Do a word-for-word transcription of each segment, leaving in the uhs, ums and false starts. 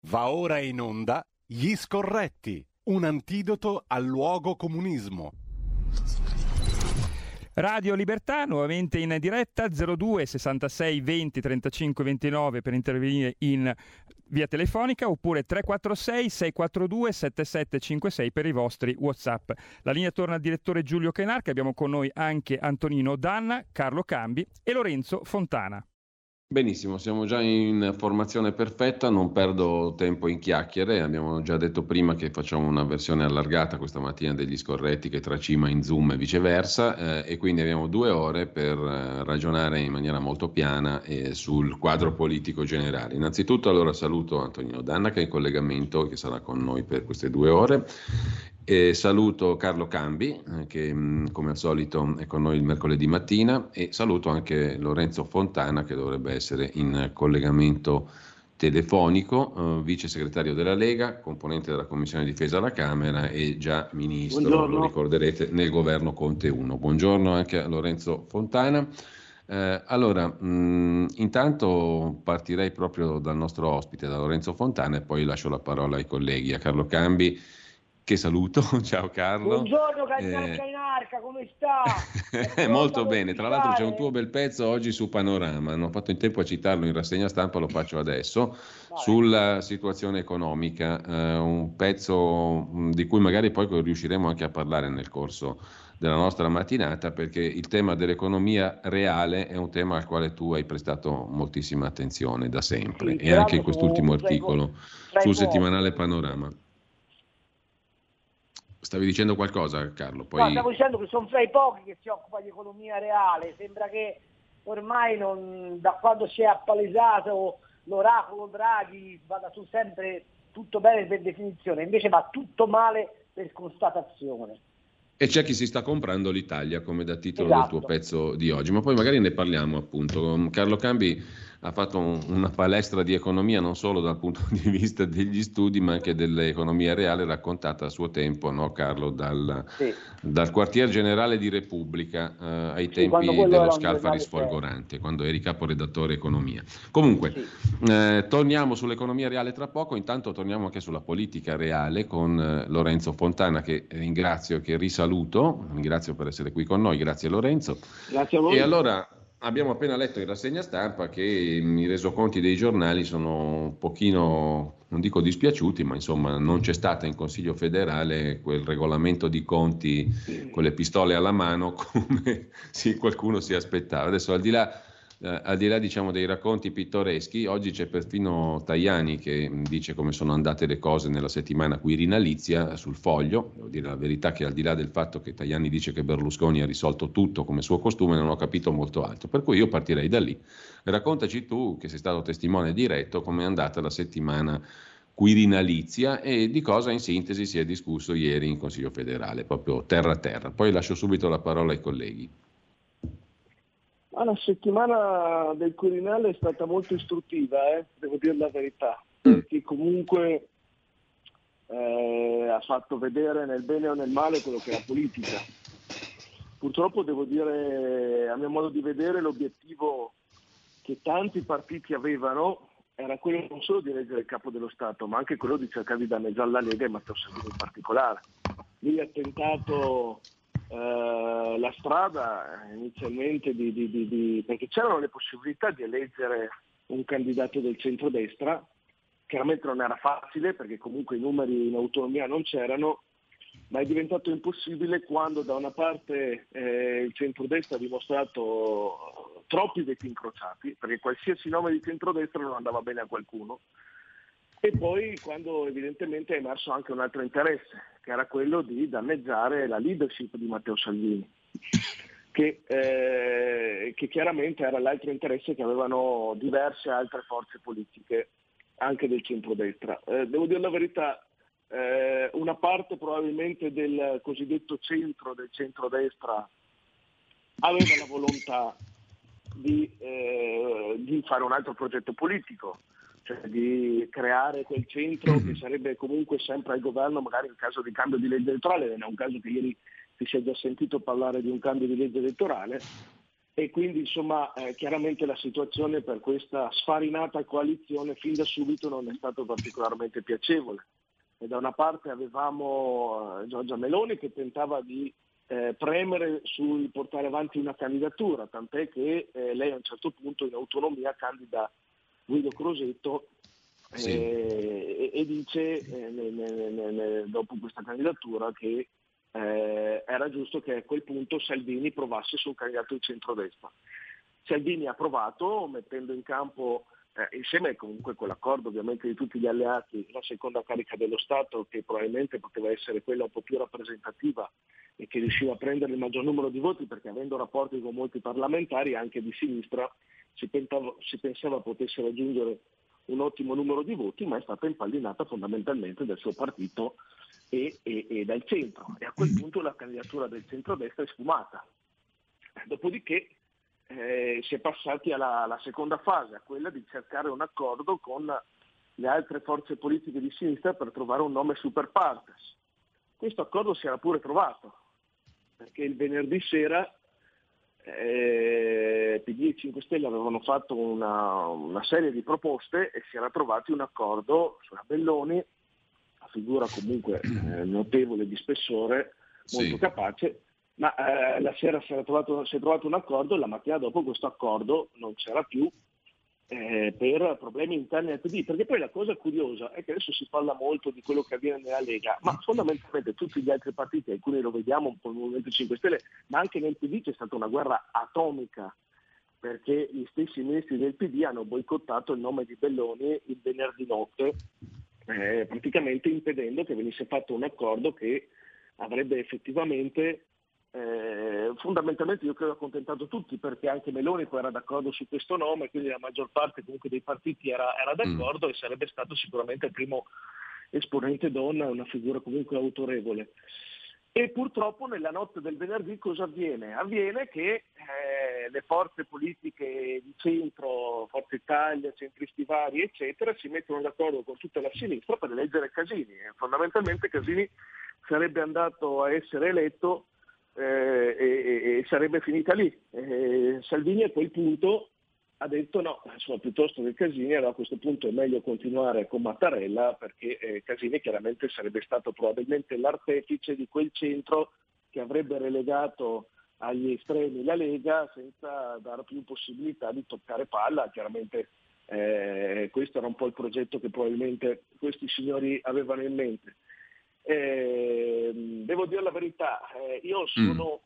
Va ora in onda Gli Scorretti, un antidoto al luogo comunismo. Radio Libertà, nuovamente in diretta, zero due sessantasei venti trentacinque ventinove per intervenire in via telefonica, oppure tre quattro sei sei quattro due sette sette cinque sei per i vostri WhatsApp. La linea torna al direttore Giulio Cainarca, abbiamo con noi anche Antonino Danna, Carlo Cambi e Lorenzo Fontana. Benissimo, siamo già in formazione perfetta, non perdo tempo in chiacchiere, abbiamo già detto prima che facciamo una versione allargata questa mattina degli Scorretti che tracima in Zoom e viceversa, eh, e quindi abbiamo due ore per eh, ragionare in maniera molto piana eh, sul quadro politico generale. Innanzitutto allora saluto Antonino Danna che è in collegamento, che sarà con noi per queste due ore. E saluto Carlo Cambi eh, che mh, come al solito è con noi il mercoledì mattina, e saluto anche Lorenzo Fontana che dovrebbe essere in collegamento telefonico, eh, vice segretario della Lega, componente della Commissione Difesa alla Camera e già ministro, Buongiorno. lo ricorderete, nel governo Conte uno. Buongiorno anche a Lorenzo Fontana. Eh, allora, mh, intanto partirei proprio dal nostro ospite, da Lorenzo Fontana, e poi lascio la parola ai colleghi, a Carlo Cambi, che saluto. Ciao Carlo. Buongiorno Cainarca, Eh, Cainarca, come sta? Molto bene, tra l'altro c'è un tuo bel pezzo oggi su Panorama, non ho fatto in tempo a citarlo in rassegna stampa, lo faccio adesso, Vai. sulla situazione economica, eh, un pezzo mh, di cui magari poi riusciremo anche a parlare nel corso della nostra mattinata, perché il tema dell'economia reale è un tema al quale tu hai prestato moltissima attenzione da sempre, Sì, e anche in peraltro quest'ultimo tra i articolo po- tra i sul pochi. settimanale Panorama. Stavi dicendo qualcosa, Carlo? Poi... No, stavo dicendo che sono fra i pochi che si occupa di economia reale, sembra che ormai non, da quando si è appalesato l'oracolo Draghi vada su sempre tutto bene per definizione, invece va tutto male per constatazione. E c'è chi si sta comprando l'Italia, come da titolo Esatto. del tuo pezzo di oggi, ma poi magari ne parliamo appunto. Carlo Cambi ha fatto un, una palestra di economia non solo dal punto di vista degli studi, ma anche dell'economia reale, raccontata a suo tempo, no Carlo, dal, Sì. dal quartier generale di Repubblica, eh, ai Sì, quando tempi quello dello era un Scalfari giornale sfolgorante, quando eri caporedattore economia. Comunque, Sì. eh, torniamo sull'economia reale tra poco, intanto torniamo anche sulla politica reale con eh, Lorenzo Fontana, che ringrazio e che risaluto, ringrazio per essere qui con noi, grazie Lorenzo. Grazie a voi. E allora abbiamo appena letto in rassegna stampa che mh, i resoconti dei giornali sono un pochino, non dico dispiaciuti, ma insomma non c'è stata in Consiglio federale quel regolamento di conti con le pistole alla mano come sì, qualcuno si aspettava. Adesso al di là Eh, al di là diciamo dei racconti pittoreschi, oggi c'è perfino Tajani che mh, dice come sono andate le cose nella settimana quirinalizia sul Foglio. Devo dire la verità che al di là del fatto che Tajani dice che Berlusconi ha risolto tutto come suo costume, non ho capito molto altro, per cui io partirei da lì. Raccontaci tu, che sei stato testimone diretto, com'è andata la settimana quirinalizia e di cosa in sintesi si è discusso ieri in Consiglio federale, proprio terra a terra. Poi lascio subito la parola ai colleghi. Ah, la settimana del Quirinale è stata molto istruttiva, eh? Devo dire la verità, perché comunque eh, ha fatto vedere nel bene o nel male quello che è la politica. Purtroppo devo dire, a mio modo di vedere, l'obiettivo che tanti partiti avevano era quello non solo di eleggere il capo dello Stato, ma anche quello di cercare di danneggiare la Lega e Matteo Salvini in particolare. Lui ha tentato Uh, la strada inizialmente di, di, di, di, perché c'erano le possibilità di eleggere un candidato del centrodestra, chiaramente non era facile perché comunque i numeri in autonomia non c'erano, ma è diventato impossibile quando da una parte eh, il centrodestra ha dimostrato troppi veti incrociati, perché qualsiasi nome di centrodestra non andava bene a qualcuno, e poi quando evidentemente è emerso anche un altro interesse, che era quello di danneggiare la leadership di Matteo Salvini, che, eh, che chiaramente era l'altro interesse che avevano diverse altre forze politiche, anche del centrodestra. Eh, devo dire la verità, eh, una parte probabilmente del cosiddetto centro, del centrodestra, aveva la volontà di, eh, di fare un altro progetto politico, cioè di creare quel centro che sarebbe comunque sempre al governo, magari in caso di cambio di legge elettorale. Non è un caso che ieri si sia già sentito parlare di un cambio di legge elettorale, e quindi insomma eh, chiaramente la situazione per questa sfarinata coalizione fin da subito non è stata particolarmente piacevole. E da una parte avevamo eh, Giorgia Meloni che tentava di eh, premere sul portare avanti una candidatura, tant'è che eh, lei a un certo punto in autonomia candida Guido Crosetto eh, sì. e, e dice eh, ne, ne, ne, ne, dopo questa candidatura che eh, era giusto che a quel punto Salvini provasse su un candidato di centrodestra. Salvini ha provato mettendo in campo Eh, insieme comunque con l'accordo ovviamente di tutti gli alleati, la seconda carica dello Stato che probabilmente poteva essere quella un po' più rappresentativa e che riusciva a prendere il maggior numero di voti, perché avendo rapporti con molti parlamentari anche di sinistra si pensava, si pensava potesse raggiungere un ottimo numero di voti, ma è stata impallinata fondamentalmente dal suo partito e, e, e dal centro, e a quel punto la candidatura del centrodestra è sfumata. Dopodiché Eh, si è passati alla, alla seconda fase, a quella di cercare un accordo con le altre forze politiche di sinistra per trovare un nome super partes. Questo accordo si era pure trovato, perché il venerdì sera eh, P D e cinque Stelle avevano fatto una, una serie di proposte e si era trovato un accordo sulla Belloni, una figura comunque eh, notevole di spessore, molto sì. capace. Ma eh, la sera si è, trovato, si è trovato un accordo, la mattina dopo questo accordo non c'era più eh, per problemi interni al P D, perché poi la cosa curiosa è che adesso si parla molto di quello che avviene nella Lega, ma fondamentalmente tutti gli altri partiti, alcuni lo vediamo un po' nel Movimento cinque Stelle, ma anche nel P D c'è stata una guerra atomica, perché gli stessi ministri del P D hanno boicottato il nome di Belloni il venerdì notte, eh, praticamente impedendo che venisse fatto un accordo che avrebbe effettivamente Eh, fondamentalmente io credo ha accontentato tutti, perché anche Meloni poi era d'accordo su questo nome, quindi la maggior parte comunque dei partiti era, era d'accordo mm. e sarebbe stato sicuramente il primo esponente donna, una figura comunque autorevole. E purtroppo nella notte del venerdì cosa avviene? Avviene che eh, le forze politiche di centro, Forza Italia, centristi vari eccetera, si mettono d'accordo con tutta la sinistra per eleggere Casini, e fondamentalmente Casini sarebbe andato a essere eletto Eh, e, e sarebbe finita lì. Eh, Salvini a quel punto ha detto no, insomma, piuttosto che Casini, allora a questo punto è meglio continuare con Mattarella, perché eh, Casini chiaramente sarebbe stato probabilmente l'artefice di quel centro che avrebbe relegato agli estremi la Lega senza dare più possibilità di toccare palla. Chiaramente eh, questo era un po' il progetto che probabilmente questi signori avevano in mente. Eh, devo dire la verità, eh, io sono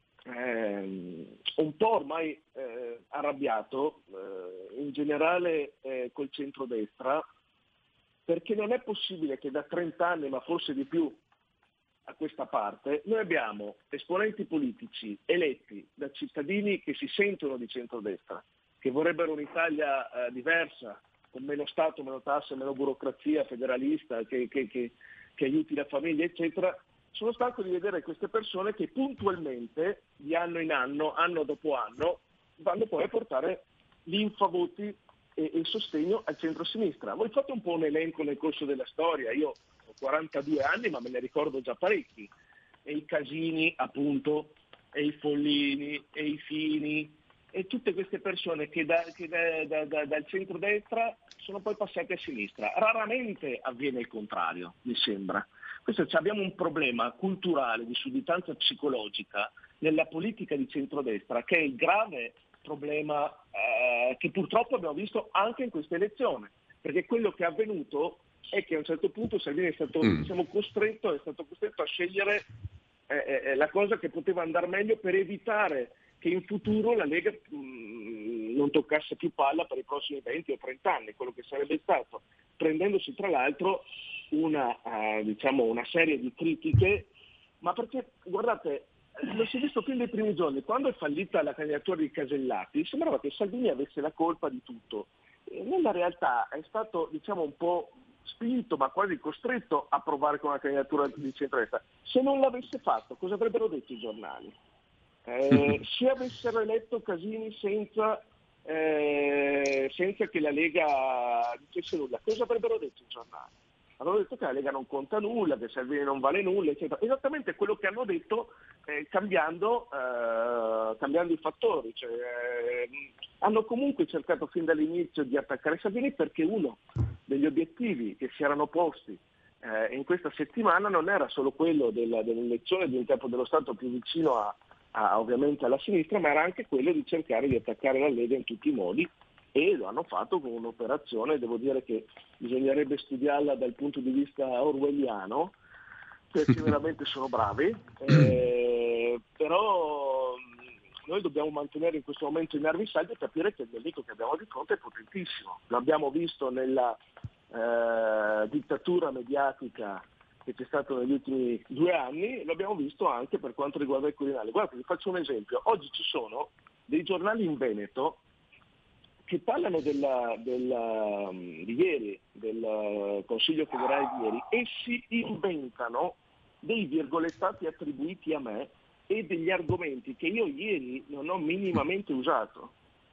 eh, un po' ormai eh, arrabbiato eh, in generale eh, col centrodestra, perché non è possibile che da trenta anni, ma forse di più a questa parte, noi abbiamo esponenti politici eletti da cittadini che si sentono di centrodestra, che vorrebbero un'Italia eh, diversa, con meno Stato, meno tasse, meno burocrazia, federalista, che, che, che che aiuti la famiglia, eccetera. Sono stanco di vedere queste persone che puntualmente, di anno in anno, anno dopo anno, vanno poi a portare l'infavoti e il sostegno al centro-sinistra. Voi fate un po' un elenco nel corso della storia, io ho quarantadue anni ma me ne ricordo già parecchi, e i Casini appunto, e i Follini, e i Fini, e tutte queste persone che, da, che da, da, da, dal centro-destra sono poi passate a sinistra. Raramente avviene il contrario, mi sembra. Questo, cioè, abbiamo un problema culturale di sudditanza psicologica nella politica di centrodestra, che è il grave problema eh, che purtroppo abbiamo visto anche in questa elezione, perché quello che è avvenuto è che a un certo punto Salvini è stato mm. diciamo, costretto, è stato costretto a scegliere eh, eh, la cosa che poteva andare meglio per evitare che in futuro la Lega mh, non toccasse più palla per i prossimi venti o trenta anni, quello che sarebbe stato, prendendosi tra l'altro una, uh, diciamo una serie di critiche, ma perché, guardate, lo si è visto fin dai primi giorni, quando è fallita la candidatura di Casellati, sembrava che Salvini avesse la colpa di tutto. E nella realtà è stato, diciamo, un po' spinto, ma quasi costretto a provare con una candidatura di centrodestra. Se non l'avesse fatto, cosa avrebbero detto i giornali? Eh, se avessero eletto Casini senza, eh, senza che la Lega dicesse nulla, cosa avrebbero detto i giornali? hanno detto che la Lega non conta nulla, che Salvini non vale nulla, eccetera. Esattamente quello che hanno detto eh, cambiando, eh, cambiando i fattori. Cioè, eh, hanno comunque cercato fin dall'inizio di attaccare Salvini perché uno degli obiettivi che si erano posti eh, in questa settimana non era solo quello della, dell'elezione di un capo dello Stato più vicino a, a, ovviamente alla sinistra, ma era anche quello di cercare di attaccare la Lega in tutti i modi. E lo hanno fatto con un'operazione, devo dire che bisognerebbe studiarla dal punto di vista orwelliano, perché veramente sono bravi, eh, però noi dobbiamo mantenere in questo momento i nervi saldi e capire che il nemico che abbiamo di fronte è potentissimo. L'abbiamo visto nella eh, dittatura mediatica che c'è stata negli ultimi due anni, lo abbiamo visto anche per quanto riguarda il Quirinale. Guardate, vi faccio un esempio. Oggi ci sono dei giornali in Veneto che parlano della, della, di ieri, del Consiglio federale di ieri, e si inventano dei virgolettati attribuiti a me e degli argomenti che io ieri non ho minimamente usato.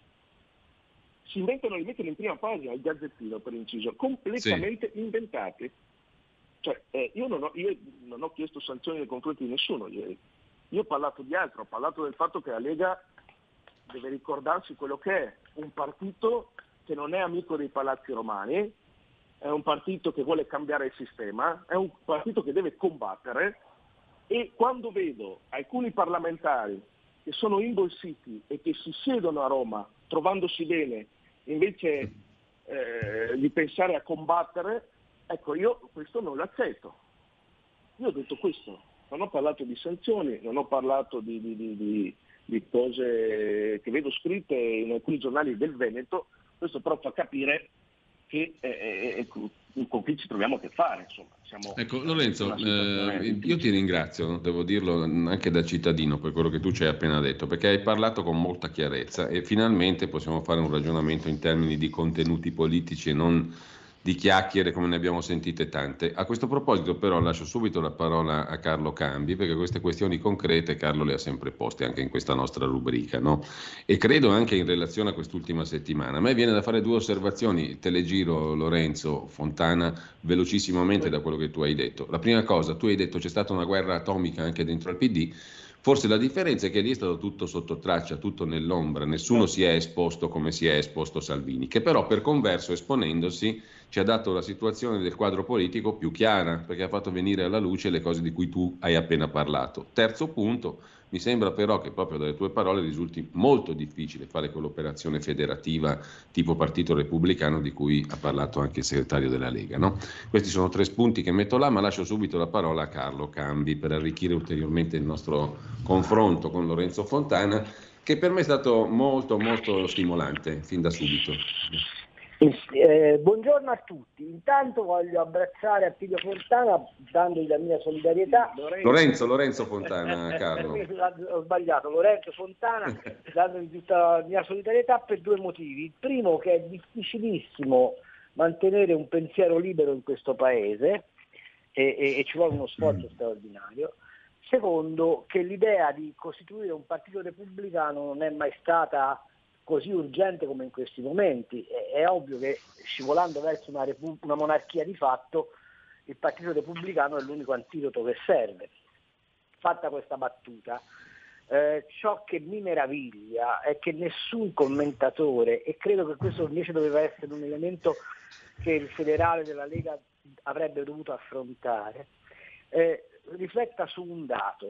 Si inventano e li mettono in prima pagina, il Gazzettino per inciso, completamente sì. inventati. Cioè, eh, io, non ho, io non ho chiesto sanzioni nei confronti di nessuno ieri. Io ho parlato di altro, ho parlato del fatto che la Lega deve ricordarsi quello che è un partito che non è amico dei palazzi romani, è un partito che vuole cambiare il sistema, è un partito che deve combattere, e quando vedo alcuni parlamentari che sono imbolsiti e che si siedono a Roma trovandosi bene invece eh, di pensare a combattere, ecco, io questo non l'accetto. Io ho detto questo, non ho parlato di sanzioni, non ho parlato di, di, di, di di cose che vedo scritte in alcuni giornali del Veneto. Questo però fa capire che eh, eh, con chi ci troviamo a che fare. Insomma, siamo ecco Lorenzo, eh, io ti ringrazio, devo dirlo anche da cittadino, per quello che tu ci hai appena detto, perché hai parlato con molta chiarezza e finalmente possiamo fare un ragionamento in termini di contenuti politici e non di chiacchiere come ne abbiamo sentite tante. A questo proposito però lascio subito la parola a Carlo Cambi, perché queste questioni concrete Carlo le ha sempre poste anche in questa nostra rubrica, no? E credo anche in relazione a quest'ultima settimana. A me viene da fare due osservazioni, te le giro Lorenzo Fontana velocissimamente da quello che tu hai detto. La prima cosa, tu hai detto c'è stata una guerra atomica anche dentro al P D. Forse la differenza è che lì è stato tutto sotto traccia, tutto nell'ombra, nessuno si è esposto come si è esposto Salvini, che però per converso esponendosi ci ha dato la situazione del quadro politico più chiara, perché ha fatto venire alla luce le cose di cui tu hai appena parlato. Terzo punto, mi sembra però che proprio dalle tue parole risulti molto difficile fare quell'operazione federativa tipo Partito Repubblicano di cui ha parlato anche il segretario della Lega, no? Questi sono tre spunti che metto là, ma lascio subito la parola a Carlo Cambi per arricchire ulteriormente il nostro confronto con Lorenzo Fontana, che per me è stato molto molto stimolante fin da subito. Eh, buongiorno a tutti. Intanto voglio abbracciare Attilio Fontana dandogli la mia solidarietà. Lorenzo, Lorenzo Fontana, Carlo. Ho sbagliato, Lorenzo Fontana, dandogli tutta la mia solidarietà per due motivi. Il primo, che è difficilissimo mantenere un pensiero libero in questo paese e, e, e ci vuole uno sforzo mm. straordinario. Secondo, che l'idea di costituire un partito repubblicano non è mai stata così urgente come in questi momenti. È, è ovvio che scivolando verso una, repu- una monarchia di fatto il Partito Repubblicano è l'unico antidoto che serve. Fatta questa battuta, eh, ciò che mi meraviglia è che nessun commentatore, e credo che questo invece doveva essere un elemento che il federale della Lega avrebbe dovuto affrontare, eh, rifletta su un dato.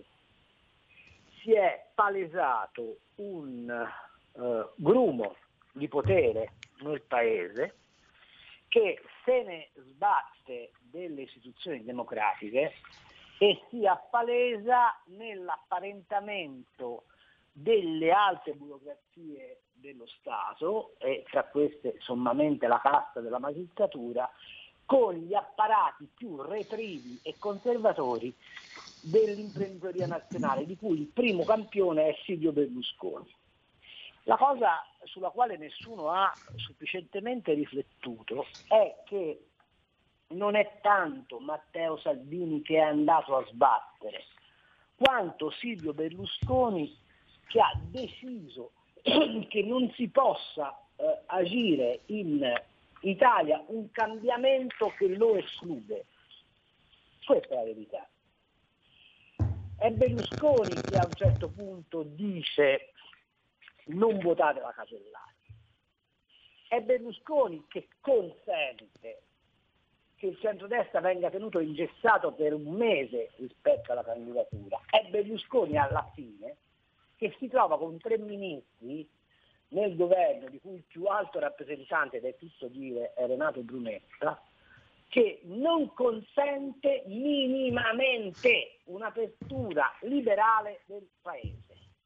Si è palesato un Uh, grumo di potere nel paese che se ne sbatte delle istituzioni democratiche e si appalesa nell'apparentamento delle alte burocrazie dello Stato, e tra queste sommamente la casta della magistratura, con gli apparati più retrivi e conservatori dell'imprenditoria nazionale, di cui il primo campione è Silvio Berlusconi. La cosa sulla quale nessuno ha sufficientemente riflettuto è che non è tanto Matteo Salvini che è andato a sbattere, quanto Silvio Berlusconi che ha deciso che non si possa eh, agire in Italia un cambiamento che lo esclude. Questa è la verità. È Berlusconi che a un certo punto dice non votate la Casellati. È Berlusconi che consente che il centrodestra venga tenuto ingessato per un mese rispetto alla candidatura. È Berlusconi alla fine che si trova con tre ministri nel governo di cui il più alto rappresentante, ed è tutto dire, è Renato Brunetta, che non consente minimamente un'apertura liberale del Paese.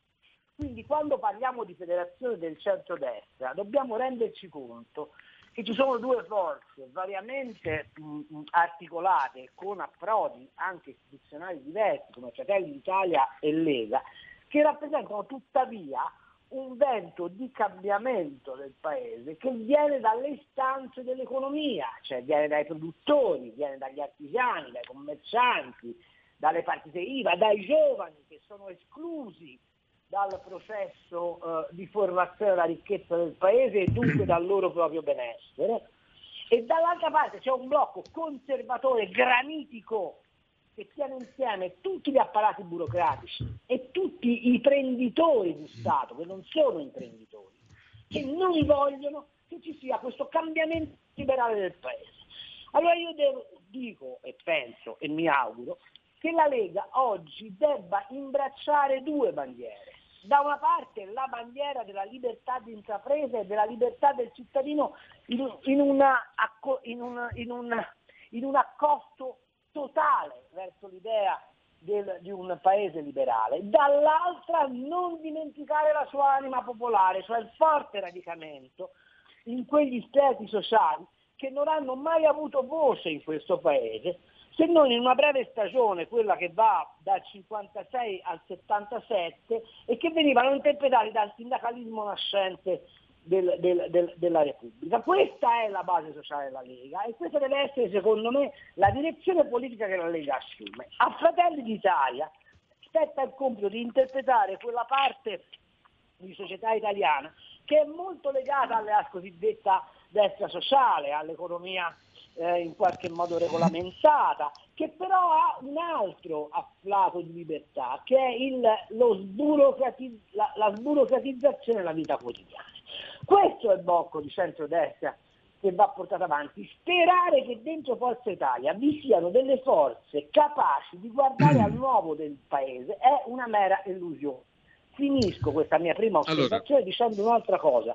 Quindi quando parliamo di federazione del centrodestra dobbiamo renderci conto che ci sono due forze variamente mh, articolate con approdi anche istituzionali diversi come Fratelli d'Italia e Lega, che rappresentano tuttavia un vento di cambiamento del Paese che viene dalle istanze dell'economia, cioè viene dai produttori, viene dagli artigiani, dai commercianti, dalle partite I V A, dai giovani che sono esclusi dal processo eh, di formazione della ricchezza del Paese e dunque dal loro proprio benessere, e dall'altra parte c'è un blocco conservatore granitico che tiene insieme tutti gli apparati burocratici e tutti i prenditori di Stato, che non sono imprenditori, che non vogliono che ci sia questo cambiamento liberale del Paese. Allora io devo, dico e penso e mi auguro che la Lega oggi debba imbracciare due bandiere. Da una parte la bandiera della libertà di intrapresa e della libertà del cittadino in, in, una, in, un, in, un, in un accosto totale verso l'idea del, di un paese liberale, dall'altra non dimenticare la sua anima popolare, cioè il forte radicamento in quegli strati sociali che non hanno mai avuto voce in questo paese, se non in una breve stagione, quella che va dal cinquantasei al settantasette, e che venivano interpretati dal sindacalismo nascente del, del, del, della Repubblica. Questa è la base sociale della Lega e questa deve essere, secondo me, la direzione politica che la Lega assume. A Fratelli d'Italia spetta il compito di interpretare quella parte di società italiana che è molto legata alla cosiddetta destra sociale, all'economia eh, in qualche modo regolamentata, che però ha un altro afflato di libertà, che è il, lo sburocrati, la, la sburocratizzazione della vita quotidiana. Questo è il blocco di centrodestra che va portato avanti. Sperare che dentro Forza Italia vi siano delle forze capaci di guardare al nuovo del Paese è una mera illusione. Finisco questa mia prima osservazione allora. dicendo un'altra cosa.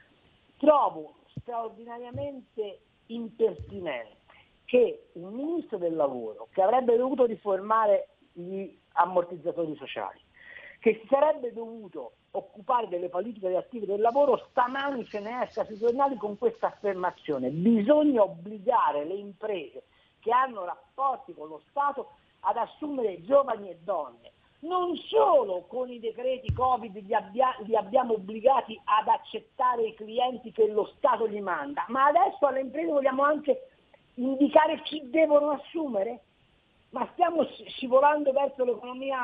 Trovo straordinariamente impertinente che un ministro del lavoro che avrebbe dovuto riformare gli ammortizzatori sociali, che si sarebbe dovuto occupare delle politiche attive del lavoro, stamani se ne esca sui giornali con questa affermazione: bisogna obbligare le imprese che hanno rapporti con lo Stato ad assumere giovani e donne. Non solo con i decreti Covid li, abbia, li abbiamo obbligati ad accettare i clienti che lo Stato gli manda, ma adesso alle imprese vogliamo anche indicare chi devono assumere? Ma stiamo scivolando verso l'economia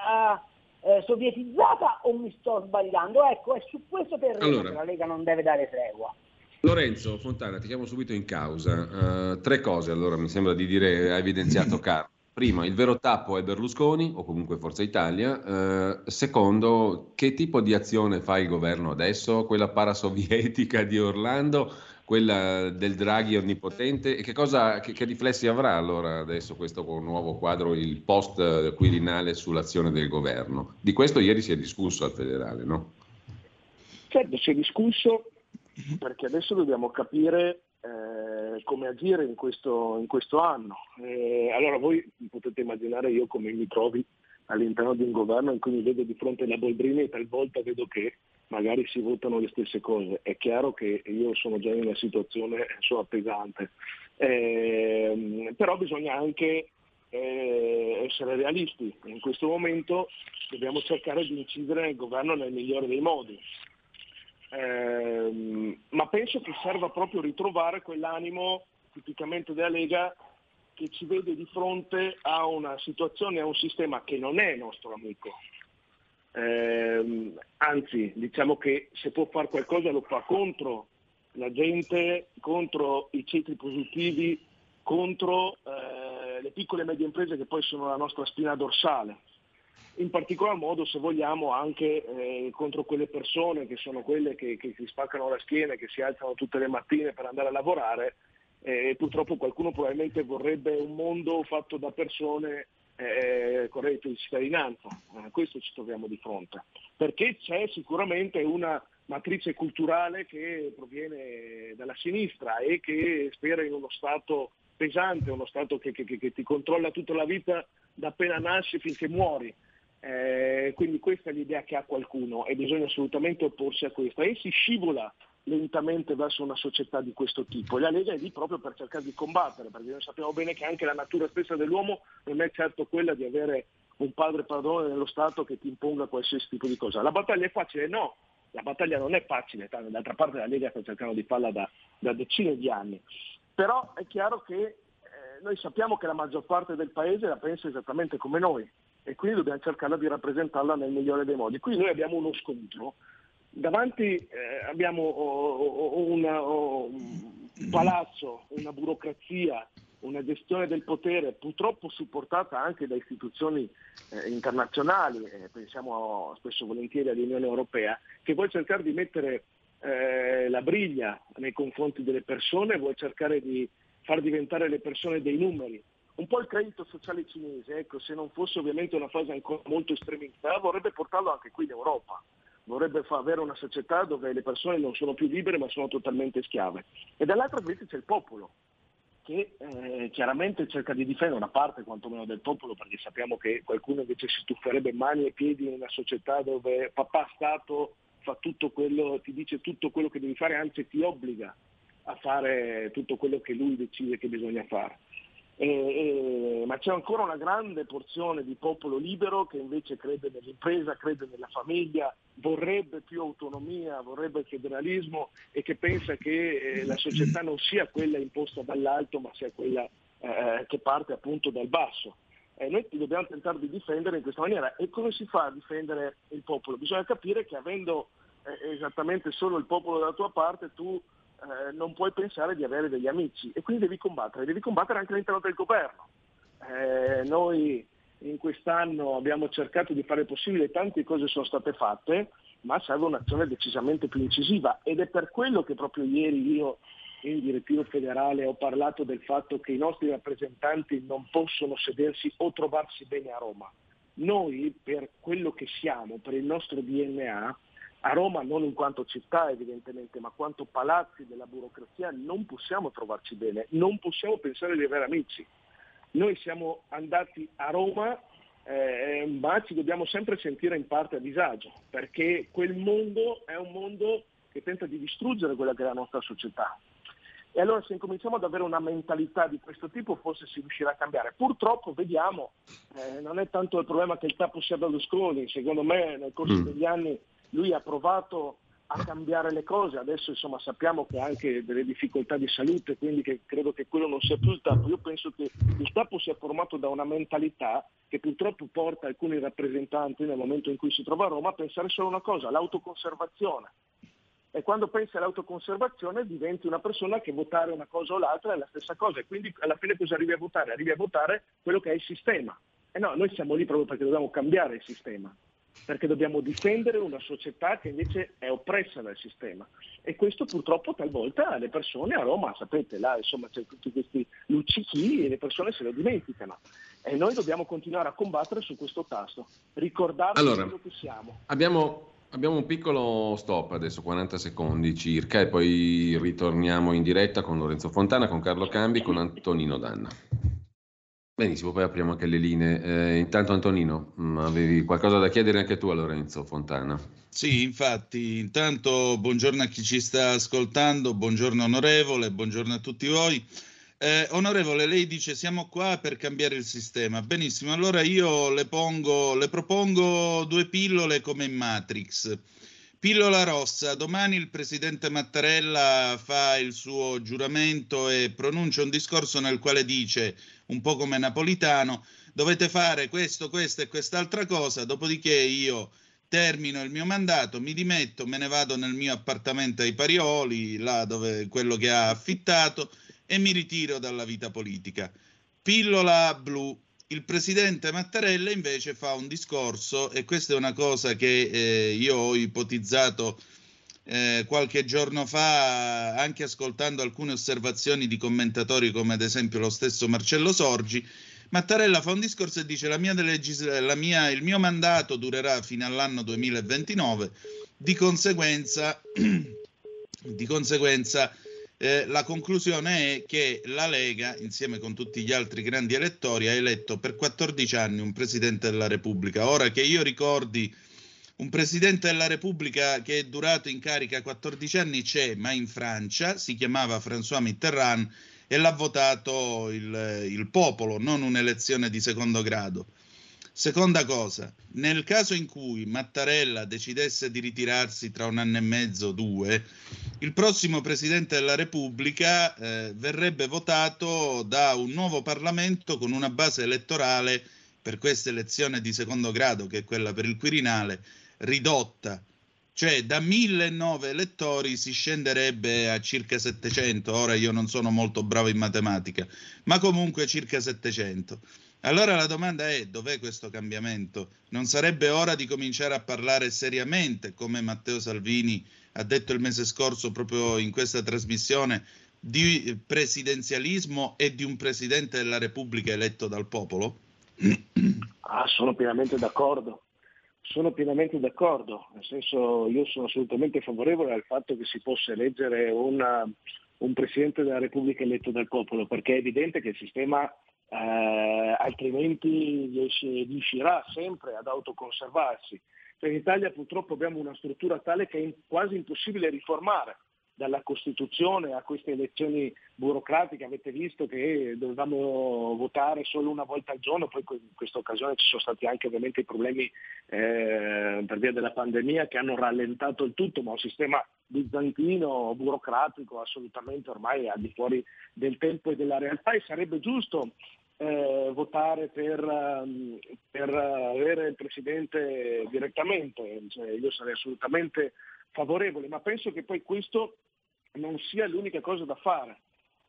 uh, uh, sovietizzata o mi sto sbagliando? Ecco, è su questo terreno allora, che la Lega non deve dare tregua. Lorenzo Fontana, ti chiamo subito in causa. Uh, tre cose allora mi sembra di dire, ha evidenziato Carlo. Primo, il vero tappo è Berlusconi o comunque Forza Italia. Eh, secondo, che tipo di azione fa il governo adesso? Quella parasovietica di Orlando, quella del Draghi onnipotente? E che, cosa, che, che riflessi avrà allora adesso questo nuovo quadro, il post Quirinale sull'azione del governo? Di questo ieri si è discusso al federale, no? Certo, si è discusso perché adesso dobbiamo capire Eh, come agire in questo, in questo anno. Eh, allora voi potete immaginare io come mi trovi all'interno di un governo in cui mi vedo di fronte alla Boldrini e talvolta vedo che magari si votano le stesse cose. È chiaro che io sono già in una situazione insomma, pesante, eh, però bisogna anche eh, essere realisti. In questo momento dobbiamo cercare di incidere nel governo nel migliore dei modi. Eh, ma penso che serva proprio ritrovare quell'animo tipicamente della Lega che ci vede di fronte a una situazione, a un sistema che non è nostro amico, eh, anzi diciamo che se può fare qualcosa lo fa contro la gente, contro i ceti produttivi, contro eh, le piccole e medie imprese che poi sono la nostra spina dorsale. In particolar modo, se vogliamo, anche eh, contro quelle persone che sono quelle che, che si spaccano la schiena e che si alzano tutte le mattine per andare a lavorare. E eh, purtroppo qualcuno probabilmente vorrebbe un mondo fatto da persone eh, con reddito di cittadinanza. A questo ci troviamo di fronte, perché c'è sicuramente una matrice culturale che proviene dalla sinistra e che spera in uno Stato pesante, uno Stato che, che, che ti controlla tutta la vita da appena nasci finché muori. Eh, quindi questa è l'idea che ha qualcuno e bisogna assolutamente opporsi a questa, e si scivola lentamente verso una società di questo tipo, e la Lega è lì proprio per cercare di combattere, perché noi sappiamo bene che anche la natura stessa dell'uomo non è certo quella di avere un padre padrone nello Stato che ti imponga qualsiasi tipo di cosa. La battaglia è facile? No, la battaglia non è facile, d'altra parte la Lega sta cercando di farla da, da decine di anni, però è chiaro che eh, noi sappiamo che la maggior parte del paese la pensa esattamente come noi, e quindi dobbiamo cercare di rappresentarla nel migliore dei modi. Quindi noi abbiamo uno scontro, davanti eh, abbiamo oh, oh, una, oh, un palazzo, una burocrazia, una gestione del potere purtroppo supportata anche da istituzioni eh, internazionali, eh, pensiamo spesso e volentieri all'Unione Europea, che vuole cercare di mettere eh, la briglia nei confronti delle persone, vuole cercare di far diventare le persone dei numeri. Un po' il credito sociale cinese, ecco, se non fosse ovviamente una fase ancora molto estremista, vorrebbe portarlo anche qui in Europa. Vorrebbe far avere una società dove le persone non sono più libere ma sono totalmente schiave. E dall'altra parte c'è il popolo, che eh, chiaramente cerca di difendere una parte quantomeno del popolo, perché sappiamo che qualcuno invece si tufferebbe mani e piedi in una società dove papà Stato fa tutto quello, ti dice tutto quello che devi fare, anzi ti obbliga a fare tutto quello che lui decide che bisogna fare. E, e, ma c'è ancora una grande porzione di popolo libero che invece crede nell'impresa, crede nella famiglia, vorrebbe più autonomia, vorrebbe il federalismo, e che pensa che eh, la società non sia quella imposta dall'alto ma sia quella eh, che parte appunto dal basso. E noi dobbiamo tentare di difendere in questa maniera. E come si fa a difendere il popolo? Bisogna capire che avendo eh, esattamente solo il popolo dalla tua parte, tu Eh, non puoi pensare di avere degli amici, e quindi devi combattere, devi combattere anche all'interno del governo. Eh, noi in quest'anno abbiamo cercato di fare il possibile, tante cose sono state fatte, ma serve un'azione decisamente più incisiva, ed è per quello che proprio ieri io in direttiva federale ho parlato del fatto che i nostri rappresentanti non possono sedersi o trovarsi bene a Roma. Noi, per quello che siamo, per il nostro D N A, a Roma, non in quanto città evidentemente, ma quanto palazzi della burocrazia, non possiamo trovarci bene, non possiamo pensare di avere amici. Noi siamo andati a Roma, eh, ma ci dobbiamo sempre sentire in parte a disagio, perché quel mondo è un mondo che tenta di distruggere quella che è la nostra società. E allora se incominciamo ad avere una mentalità di questo tipo, forse si riuscirà a cambiare. Purtroppo vediamo, eh, non è tanto il problema che il capo sia Berlusconi, secondo me nel corso mm. degli anni lui ha provato a cambiare le cose, adesso insomma sappiamo che ha anche delle difficoltà di salute, quindi che credo che quello non sia più il tappo. Io penso che il tappo sia formato da una mentalità che purtroppo porta alcuni rappresentanti nel momento in cui si trova a Roma a pensare solo una cosa, l'autoconservazione. E quando pensi all'autoconservazione diventi una persona che votare una cosa o l'altra è la stessa cosa, e quindi alla fine cosa arrivi a votare? Arrivi a votare quello che è il sistema. E no, noi siamo lì proprio perché dobbiamo cambiare il sistema, perché dobbiamo difendere una società che invece è oppressa dal sistema, e questo purtroppo talvolta le persone a Roma, sapete, là insomma c'è tutti questi luccichi e le persone se lo dimenticano, e noi dobbiamo continuare a combattere su questo tasto, ricordarci allora, quello che siamo. Abbiamo, abbiamo un piccolo stop adesso, quaranta secondi circa, e poi ritorniamo in diretta con Lorenzo Fontana, con Carlo Cambi, con Antonino Danna. Benissimo, poi apriamo anche le linee. Eh, intanto Antonino, mh, avevi qualcosa da chiedere anche tu a Lorenzo Fontana? Sì, infatti, intanto buongiorno a chi ci sta ascoltando, buongiorno onorevole, buongiorno a tutti voi. Eh, onorevole, lei dice siamo qua per cambiare il sistema. Benissimo, allora io le, pongo, le propongo due pillole come in Matrix. Pillola rossa, domani il presidente Mattarella fa il suo giuramento e pronuncia un discorso nel quale dice, un po' come Napolitano, dovete fare questo, questo e quest'altra cosa, dopodiché io termino il mio mandato, mi dimetto, me ne vado nel mio appartamento ai Parioli, là dove quello che ha affittato, e mi ritiro dalla vita politica. Pillola blu. Il presidente Mattarella invece fa un discorso, e questa è una cosa che eh, io ho ipotizzato eh, qualche giorno fa, anche ascoltando alcune osservazioni di commentatori come ad esempio lo stesso Marcello Sorgi. Mattarella fa un discorso e dice: la mia legisl- la mia, il mio mandato durerà fino all'anno duemilaventinove, di conseguenza, di conseguenza Eh, la conclusione è che la Lega, insieme con tutti gli altri grandi elettori, ha eletto per quattordici anni un Presidente della Repubblica. Ora, che io ricordi un Presidente della Repubblica che è durato in carica quattordici anni c'è, ma in Francia, si chiamava François Mitterrand e l'ha votato il, il popolo, non un'elezione di secondo grado. Seconda cosa, nel caso in cui Mattarella decidesse di ritirarsi tra un anno e mezzo o due, il prossimo Presidente della Repubblica eh, verrebbe votato da un nuovo Parlamento con una base elettorale per questa elezione di secondo grado, che è quella per il Quirinale, ridotta. Cioè da millenove elettori si scenderebbe a circa settecento, ora io non sono molto bravo in matematica, ma comunque circa settecento. Allora la domanda è: dov'è questo cambiamento? Non sarebbe ora di cominciare a parlare seriamente, come Matteo Salvini ha detto il mese scorso proprio in questa trasmissione, di presidenzialismo e di un Presidente della Repubblica eletto dal popolo? Ah, sono pienamente d'accordo. Sono pienamente d'accordo, nel senso, io sono assolutamente favorevole al fatto che si possa eleggere una, un Presidente della Repubblica eletto dal popolo, perché è evidente che il sistema eh, altrimenti riuscirà sempre ad autoconservarsi. Cioè, in Italia purtroppo abbiamo una struttura tale che è quasi impossibile riformare, dalla Costituzione a queste elezioni burocratiche. Avete visto che dovevamo votare solo una volta al giorno, poi in questa occasione ci sono stati anche ovviamente i problemi eh, per via della pandemia che hanno rallentato il tutto, ma un sistema bizantino, burocratico, assolutamente ormai al di fuori del tempo e della realtà, e sarebbe giusto eh, votare per, um, per avere il Presidente direttamente. Cioè, io sarei assolutamente favorevole, ma penso che poi questo non sia l'unica cosa da fare.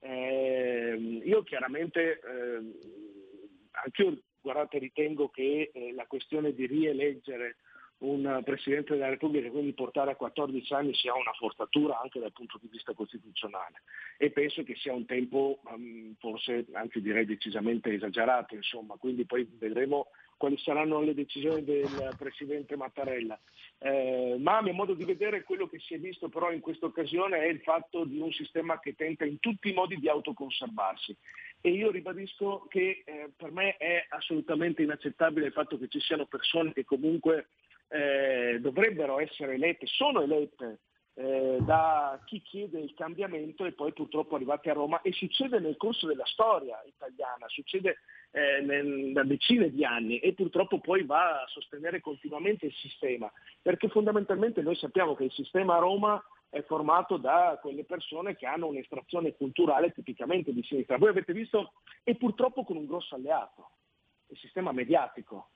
Eh, io chiaramente, eh, anch'io, guardate, ritengo che eh, la questione di rieleggere un Presidente della Repubblica, quindi portare a quattordici anni, sia una forzatura anche dal punto di vista costituzionale, e penso che sia un tempo um, forse, anzi direi decisamente esagerato, insomma, quindi poi vedremo quali saranno le decisioni del Presidente Mattarella. Eh, ma a mio modo di vedere quello che si è visto però in questa occasione è il fatto di un sistema che tenta in tutti i modi di autoconservarsi, e io ribadisco che eh, per me è assolutamente inaccettabile il fatto che ci siano persone che comunque eh, dovrebbero essere elette, sono elette eh, da chi chiede il cambiamento e poi purtroppo arrivati a Roma, e succede nel corso della storia italiana, succede eh, nel, da decine di anni, e purtroppo poi va a sostenere continuamente il sistema, perché fondamentalmente noi sappiamo che il sistema a Roma è formato da quelle persone che hanno un'estrazione culturale tipicamente di sinistra. Voi avete visto, e purtroppo con un grosso alleato, il sistema mediatico.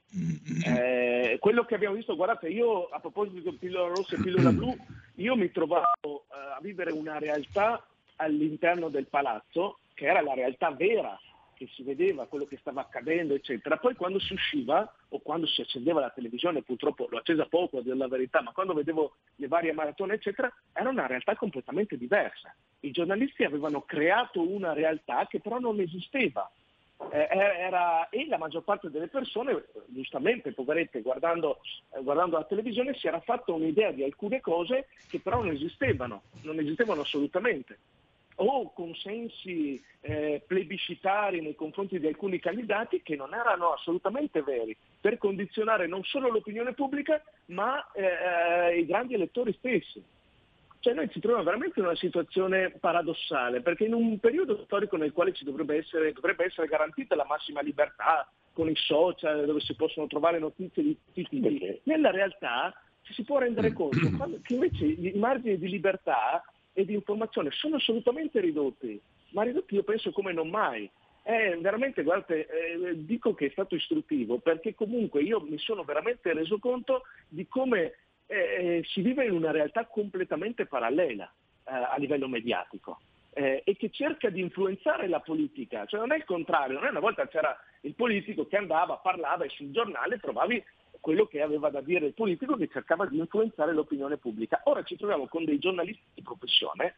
Eh, quello che abbiamo visto, guardate, io a proposito di pillola rossa e pillola blu, io mi trovavo eh, a vivere una realtà all'interno del palazzo che era la realtà vera, che si vedeva quello che stava accadendo, eccetera. Poi quando si usciva o quando si accendeva la televisione, purtroppo l'ho accesa poco, a dire la verità, ma quando vedevo le varie maratone, eccetera, era una realtà completamente diversa. I giornalisti avevano creato una realtà che però non esisteva. Eh, era, e la maggior parte delle persone, giustamente, poverette, guardando, eh, guardando la televisione, si era fatta un'idea di alcune cose che però non esistevano, non esistevano assolutamente. O consensi eh, plebiscitari nei confronti di alcuni candidati che non erano assolutamente veri, per condizionare non solo l'opinione pubblica, ma eh, i grandi elettori stessi. Cioè noi ci troviamo veramente in una situazione paradossale, perché in un periodo storico nel quale ci dovrebbe essere, dovrebbe essere garantita la massima libertà, con i social dove si possono trovare notizie di tutti i tipi, nella realtà ci si può rendere conto che invece i margini di libertà e di informazione sono assolutamente ridotti, ma ridotti io penso come non mai. Eh, veramente, guardate, eh, dico che è stato istruttivo perché comunque io mi sono veramente reso conto di come eh, si vive in una realtà completamente parallela eh, a livello mediatico eh, e che cerca di influenzare la politica, cioè non è il contrario, non è una volta c'era il politico che andava, parlava e sul giornale trovavi quello che aveva da dire il politico che cercava di influenzare l'opinione pubblica. Ora ci troviamo con dei giornalisti di professione,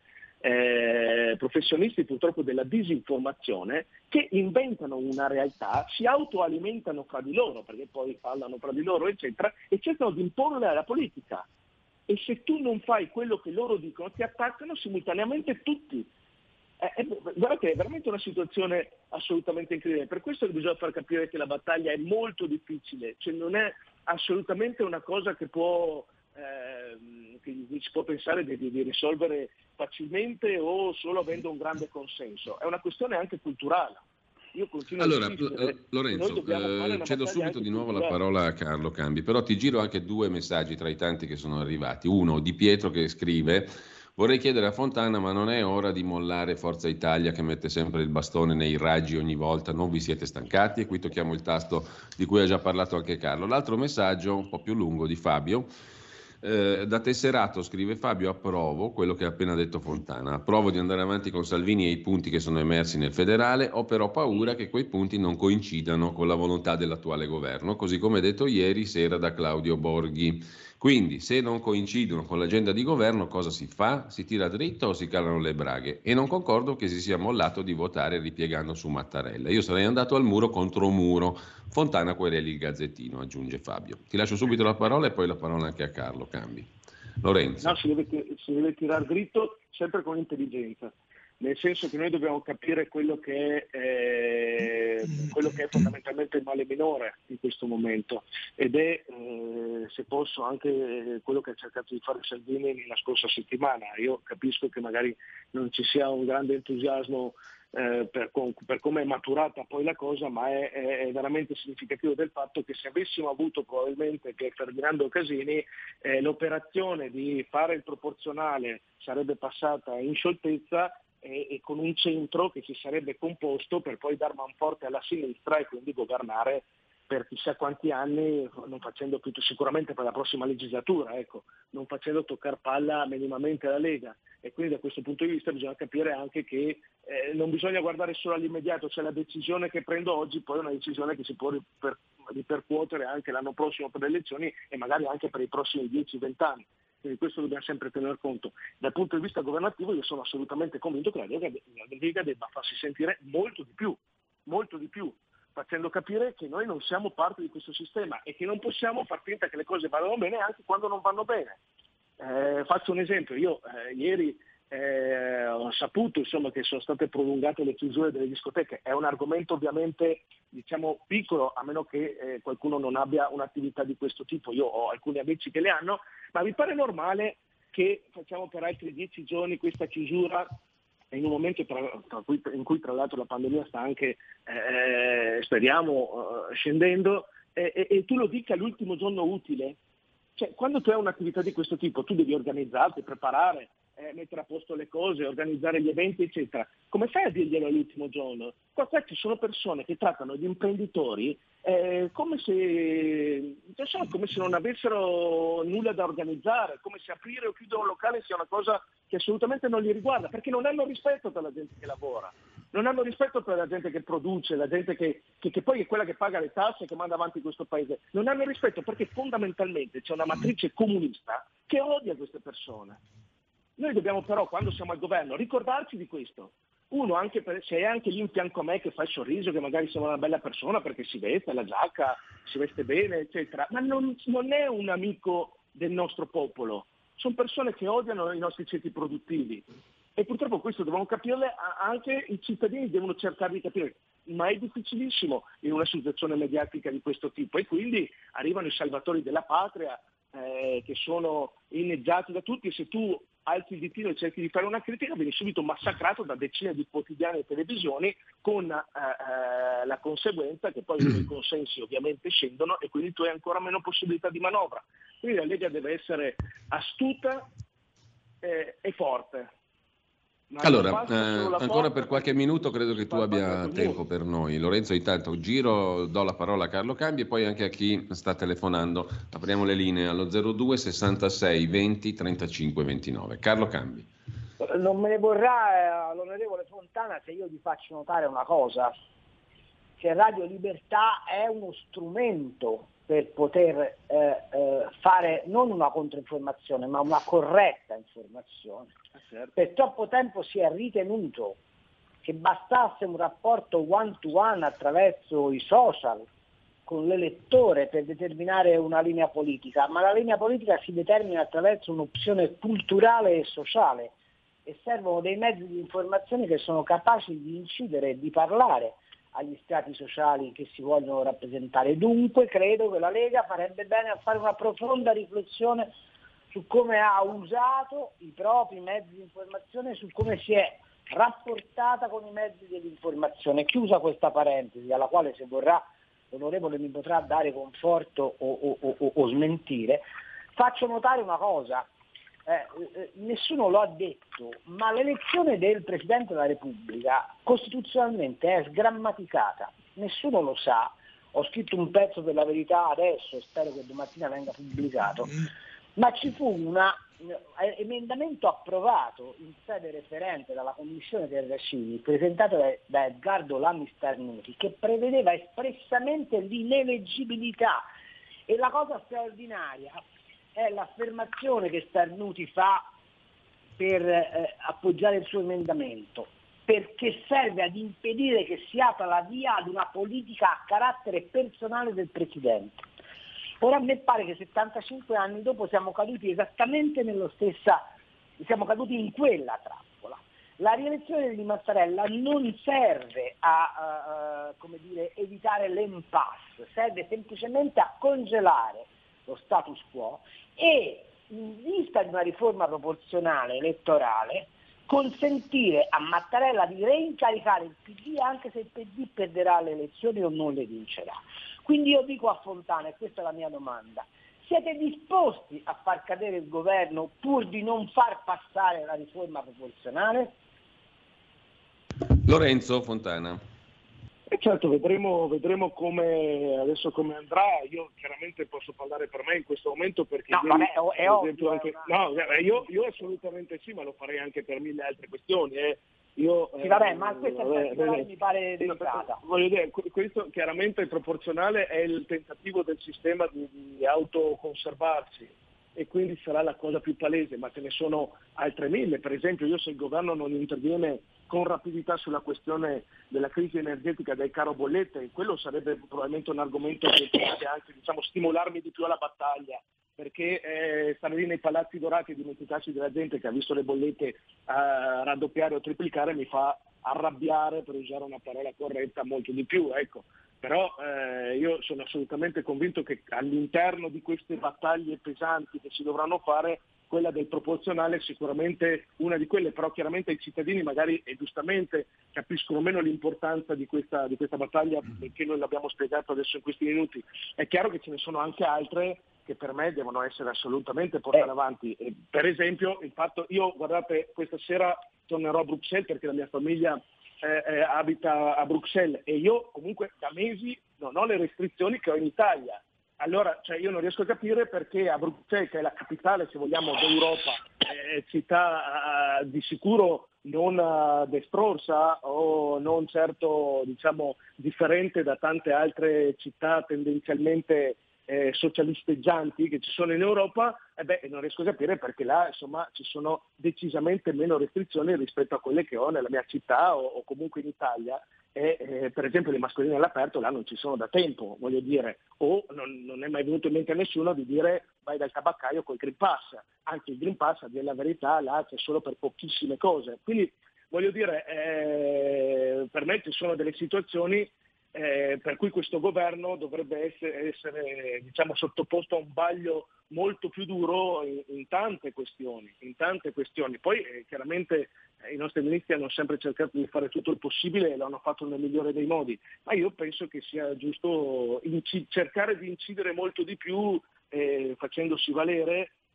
eh, professionisti purtroppo della disinformazione, che inventano una realtà, si autoalimentano fra di loro, perché poi parlano fra di loro, eccetera, e cercano di imporla alla politica. E se tu non fai quello che loro dicono, ti attaccano simultaneamente tutti. Eh, guardate, è veramente una situazione assolutamente incredibile. Per questo bisogna far capire che la battaglia è molto difficile, cioè non è assolutamente una cosa che può eh, che si può pensare di, di risolvere facilmente o solo avendo un grande consenso. È una questione anche culturale. Io continuo allora, a insistere, Lorenzo, eh, cedo subito di nuovo culturale. La parola a Carlo Cambi, però ti giro anche due messaggi tra i tanti che sono arrivati. Uno di Pietro che scrive: vorrei chiedere a Fontana, ma non è ora di mollare Forza Italia che mette sempre il bastone nei raggi ogni volta? Non vi siete stancati? E qui tocchiamo il tasto di cui ha già parlato anche Carlo. L'altro messaggio, un po' più lungo, di Fabio. Eh, da Tesserato scrive Fabio: approvo quello che ha appena detto Fontana, approvo di andare avanti con Salvini e i punti che sono emersi nel federale, ho però paura che quei punti non coincidano con la volontà dell'attuale governo, così come detto ieri sera da Claudio Borghi. Quindi se non coincidono con l'agenda di governo cosa si fa? Si tira dritto o si calano le braghe? E non concordo che si sia mollato di votare ripiegando su Mattarella. Io sarei andato al muro contro muro. Fontana quereli il Gazzettino, aggiunge Fabio. Ti lascio subito la parola e poi la parola anche a Carlo Cambi. Lorenzo. No, si deve, si deve tirare dritto sempre con intelligenza, nel senso che noi dobbiamo capire quello che è, eh, quello che è fondamentalmente il male minore in questo momento ed è, eh, se posso, anche quello che ha cercato di fare Salvini la scorsa settimana. Io capisco che magari non ci sia un grande entusiasmo eh, per, per come è maturata poi la cosa, ma è, è veramente significativo del fatto che se avessimo avuto probabilmente che Ferdinando Casini, eh, l'operazione di fare il proporzionale sarebbe passata in scioltezza e, e con un centro che si sarebbe composto per poi dar manforte alla sinistra e quindi governare per chissà quanti anni, non facendo più, sicuramente per la prossima legislatura, ecco, non facendo toccare palla minimamente alla Lega. E quindi da questo punto di vista bisogna capire anche che eh, non bisogna guardare solo all'immediato, cioè la decisione che prendo oggi poi è una decisione che si può riper- ripercuotere anche l'anno prossimo per le elezioni e magari anche per i prossimi dieci venti anni. Quindi questo dobbiamo sempre tener conto. Dal punto di vista governativo io sono assolutamente convinto che la Lega, la Lega debba farsi sentire molto di più, molto di più, facendo capire che noi non siamo parte di questo sistema e che non possiamo far finta che le cose vadano bene anche quando non vanno bene. Eh, faccio un esempio, io eh, ieri eh, ho saputo insomma, che sono state prolungate le chiusure delle discoteche, è un argomento ovviamente diciamo piccolo, a meno che eh, qualcuno non abbia un'attività di questo tipo. Io ho alcuni amici che le hanno, ma vi pare normale che facciamo per altri dieci giorni questa chiusura in un momento tra, tra cui, in cui tra l'altro la pandemia sta anche, eh, speriamo, eh, scendendo, eh, e, e tu lo dica all'ultimo giorno utile? Cioè, quando tu hai un'attività di questo tipo, tu devi organizzarti, preparare, eh, mettere a posto le cose, organizzare gli eventi, eccetera. Come fai a dirglielo all'ultimo giorno? Qua, qua ci sono persone che trattano gli imprenditori eh, come se, non so, come se non avessero nulla da organizzare, come se aprire o chiudere un locale sia una cosa che assolutamente non li riguarda, perché non hanno rispetto per la gente che lavora, non hanno rispetto per la gente che produce, la gente che, che, che poi è quella che paga le tasse e che manda avanti questo paese, non hanno rispetto perché fondamentalmente c'è una matrice comunista che odia queste persone. Noi dobbiamo però, quando siamo al governo, ricordarci di questo. Uno, anche per, se è anche lì in fianco a me che fa il sorriso, che magari sembra una bella persona perché si veste, la giacca, si veste bene, eccetera, ma non, non è un amico del nostro popolo. Sono persone che odiano i nostri ceti produttivi e purtroppo questo devono capirle, anche i cittadini devono cercare di capire, ma è difficilissimo in una situazione mediatica di questo tipo e quindi arrivano i salvatori della patria eh, che sono inneggiati da tutti e se tu alzi il ditino e cerchi di fare una critica vieni subito massacrato da decine di quotidiani e televisioni con eh, eh, la conseguenza che poi i consensi ovviamente scendono e quindi tu hai ancora meno possibilità di manovra. Quindi la Lega deve essere astuta eh, e forte, Ma allora, non eh, basta solo la ancora porta, per qualche minuto credo che tu fa- abbia fa- fa- tempo per noi. Lorenzo, intanto giro, do la parola a Carlo Cambi e poi anche a chi sta telefonando. Apriamo le linee allo zero due sessantasei venti trentacinque ventinove. Carlo Cambi. Non me ne vorrà eh, l'onorevole Fontana se io gli faccio notare una cosa, che Radio Libertà è uno strumento per poter eh, eh, fare non una controinformazione ma una corretta informazione. Per troppo tempo si è ritenuto che bastasse un rapporto one to one attraverso i social con l'elettore per determinare una linea politica, ma la linea politica si determina attraverso un'opzione culturale e sociale e servono dei mezzi di informazione che sono capaci di incidere e di parlare agli strati sociali che si vogliono rappresentare. Dunque credo che la Lega farebbe bene a fare una profonda riflessione su come ha usato i propri mezzi di informazione, su come si è rapportata con i mezzi dell'informazione. Chiusa questa parentesi, alla quale se vorrà l'onorevole mi potrà dare conforto o, o, o, o smentire, faccio notare una cosa. Eh, eh, nessuno lo ha detto, ma l'elezione del Presidente della Repubblica costituzionalmente è sgrammaticata, nessuno lo sa. Ho scritto un pezzo per La Verità adesso, spero che domattina venga pubblicato, ma ci fu un eh, emendamento approvato in sede referente dalla Commissione Terracini, presentato da, da Edgardo Lamy Starnuti, che prevedeva espressamente l'ineleggibilità. E la cosa straordinaria è l'affermazione che Starnuti fa per eh, appoggiare il suo emendamento, perché serve ad impedire che si apra la via ad una politica a carattere personale del Presidente. Ora a me pare che settantacinque anni dopo siamo caduti esattamente nello stessa, siamo caduti in quella trappola. La rielezione di Mattarella non serve a, a, a come dire, evitare l'impasse, serve semplicemente a congelare lo status quo e, in vista di una riforma proporzionale elettorale, consentire a Mattarella di reincaricare il P D anche se il P D perderà le elezioni o non le vincerà. Quindi io dico a Fontana, e questa è la mia domanda, siete disposti a far cadere il governo pur di non far passare la riforma proporzionale? Lorenzo Fontana. E certo, vedremo, vedremo come adesso come andrà. Io chiaramente posso parlare per me in questo momento perché no, ieri, vabbè, è per ovvio, esempio, anche, è una... no, io, io assolutamente sì, ma lo farei anche per mille altre questioni. Eh. Io, sì, vabbè, eh, ma questa vabbè, particolare vabbè, mi pare delicata. Voglio dire, questo chiaramente proporzionale è il tentativo del sistema di, di autoconservarsi e quindi sarà la cosa più palese, ma ce ne sono altre mille. Per esempio, io se il governo non interviene con rapidità sulla questione della crisi energetica del caro bollette, quello sarebbe probabilmente un argomento che potrebbe anche, diciamo, stimolarmi di più alla battaglia, perché eh, stare lì nei palazzi dorati e dimenticarsi della gente che ha visto le bollette eh, raddoppiare o triplicare mi fa arrabbiare, per usare una parola corretta, molto di più, ecco. Però eh, io sono assolutamente convinto che all'interno di queste battaglie pesanti che si dovranno fare, quella del proporzionale è sicuramente una di quelle, però chiaramente i cittadini magari e giustamente capiscono meno l'importanza di questa, di questa battaglia, perché noi l'abbiamo spiegato adesso in questi minuti. È chiaro che ce ne sono anche altre che per me devono essere assolutamente portate eh. avanti. E per esempio il fatto, io guardate, questa sera tornerò a Bruxelles perché la mia famiglia eh, eh, abita a Bruxelles e io comunque da mesi non ho le restrizioni che ho in Italia. Allora, cioè io non riesco a capire perché a Bruxelles, che è la capitale, se vogliamo, d'Europa, eh, città eh, di sicuro non uh, destrorsa o non certo, diciamo, differente da tante altre città tendenzialmente eh, socialisteggianti che ci sono in Europa, eh beh, non riesco a capire perché là, insomma, ci sono decisamente meno restrizioni rispetto a quelle che ho nella mia città o, o comunque in Italia. E, eh, per esempio le mascherine all'aperto là non ci sono da tempo, voglio dire, o non, non è mai venuto in mente a nessuno di dire vai dal tabaccaio col Green Pass, anche il Green Pass a dire la verità là c'è solo per pochissime cose, quindi voglio dire eh, per me ci sono delle situazioni eh, per cui questo governo dovrebbe essere, essere diciamo sottoposto a un vaglio molto più duro in, in tante questioni, in tante questioni. Poi eh, chiaramente eh, i nostri ministri hanno sempre cercato di fare tutto il possibile e lo hanno fatto nel migliore dei modi, ma io penso che sia giusto inci- cercare di incidere molto di più eh, facendosi valere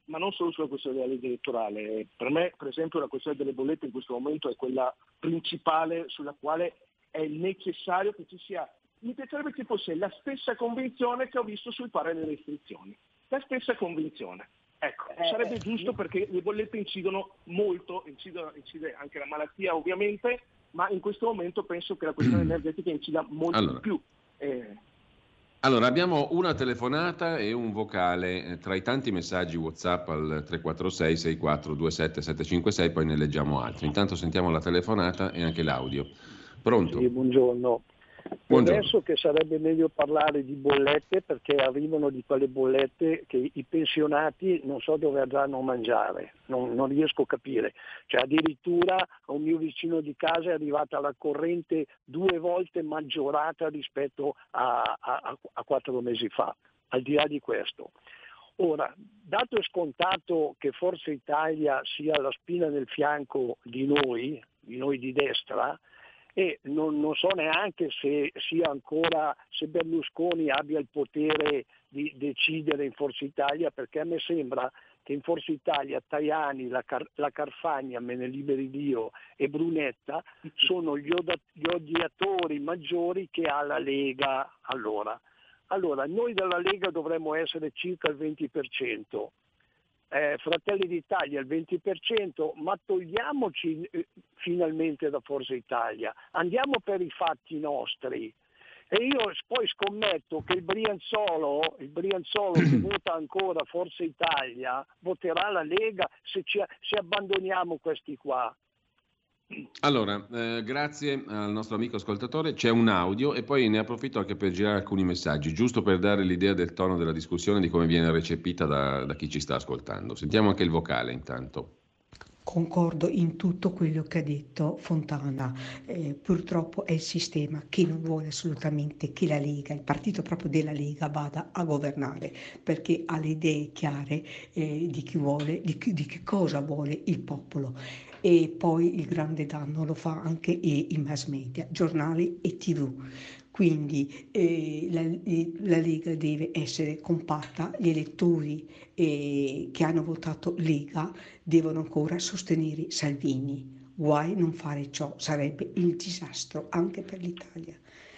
ma non solo sulla questione della legge elettorale. Per me, per esempio, la questione delle bollette in questo momento è quella principale sulla quale è necessario che ci sia. Mi piacerebbe che fosse la stessa convinzione che ho visto sul fare le restrizioni. La stessa convinzione. Ecco, eh, sarebbe eh, giusto perché le bollette incidono molto, incidono, incide anche la malattia ovviamente, ma in questo momento penso che la questione energetica incida molto allora. di più. Eh, Allora, abbiamo una telefonata e un vocale eh, tra i tanti messaggi WhatsApp al tre quattro sei sei quattro due sette sette cinque sei, poi ne leggiamo altri. Intanto sentiamo la telefonata e anche l'audio. Pronto? Sì, buongiorno. Buongiorno. Penso che sarebbe meglio parlare di bollette, perché arrivano di quelle bollette che i pensionati non so dove andranno a mangiare, non, non riesco a capire. Cioè addirittura a un mio vicino di casa è arrivata la corrente due volte maggiorata rispetto a, a, a quattro mesi fa, al di là di questo. Ora, dato e scontato che Forza Italia sia la spina nel fianco di noi, di noi di destra, e non, non so neanche se sia ancora, se Berlusconi abbia il potere di decidere in Forza Italia, perché a me sembra che in Forza Italia Tajani, la, Car- la Carfagna, me ne liberi Dio, e Brunetta sono gli, od- gli odiatori maggiori che ha la Lega allora. Allora, noi della Lega dovremmo essere circa il venti per cento. Eh, Fratelli d'Italia il venti per cento, ma togliamoci eh, finalmente da Forza Italia, andiamo per i fatti nostri. E io poi scommetto che il Brianzolo, il Brianzolo che vota ancora Forza Italia, voterà la Lega se, ci, se abbandoniamo questi qua. Allora, eh, grazie al nostro amico ascoltatore, c'è un audio e poi ne approfitto anche per girare alcuni messaggi, giusto per dare l'idea del tono della discussione, di come viene recepita da, da chi ci sta ascoltando. Sentiamo anche il vocale intanto. Concordo in tutto quello che ha detto Fontana, eh, purtroppo è il sistema che non vuole assolutamente che la Lega, il partito proprio della Lega, vada a governare, perché ha le idee chiare eh, di chi vuole, di, chi, di che cosa vuole il popolo. E poi il grande danno lo fa anche i, i mass media, giornali e tivù. Quindi eh, la, la Lega deve essere compatta, gli elettori eh, che hanno votato Lega devono ancora sostenere Salvini. Guai non fare ciò, sarebbe il disastro anche per l'Italia.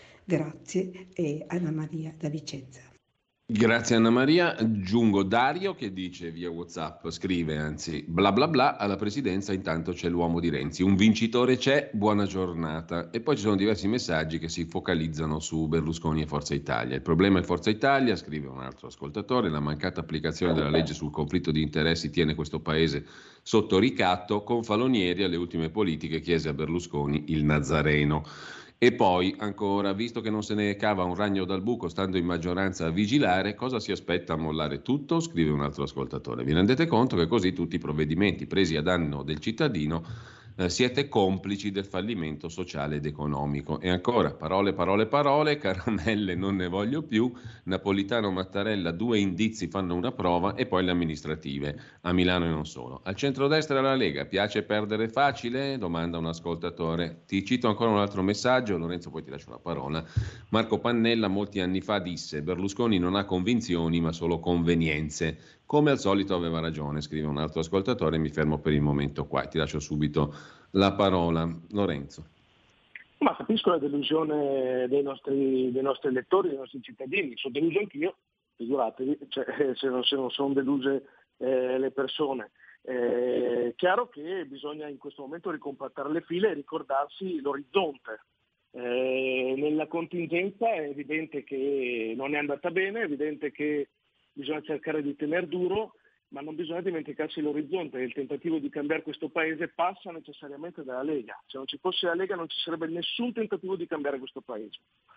Grazie, eh, Anna Maria da Vicenza. Grazie Anna Maria. Aggiungo Dario che dice via WhatsApp, scrive anzi, bla bla bla, alla presidenza intanto c'è l'uomo di Renzi, un vincitore c'è, buona giornata. E poi ci sono diversi messaggi che si focalizzano su Berlusconi e Forza Italia. Il problema è Forza Italia, scrive un altro ascoltatore, la mancata applicazione della legge sul conflitto di interessi tiene questo paese sotto ricatto, con Falonieri alle ultime politiche chiese a Berlusconi il Nazareno. E poi, ancora, visto che non se ne cava un ragno dal buco stando in maggioranza a vigilare, cosa si aspetta a mollare tutto? Scrive un altro ascoltatore. Vi rendete conto che così tutti i provvedimenti presi a danno del cittadino eh, siete complici del fallimento sociale ed economico. E ancora, parole, parole, parole, caramelle non ne voglio più, Napolitano, Mattarella, due indizi fanno una prova e poi le amministrative, a Milano e non solo. Al centrodestra e alla Lega, piace perdere facile? Domanda un ascoltatore. Ti cito ancora un altro messaggio, Lorenzo, poi ti lascio la parola. Marco Pannella molti anni fa disse: Berlusconi non ha convinzioni ma solo convenienze. Come al solito aveva ragione, scrive un altro ascoltatore. Mi fermo per il momento qua e ti lascio subito la parola. Lorenzo. Ma capisco la delusione dei nostri, dei nostri elettori, dei nostri cittadini. Sono deluso anch'io, figuratevi, cioè, se, non, se non sono deluse eh, le persone. È eh, chiaro che bisogna in questo momento ricompattare le file e ricordarsi l'orizzonte. Eh, nella contingenza è evidente che non è andata bene, è evidente che bisogna cercare di tener duro, ma non bisogna dimenticarsi l'orizzonte. Il tentativo di cambiare questo paese passa necessariamente dalla Lega. Se non ci fosse la Lega non ci sarebbe nessun tentativo di cambiare questo paese.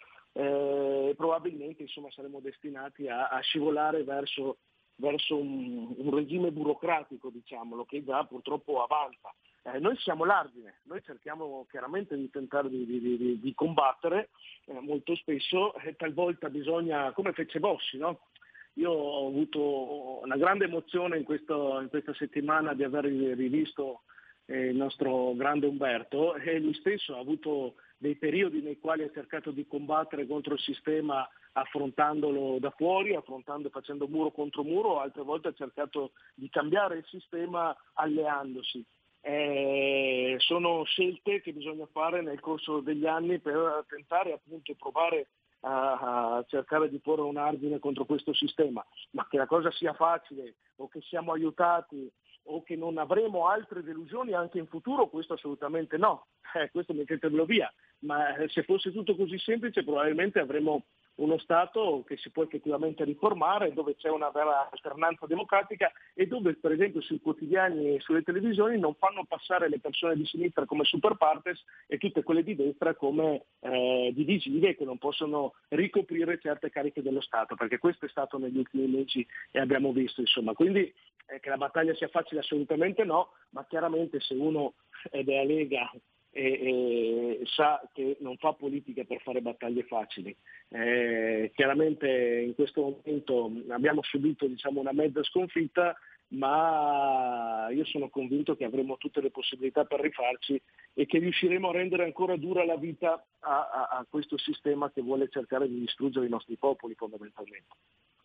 Eh, probabilmente insomma saremmo destinati a, a scivolare verso, verso un, un regime burocratico, diciamolo, che già purtroppo avanza. Eh, noi siamo l'argine, noi cerchiamo chiaramente di tentare di, di, di, di combattere, eh, molto spesso, eh, talvolta bisogna, come fece Bossi, no? Io ho avuto una grande emozione in, questo, in questa settimana di aver rivisto eh, il nostro grande Umberto, e lui stesso ha avuto dei periodi nei quali ha cercato di combattere contro il sistema affrontandolo da fuori, affrontando, facendo muro contro muro, altre volte ha cercato di cambiare il sistema alleandosi. Eh, sono scelte che bisogna fare nel corso degli anni per tentare appunto e provare a, a cercare di porre un argine contro questo sistema, ma che la cosa sia facile o che siamo aiutati o che non avremo altre delusioni anche in futuro, questo assolutamente no, eh, questo mettetelo via, ma eh, se fosse tutto così semplice probabilmente avremo uno Stato che si può effettivamente riformare, dove c'è una vera alternanza democratica e dove per esempio sui quotidiani e sulle televisioni non fanno passare le persone di sinistra come super partes e tutte quelle di destra come eh, divisive che non possono ricoprire certe cariche dello Stato, perché questo è stato negli ultimi mesi e abbiamo visto, insomma. Quindi eh, che la battaglia sia facile assolutamente no, ma chiaramente se uno è della Lega e, e sa che non fa politica per fare battaglie facili. Eh, chiaramente in questo momento abbiamo subito, diciamo, una mezza sconfitta, ma io sono convinto che avremo tutte le possibilità per rifarci e che riusciremo a rendere ancora dura la vita a, a, a questo sistema che vuole cercare di distruggere i nostri popoli fondamentalmente.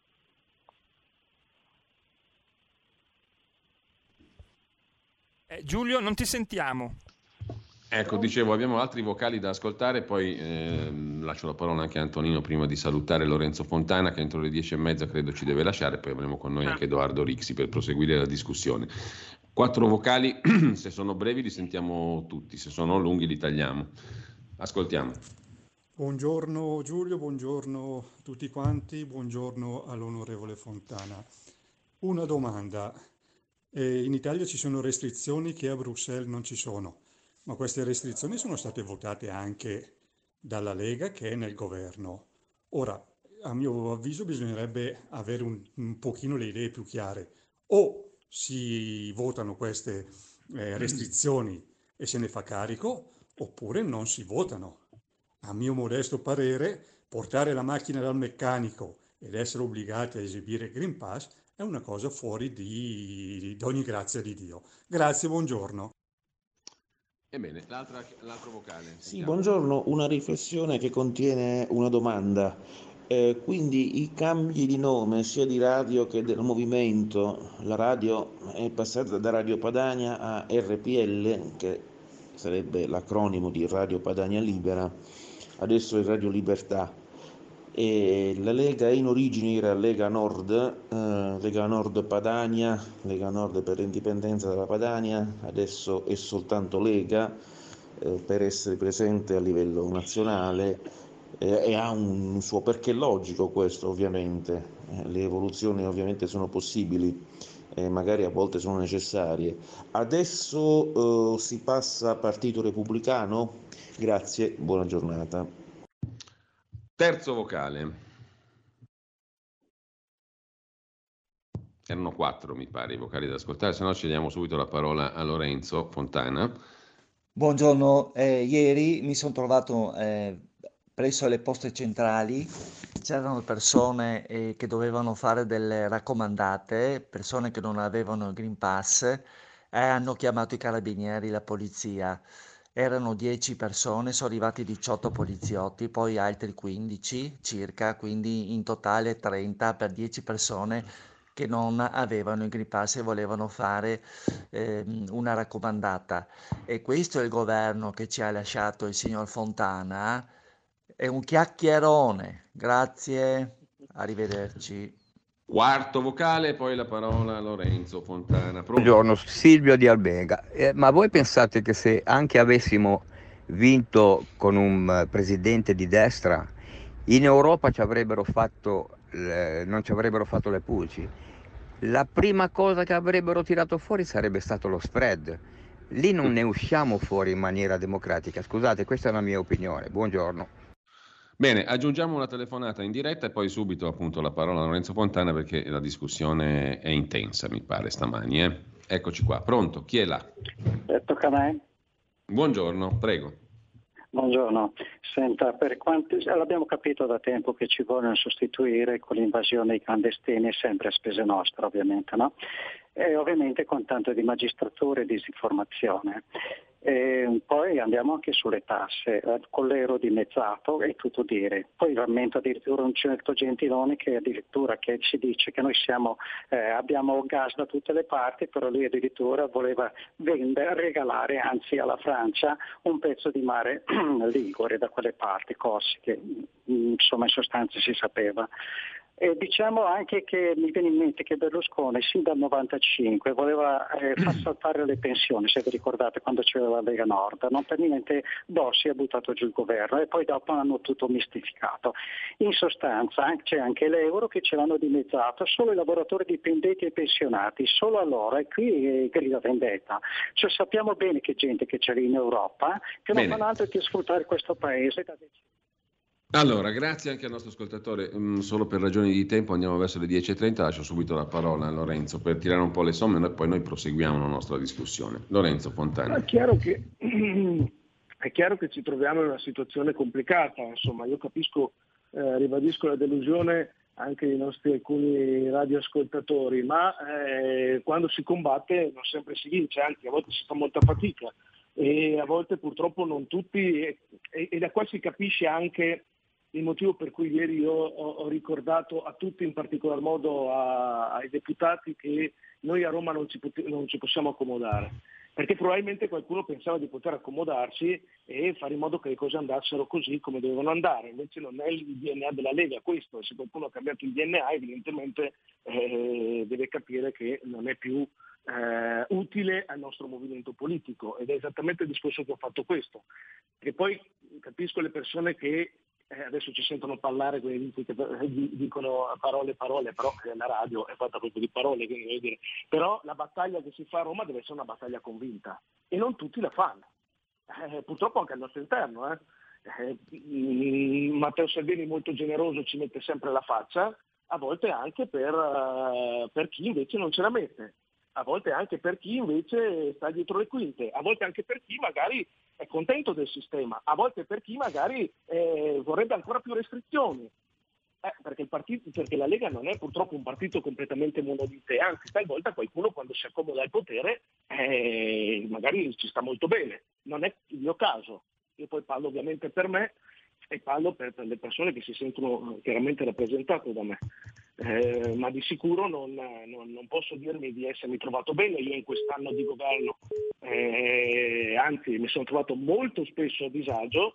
Eh, Giulio, non ti sentiamo. Ecco, dicevo, abbiamo altri vocali da ascoltare, poi eh, lascio la parola anche a Antonino prima di salutare Lorenzo Fontana che entro le dieci e mezza credo ci deve lasciare, poi avremo con noi anche Edoardo Rixi per proseguire la discussione. Quattro vocali, se sono brevi li sentiamo tutti, se sono lunghi li tagliamo. Ascoltiamo. Buongiorno Giulio, buongiorno a tutti quanti, buongiorno all'onorevole Fontana. Una domanda, eh, in Italia ci sono restrizioni che a Bruxelles non ci sono. Ma queste restrizioni sono state votate anche dalla Lega che è nel governo. Ora, a mio avviso, bisognerebbe avere un, un pochino le idee più chiare. O si votano queste eh, restrizioni e se ne fa carico, oppure non si votano. A mio modesto parere, portare la macchina dal meccanico ed essere obbligati a esibire il Green Pass è una cosa fuori di, di ogni grazia di Dio. Grazie, buongiorno. Ebbene, l'altra, l'altro vocale. Sì, buongiorno, una riflessione che contiene una domanda. Eh, quindi i cambi di nome sia di radio che del movimento, la radio è passata da Radio Padania a R P L, che sarebbe l'acronimo di Radio Padania Libera, adesso è Radio Libertà. E la Lega in origine era Lega Nord, eh, Lega Nord Padania, Lega Nord per l'indipendenza della Padania, adesso è soltanto Lega eh, per essere presente a livello nazionale eh, e ha un suo perché logico questo ovviamente, eh, le evoluzioni ovviamente sono possibili, eh, magari a volte sono necessarie. Adesso eh, si passa a Partito Repubblicano, grazie, buona giornata. Terzo vocale. Erano quattro, mi pare, i vocali da ascoltare, se no ci diamo subito la parola a Lorenzo Fontana. Buongiorno, eh, ieri mi sono trovato eh, presso le poste centrali, c'erano persone eh, che dovevano fare delle raccomandate, persone che non avevano il Green Pass e hanno chiamato i carabinieri, la polizia. Erano dieci persone, sono arrivati diciotto poliziotti, poi altri quindici circa, quindi in totale trenta per dieci persone che non avevano il Green Pass e volevano fare eh, una raccomandata. E questo è il governo che ci ha lasciato il signor Fontana, è un chiacchierone. Grazie, arrivederci. Quarto vocale, poi la parola a Lorenzo Fontana. Pronto? Buongiorno, Silvio di Albega. Eh, ma voi pensate che se anche avessimo vinto con un uh, presidente di destra, in Europa ci avrebbero fatto, eh, non ci avrebbero fatto le pulci? La prima cosa che avrebbero tirato fuori sarebbe stato lo spread. Lì non ne usciamo fuori in maniera democratica. Scusate, questa è la mia opinione. Buongiorno. Bene, aggiungiamo una telefonata in diretta e poi subito appunto la parola a Lorenzo Fontana perché la discussione è intensa, mi pare, stamani. Eh? Eccoci qua, pronto? Chi è là? Eh, tocca a me. Buongiorno, prego. Buongiorno, senta, per quanto l'abbiamo capito da tempo che ci vogliono sostituire con l'invasione dei clandestini, sempre a spese nostre ovviamente, no? E ovviamente con tanto di magistratura e disinformazione. E poi andiamo anche sulle tasse, con l'euro dimezzato è tutto dire. Poi rammento addirittura un certo Gentiloni che addirittura che ci dice che noi siamo, eh, abbiamo gas da tutte le parti, però lui addirittura voleva vendere, regalare anzi alla Francia un pezzo di mare ligure da quelle parti, cose che insomma in sostanza si sapeva. E diciamo anche che mi viene in mente che Berlusconi sin dal novantacinque voleva eh, far saltare le pensioni, se vi ricordate, quando c'era la Lega Nord, non per niente Bossi ha buttato giù il governo e poi dopo hanno tutto mistificato. In sostanza c'è anche l'euro che ce l'hanno dimezzato, solo i lavoratori dipendenti e pensionati, solo a loro, e qui grida vendetta. Cioè sappiamo bene che gente che c'è lì in Europa che non Bene. fanno altro che sfruttare questo paese da decenni. Allora, grazie anche al nostro ascoltatore. Mm, solo per ragioni di tempo andiamo verso le dieci e trenta, lascio subito la parola a Lorenzo per tirare un po' le somme e poi noi proseguiamo la nostra discussione. Lorenzo Fontana. È chiaro che, è chiaro che ci troviamo in una situazione complicata, insomma, io capisco, eh, ribadisco la delusione anche dei nostri alcuni radioascoltatori, ma eh, quando si combatte non sempre si vince, anzi a volte si fa molta fatica e a volte purtroppo non tutti, e, e da qua si capisce anche il motivo per cui ieri io ho, ho ricordato a tutti, in particolar modo a, ai deputati, che noi a Roma non ci, pot- non ci possiamo accomodare, perché probabilmente qualcuno pensava di poter accomodarsi e fare in modo che le cose andassero così come dovevano andare, invece non è il D N A della Lega questo, se qualcuno ha cambiato il D N A evidentemente eh, deve capire che non è più eh, utile al nostro movimento politico, ed è esattamente il discorso che ho fatto questo, che poi capisco le persone che Eh, adesso ci sentono parlare, quelli che dicono parole parole, però la radio è fatta proprio di parole, quindi voglio dire, però la battaglia che si fa a Roma deve essere una battaglia convinta e non tutti la fanno, eh, purtroppo anche al nostro interno. Eh. Eh, Matteo Salvini molto generoso ci mette sempre la faccia, a volte anche per, uh, per chi invece non ce la mette, a volte anche per chi invece sta dietro le quinte, a volte anche per chi magari è contento del sistema, a volte per chi magari eh, vorrebbe ancora più restrizioni, eh, perché, il partito, perché la Lega non è purtroppo un partito completamente monolite, anzi talvolta qualcuno quando si accomoda al potere eh, magari ci sta molto bene, non è il mio caso, io poi parlo ovviamente per me e parlo per, per le persone che si sentono chiaramente rappresentate da me. Eh, ma di sicuro non, non, non posso dirmi di essermi trovato bene io in quest'anno di governo, eh, anzi mi sono trovato molto spesso a disagio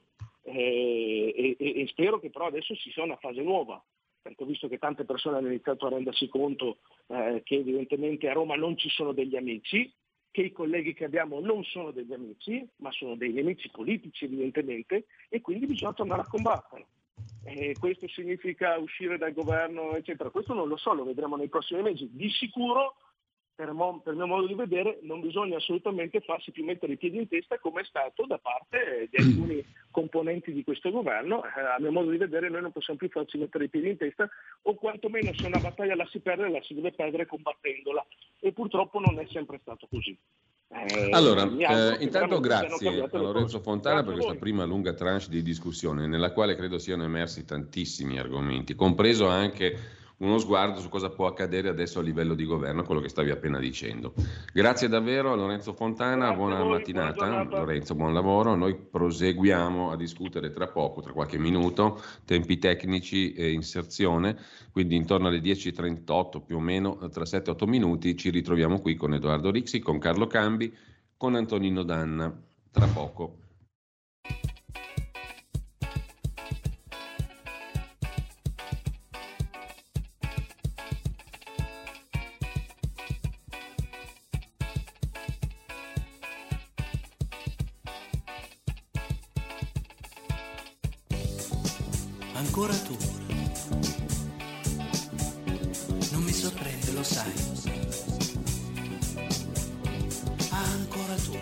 eh, e, e spero che però adesso ci sia una fase nuova, perché ho visto che tante persone hanno iniziato a rendersi conto eh, che evidentemente a Roma non ci sono degli amici, che i colleghi che abbiamo non sono degli amici, ma sono dei nemici politici evidentemente, e quindi bisogna tornare a combattere. E questo significa uscire dal governo, eccetera. Questo non lo so, lo vedremo nei prossimi mesi. Di sicuro, per, mo- per mio modo di vedere, non bisogna assolutamente farsi più mettere i piedi in testa come è stato da parte di alcuni componenti di questo governo. Eh, a mio modo di vedere noi non possiamo più farci mettere i piedi in testa, o quantomeno se una battaglia la si perde, la si deve perdere combattendola. E purtroppo non è sempre stato così. Eh, allora, eh, intanto grazie a Lorenzo Fontana grazie per questa prima lunga tranche di discussione nella quale credo siano emersi tantissimi argomenti, compreso anche uno sguardo su cosa può accadere adesso a livello di governo, quello che stavi appena dicendo. Grazie davvero a Lorenzo Fontana, grazie buona voi, mattinata. Buona Lorenzo, buon lavoro. Noi proseguiamo a discutere tra poco, tra qualche minuto, tempi tecnici e inserzione, quindi intorno alle dieci e trentotto più o meno, tra sette otto minuti ci ritroviamo qui con Edoardo Rixi, con Carlo Cambi, con Antonino Danna, tra poco. Ancora tu, non mi sorprende, lo sai. Ancora tu,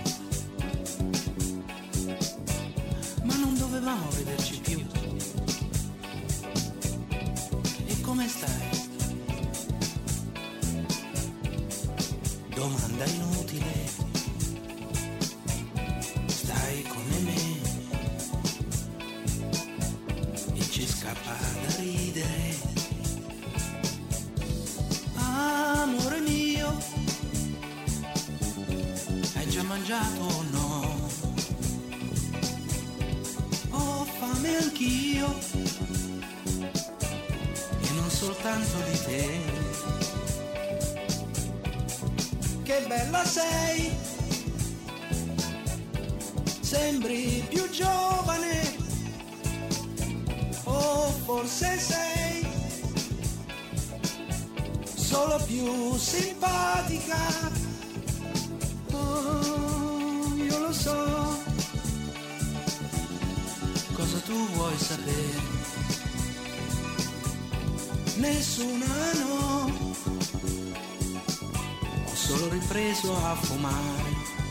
ma non dovevamo vederci più. E come stai? Domanda inutile. Stai come me, mangiato o no. Ho fame anch'io e non soltanto di te. Che bella sei, sembri più giovane, o forse sei solo più simpatica. Oh, io lo so cosa tu vuoi sapere. Nessuna no, ho solo ripreso a fumare.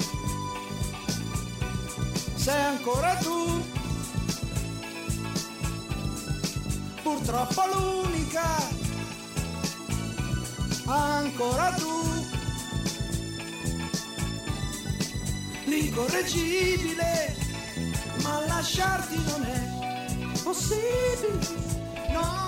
Sei ancora tu, purtroppo l'unica, ancora tu, l'incorreggibile, ma lasciarti non è possibile, no.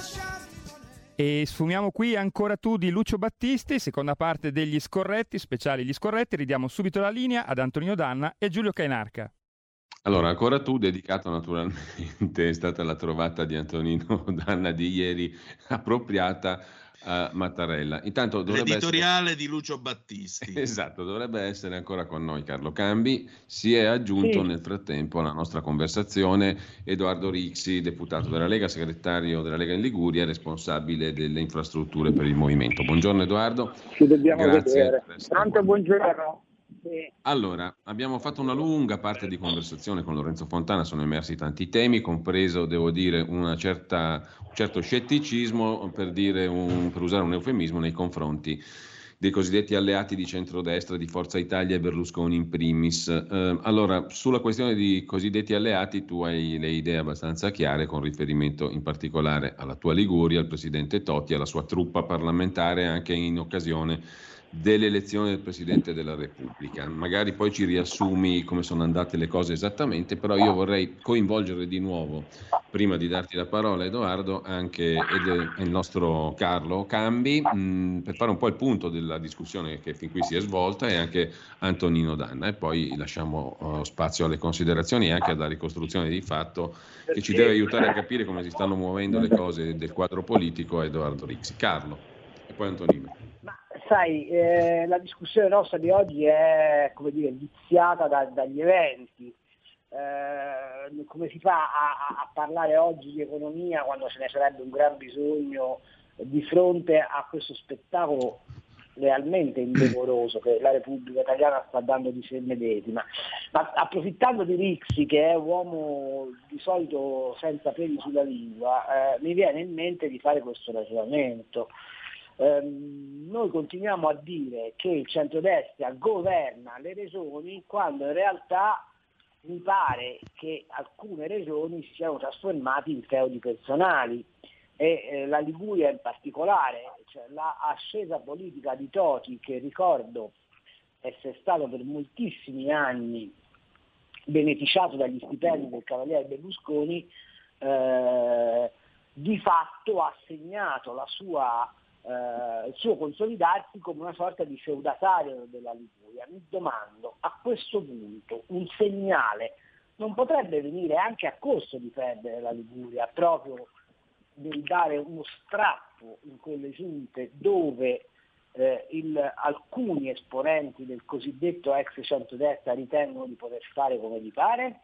E sfumiamo qui Ancora tu di Lucio Battisti, seconda parte degli Scorretti, speciali Gli Scorretti. Ridiamo subito la linea ad Antonino Danna e Giulio Cainarca. Allora, Ancora tu, dedicato naturalmente, è stata la trovata di Antonino Danna di ieri, appropriata a Mattarella. Intanto dovrebbe L'editoriale essere... di Lucio Battisti. Esatto, dovrebbe essere ancora con noi Carlo Cambi. Si è aggiunto Sì. nel frattempo alla nostra conversazione Edoardo Rixi, deputato della Lega, segretario della Lega in Liguria, responsabile delle infrastrutture per il movimento. Buongiorno Edoardo. Ci dobbiamo Grazie vedere. per essere Pronto, qua. buongiorno. Sì. Allora, abbiamo fatto una lunga parte di conversazione con Lorenzo Fontana, sono emersi tanti temi, compreso, devo dire, una certa, un certo scetticismo, per, dire un, per usare un eufemismo, nei confronti dei cosiddetti alleati di centrodestra, di Forza Italia e Berlusconi in primis. Eh, allora, sulla questione di cosiddetti alleati tu hai le idee abbastanza chiare, con riferimento in particolare alla tua Liguria, al presidente Totti, alla sua truppa parlamentare, anche in occasione delle elezioni del Presidente della Repubblica. Magari poi ci riassumi come sono andate le cose esattamente, però io vorrei coinvolgere di nuovo, prima di darti la parola Edoardo, anche ed, il nostro Carlo Cambi, mh, per fare un po' il punto della discussione che fin qui si è svolta, e anche Antonino Danna, e poi lasciamo uh, spazio alle considerazioni e anche alla ricostruzione di fatto che ci deve aiutare a capire come si stanno muovendo le cose del quadro politico. Edoardo Rixi. Carlo e poi Antonino. Sai, eh, la discussione nostra di oggi è, come dire, viziata da, dagli eventi. Eh, come si fa a, a parlare oggi di economia quando ce ne sarebbe un gran bisogno di fronte a questo spettacolo realmente indecoroso che la Repubblica Italiana sta dando di sé medesima? Ma approfittando di Rixi, che è un uomo di solito senza peli sulla lingua, eh, mi viene in mente di fare questo ragionamento. Um, noi continuiamo a dire che il centrodestra governa le regioni quando in realtà mi pare che alcune regioni si siano trasformate in feudi personali e eh, la Liguria in particolare, cioè l'ascesa politica di Toti, che ricordo essere stato per moltissimi anni beneficiato dagli stipendi del cavaliere Berlusconi, eh, di fatto ha segnato la sua Uh, il suo consolidarsi come una sorta di feudatario della Liguria. Mi domando, a questo punto un segnale non potrebbe venire anche a costo di perdere la Liguria, proprio nel dare uno strappo in quelle giunte dove eh, il, alcuni esponenti del cosiddetto ex centrodestra ritengono di poter fare come gli pare?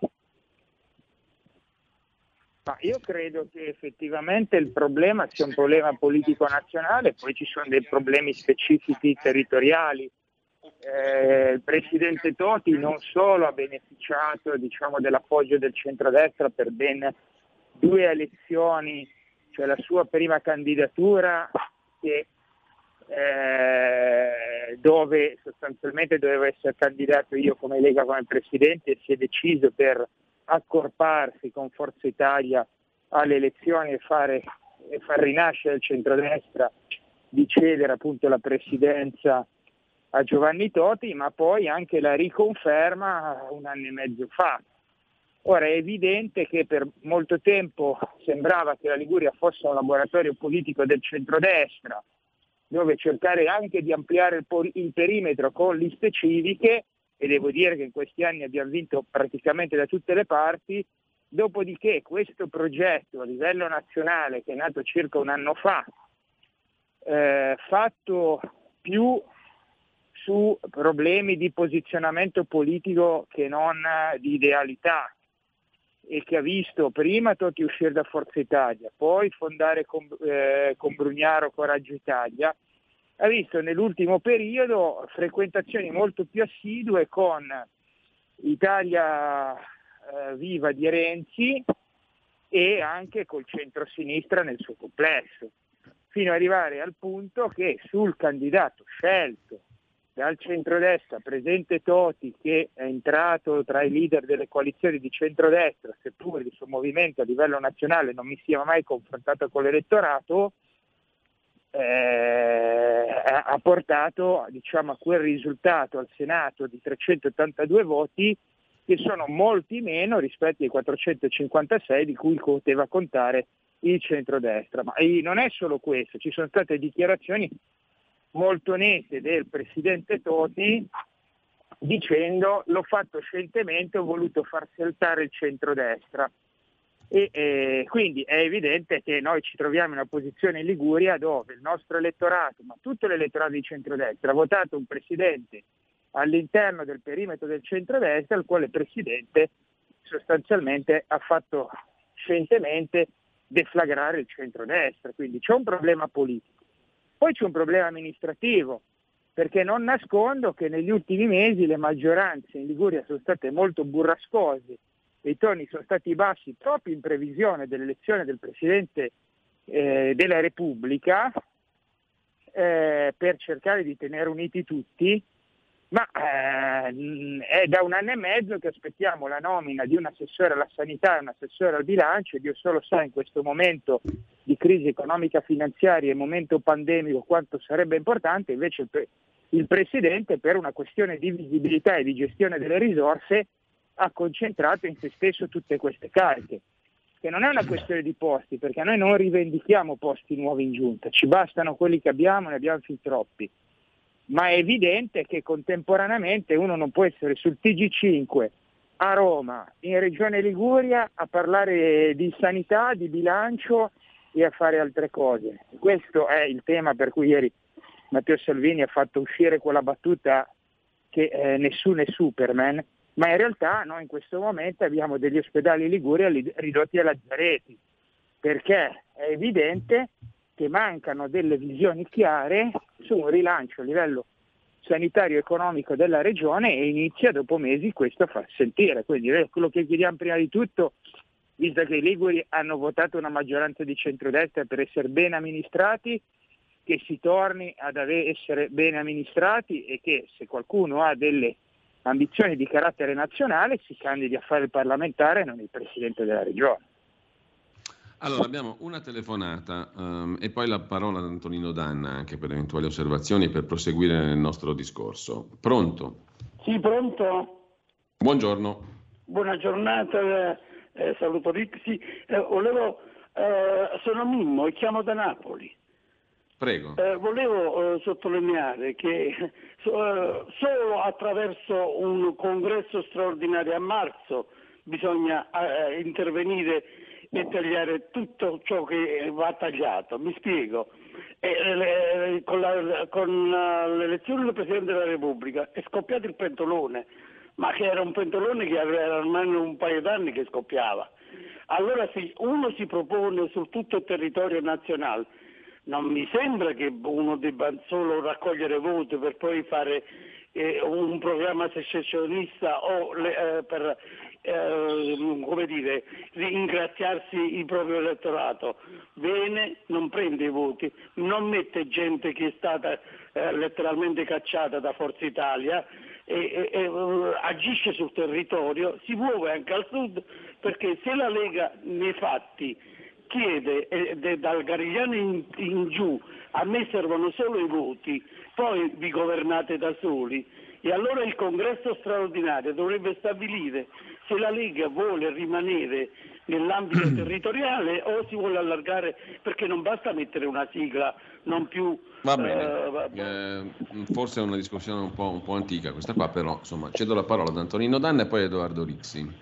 Ma io credo che effettivamente il problema sia un problema politico nazionale, poi ci sono dei problemi specifici territoriali. Eh, il presidente Toti non solo ha beneficiato, diciamo, dell'appoggio del centrodestra per ben due elezioni, cioè la sua prima candidatura che, eh, dove sostanzialmente dovevo essere candidato io come Lega come presidente, e si è deciso per accorparsi con Forza Italia alle elezioni e fare e far rinascere il centrodestra, di cedere appunto la presidenza a Giovanni Toti, ma poi anche la riconferma un anno e mezzo fa. Ora è evidente che per molto tempo sembrava che la Liguria fosse un laboratorio politico del centrodestra, dove cercare anche di ampliare il, po- il perimetro con liste civiche e devo dire che in questi anni abbiamo vinto praticamente da tutte le parti. Dopodiché questo progetto a livello nazionale, che è nato circa un anno fa, eh, fatto più su problemi di posizionamento politico che non di idealità, e che ha visto prima Totti uscire da Forza Italia, poi fondare con, eh, con Brugnaro Coraggio Italia, ha visto nell'ultimo periodo frequentazioni molto più assidue con Italia eh, Viva di Renzi e anche col centro-sinistra nel suo complesso, fino ad arrivare al punto che sul candidato scelto dal centrodestra, presente Toti, che è entrato tra i leader delle coalizioni di centrodestra, seppur il suo movimento a livello nazionale non mi sia mai confrontato con l'elettorato, eh, ha portato, diciamo, a quel risultato al Senato di trecentottantadue voti, che sono molti meno rispetto ai quattrocentocinquantasei di cui poteva contare il centrodestra. Ma non è solo questo, ci sono state dichiarazioni molto nette del presidente Toti dicendo: l'ho fatto scientemente, ho voluto far saltare il centrodestra. E eh, quindi è evidente che noi ci troviamo in una posizione in Liguria dove il nostro elettorato, ma tutto l'elettorato di centrodestra, ha votato un presidente all'interno del perimetro del centrodestra, il quale presidente sostanzialmente ha fatto scientemente deflagrare il centrodestra. Quindi c'è un problema politico. Poi c'è un problema amministrativo, perché non nascondo che negli ultimi mesi le maggioranze in Liguria sono state molto burrascose e i toni sono stati bassi proprio in previsione dell'elezione del Presidente eh, della Repubblica, eh, per cercare di tenere uniti tutti, ma eh, è da un anno e mezzo che aspettiamo la nomina di un assessore alla sanità e un assessore al bilancio, e Dio solo sa in questo momento di crisi economica finanziaria e momento pandemico quanto sarebbe importante. Invece il, pre- il Presidente, per una questione di visibilità e di gestione delle risorse, ha concentrato in se stesso tutte queste cariche, che non è una questione di posti, perché noi non rivendichiamo posti nuovi in giunta, ci bastano quelli che abbiamo, ne abbiamo fin troppi, ma è evidente che contemporaneamente uno non può essere sul T G cinque a Roma, in Regione Liguria, a parlare di sanità, di bilancio e a fare altre cose. Questo è il tema per cui ieri Matteo Salvini ha fatto uscire quella battuta che eh, nessuno è Superman, ma in realtà noi in questo momento abbiamo degli ospedali in Liguria ridotti a lazzareti, perché è evidente che mancano delle visioni chiare su un rilancio a livello sanitario e economico della regione, e inizia dopo mesi questo a far sentire. Quindi quello che chiediamo prima di tutto, visto che i liguri hanno votato una maggioranza di centrodestra per essere ben amministrati, che si torni ad ave- essere ben amministrati, e che se qualcuno ha delle ambizioni di carattere nazionale si candidi a fare il parlamentare e non il presidente della regione. Allora, abbiamo una telefonata um, e poi la parola ad Antonino Danna anche per eventuali osservazioni, per proseguire nel nostro discorso. Pronto? Sì, pronto. Buongiorno. Buona giornata, eh, saluto Rixi. Eh, volevo, eh, sono Mimmo e chiamo da Napoli. Prego. Eh, volevo eh, sottolineare che eh, solo attraverso un congresso straordinario a marzo bisogna eh, intervenire e tagliare tutto ciò che va tagliato. Mi spiego. Eh, eh, con, la, con l'elezione del Presidente della Repubblica è scoppiato il pentolone, ma che era un pentolone che aveva almeno un paio d'anni che scoppiava. Allora sì, uno si propone su tutto il territorio nazionale. Non mi sembra che uno debba solo raccogliere voti per poi fare eh, un programma secessionista o le, eh, per eh, come dire, ringraziarsi il proprio elettorato. Bene, non prende i voti, non mette gente che è stata eh, letteralmente cacciata da Forza Italia e, e, e uh, agisce sul territorio, si muove anche al sud, perché se la Lega nei fatti chiede eh, de, dal Garigliano in, in giù, a me servono solo i voti, poi vi governate da soli, e allora il congresso straordinario dovrebbe stabilire se la Lega vuole rimanere nell'ambito territoriale o si vuole allargare, perché non basta mettere una sigla, non più... Va bene, eh, va- eh, forse è una discussione un po', un po' antica questa qua, però insomma cedo la parola ad Antonino Danna e poi a Edoardo Rixi.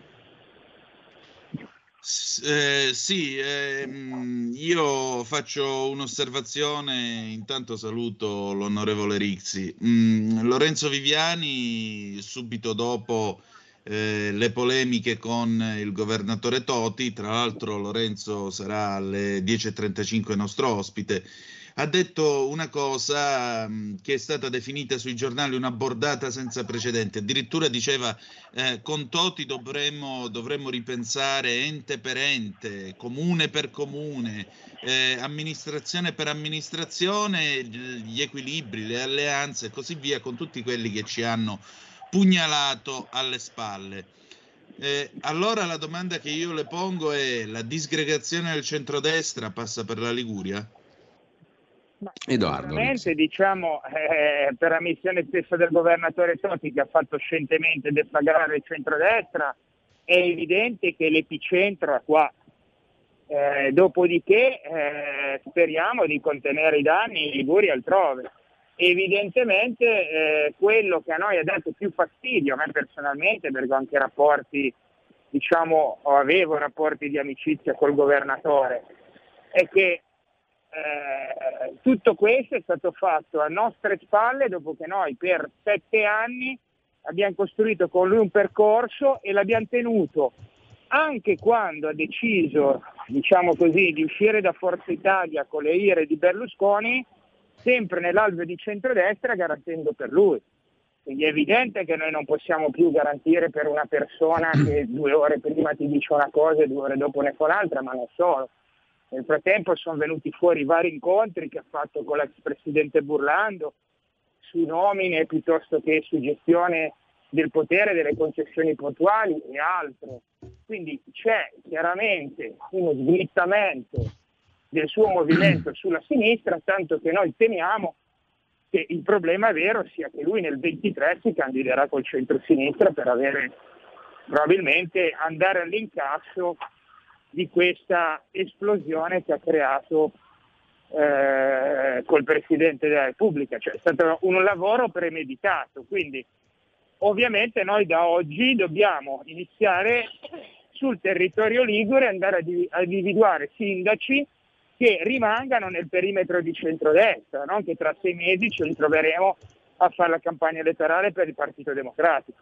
S- eh, sì, ehm, io faccio un'osservazione, intanto saluto l'onorevole Rixi. Mm, Lorenzo Viviani, subito dopo eh, le polemiche con il governatore Toti, tra l'altro Lorenzo sarà alle dieci e trentacinque nostro ospite, ha detto una cosa mh, che è stata definita sui giornali una bordata senza precedenti. Addirittura diceva eh, con Toti dovremmo, dovremmo ripensare ente per ente, comune per comune, eh, amministrazione per amministrazione, gli equilibri, le alleanze e così via, con tutti quelli che ci hanno pugnalato alle spalle. Eh, allora la domanda che io le pongo è: la disgregazione del centrodestra passa per la Liguria? Edoardo Sicuramente, diciamo, eh, per ammissione stessa del governatore Toti, che ha fatto scientemente deflagrare il centrodestra, è evidente che l'epicentro è qua. Eh, dopodiché eh, speriamo di contenere i danni in Liguria e altrove. Evidentemente eh, quello che a noi ha dato più fastidio, a me personalmente, perché ho anche rapporti, diciamo, o avevo rapporti di amicizia col governatore, è che Eh, tutto questo è stato fatto a nostre spalle dopo che noi per sette anni abbiamo costruito con lui un percorso e l'abbiamo tenuto anche quando ha deciso, diciamo così, di uscire da Forza Italia con le ire di Berlusconi, sempre nell'alveo di centrodestra, garantendo per lui. Quindi è evidente che noi non possiamo più garantire per una persona che due ore prima ti dice una cosa e due ore dopo ne fa un'altra, ma non solo. Nel frattempo sono venuti fuori vari incontri che ha fatto con l'ex presidente Burlando su nomine piuttosto che su gestione del potere delle concessioni portuali e altro. Quindi c'è chiaramente uno slittamento del suo movimento sulla sinistra, tanto che noi temiamo che il problema vero sia che lui nel ventitré si candiderà col centro-sinistra per avere probabilmente andare all'incasso di questa esplosione che ha creato eh, col Presidente della Repubblica. Cioè è stato un lavoro premeditato, quindi ovviamente noi da oggi dobbiamo iniziare sul territorio ligure, andare a, di, a individuare sindaci che rimangano nel perimetro di centrodestra, non che tra sei mesi ci ritroveremo a fare la campagna elettorale per il Partito Democratico.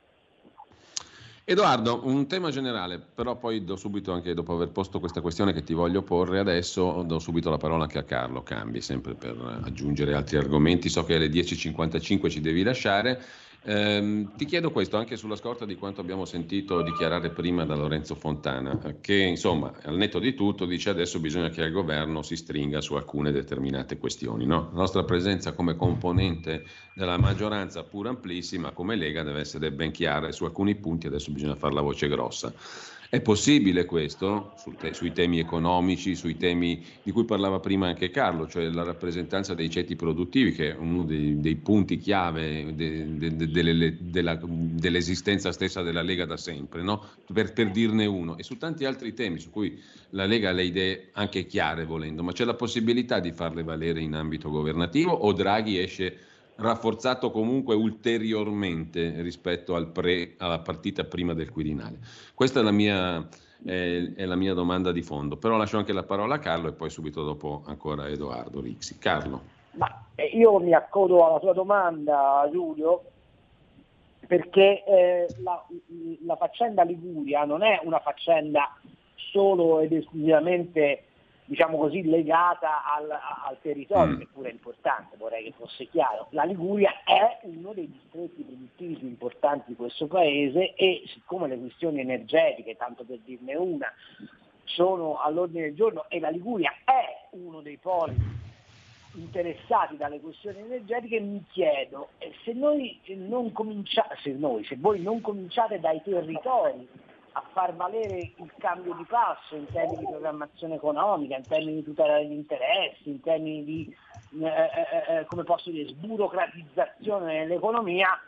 Edoardo, un tema generale, però poi do subito, anche dopo aver posto questa questione che ti voglio porre adesso, do subito la parola anche a Carlo Cambi, sempre per aggiungere altri argomenti. So che alle dieci e cinquantacinque ci devi lasciare. Ehm, ti chiedo questo anche sulla scorta di quanto abbiamo sentito dichiarare prima da Lorenzo Fontana, che insomma al netto di tutto dice adesso bisogna che il governo si stringa su alcune determinate questioni, no? La nostra presenza come componente della maggioranza, pur amplissima, come Lega deve essere ben chiara e su alcuni punti adesso bisogna fare la voce grossa. È possibile questo su te, sui temi economici, sui temi di cui parlava prima anche Carlo, cioè la rappresentanza dei ceti produttivi, che è uno dei, dei punti chiave de, de, de, de, della, dell'esistenza stessa della Lega da sempre, no? per, per dirne uno, e su tanti altri temi su cui la Lega ha le idee anche chiare volendo, ma c'è la possibilità di farle valere in ambito governativo o Draghi esce rafforzato comunque ulteriormente rispetto al pre, alla partita prima del Quirinale? Questa è la mia è, è la mia domanda di fondo, però lascio anche la parola a Carlo e poi subito dopo ancora Edoardo Rixi. Carlo. Ma io mi accodo alla tua domanda, Giulio, perché eh, la, la faccenda Liguria non è una faccenda solo ed esclusivamente, diciamo così, legata al, al territorio, che pure è importante, vorrei che fosse chiaro. La Liguria è uno dei distretti produttivi più importanti di questo paese e siccome le questioni energetiche, tanto per dirne una, sono all'ordine del giorno e la Liguria è uno dei poli interessati dalle questioni energetiche, mi chiedo se noi non cominciamo, se noi, se voi non cominciate dai territori a far valere il cambio di passo in termini di programmazione economica, in termini di tutela degli interessi, in termini di eh, eh, come posso dire, sburocratizzazione dell'economia,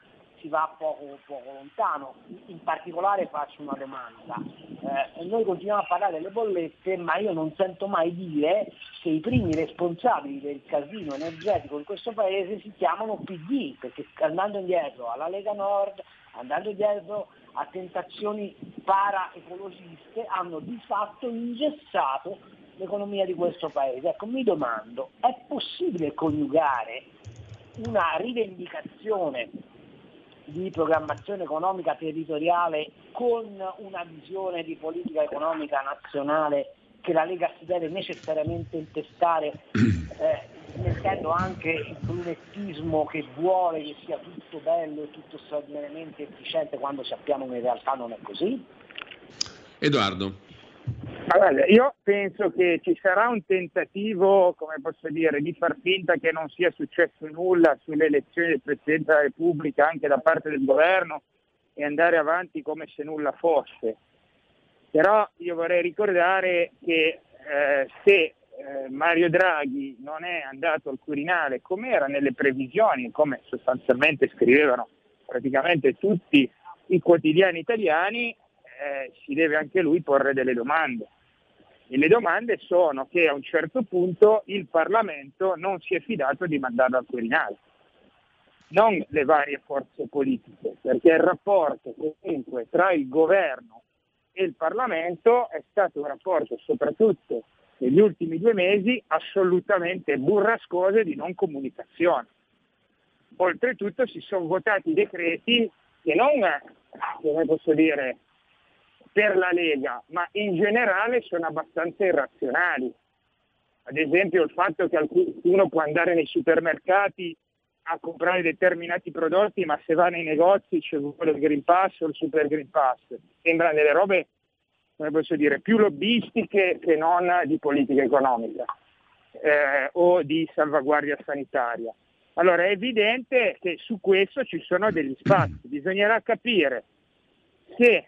si va poco, poco lontano. In particolare faccio una domanda. Eh, noi continuiamo a parlare delle bollette, ma io non sento mai dire che i primi responsabili del casino energetico in questo paese si chiamano P D, perché andando indietro alla Lega Nord, andando indietro a tentazioni para-ecologiste, hanno di fatto ingessato l'economia di questo paese. Ecco, mi domando, è possibile coniugare una rivendicazione di programmazione economica territoriale con una visione di politica economica nazionale che la Lega si deve necessariamente intestare, eh, mettendo anche il brunettismo che vuole che sia tutto bello e tutto straordinariamente efficiente, quando sappiamo che in realtà non è così? Edoardo. Allora, io penso che ci sarà un tentativo, come posso dire, di far finta che non sia successo nulla sulle elezioni del Presidente della Repubblica anche da parte del governo e andare avanti come se nulla fosse. Però io vorrei ricordare che eh, se eh, Mario Draghi non è andato al Quirinale come era nelle previsioni, come sostanzialmente scrivevano praticamente tutti i quotidiani italiani, eh, si deve anche lui porre delle domande. E le domande sono che a un certo punto il Parlamento non si è fidato di mandarlo al Quirinale, non le varie forze politiche, perché il rapporto comunque tra il governo e il Parlamento è stato un rapporto, soprattutto negli ultimi due mesi, assolutamente burrascoso e di non comunicazione. Oltretutto si sono votati decreti che non, come posso dire, per la Lega, ma in generale sono abbastanza irrazionali. Ad esempio il fatto che uno può andare nei supermercati a comprare determinati prodotti, ma se va nei negozi ci vuole il Green Pass o il Super Green Pass. Sembrano delle robe, come posso dire, più lobbistiche che non di politica economica eh, o di salvaguardia sanitaria. Allora è evidente che su questo ci sono degli spazi. Bisognerà capire se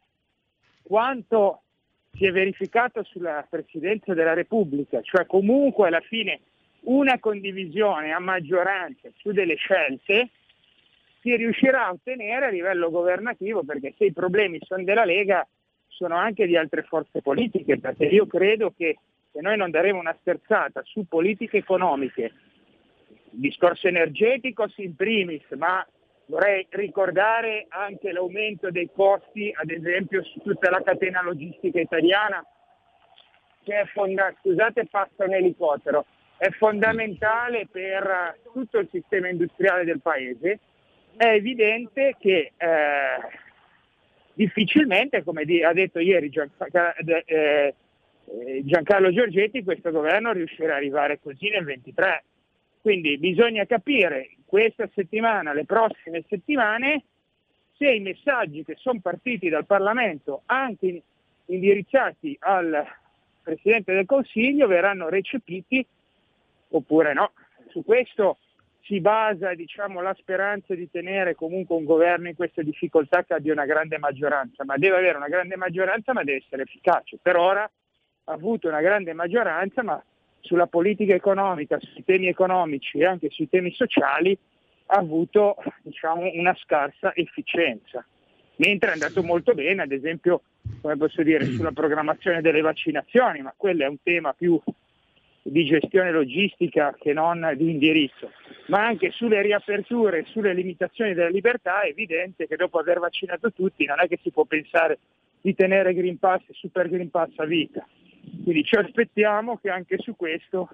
quanto si è verificato sulla Presidenza della Repubblica, cioè comunque alla fine una condivisione a maggioranza su delle scelte, si riuscirà a ottenere a livello governativo, perché se i problemi sono della Lega sono anche di altre forze politiche, perché io credo che se noi non daremo una sterzata su politiche economiche, discorso energetico in primis, ma vorrei ricordare anche l'aumento dei costi, ad esempio su tutta la catena logistica italiana, che è fondamentale, scusate passa un elicottero, è fondamentale per tutto il sistema industriale del paese. È evidente che eh, difficilmente, come ha detto ieri Giancarlo, eh, Giancarlo Giorgetti, questo governo riuscirà ad arrivare così nel ventitré. Quindi bisogna capire questa settimana, le prossime settimane, se i messaggi che sono partiti dal Parlamento, anche indirizzati al Presidente del Consiglio, verranno recepiti oppure no. Su questo si basa, diciamo, la speranza di tenere comunque un governo in queste difficoltà che abbia una grande maggioranza, ma deve avere una grande maggioranza, ma deve essere efficace. Per ora ha avuto una grande maggioranza, ma sulla politica economica, sui temi economici e anche sui temi sociali ha avuto, diciamo, una scarsa efficienza. Mentre è andato molto bene, ad esempio, come posso dire, sulla programmazione delle vaccinazioni, ma quello è un tema più di gestione logistica che non di indirizzo. Ma anche sulle riaperture, sulle limitazioni della libertà è evidente che dopo aver vaccinato tutti non è che si può pensare di tenere Green Pass e Super Green Pass a vita. Quindi ci aspettiamo che anche su questo,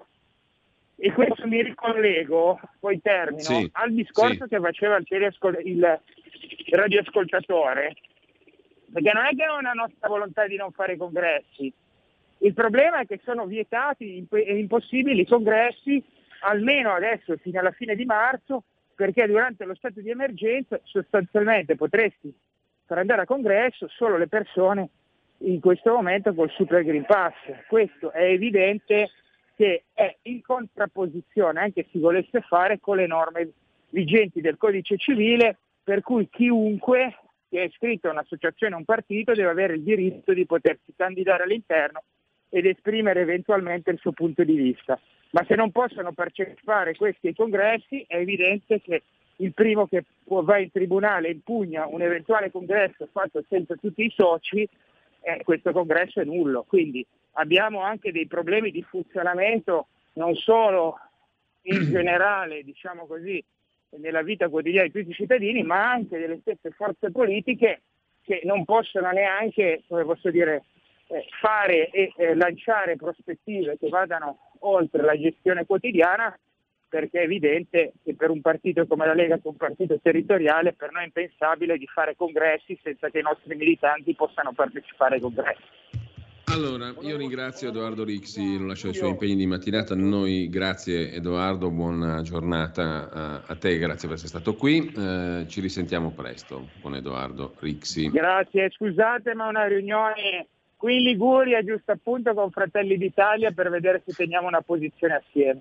e questo mi ricollego, poi termino, sì, al discorso sì. che faceva il, il radioascoltatore, perché non è che non è una nostra volontà di non fare congressi, il problema è che sono vietati e impossibili i congressi, almeno adesso fino alla fine di marzo, perché durante lo stato di emergenza sostanzialmente potresti far andare a congresso solo le persone in questo momento col Super Green Pass. Questo è evidente che è in contrapposizione, anche se si volesse fare, con le norme vigenti del codice civile, per cui chiunque che è iscritto a un'associazione o un partito deve avere il diritto di potersi candidare all'interno ed esprimere eventualmente il suo punto di vista. Ma se non possono partecipare questi ai congressi, è evidente che il primo che può, va in tribunale e impugna un eventuale congresso fatto senza tutti i soci, eh, questo congresso è nullo. Quindi abbiamo anche dei problemi di funzionamento non solo in generale, diciamo così, nella vita quotidiana di tutti i cittadini, ma anche delle stesse forze politiche che non possono neanche, come posso dire, eh, fare e eh, lanciare prospettive che vadano oltre la gestione quotidiana, perché è evidente che per un partito come la Lega, che è un partito territoriale, per noi è impensabile di fare congressi senza che i nostri militanti possano partecipare ai congressi. Allora, io ringrazio Edoardo Rixi, lo lascio ai suoi impegni di mattinata. Noi, grazie Edoardo, buona giornata a, a te, grazie per essere stato qui. Eh, ci risentiamo presto con Edoardo Rixi. Grazie, scusate, ma una riunione qui in Liguria, giusto appunto con Fratelli d'Italia, per vedere se teniamo una posizione assieme.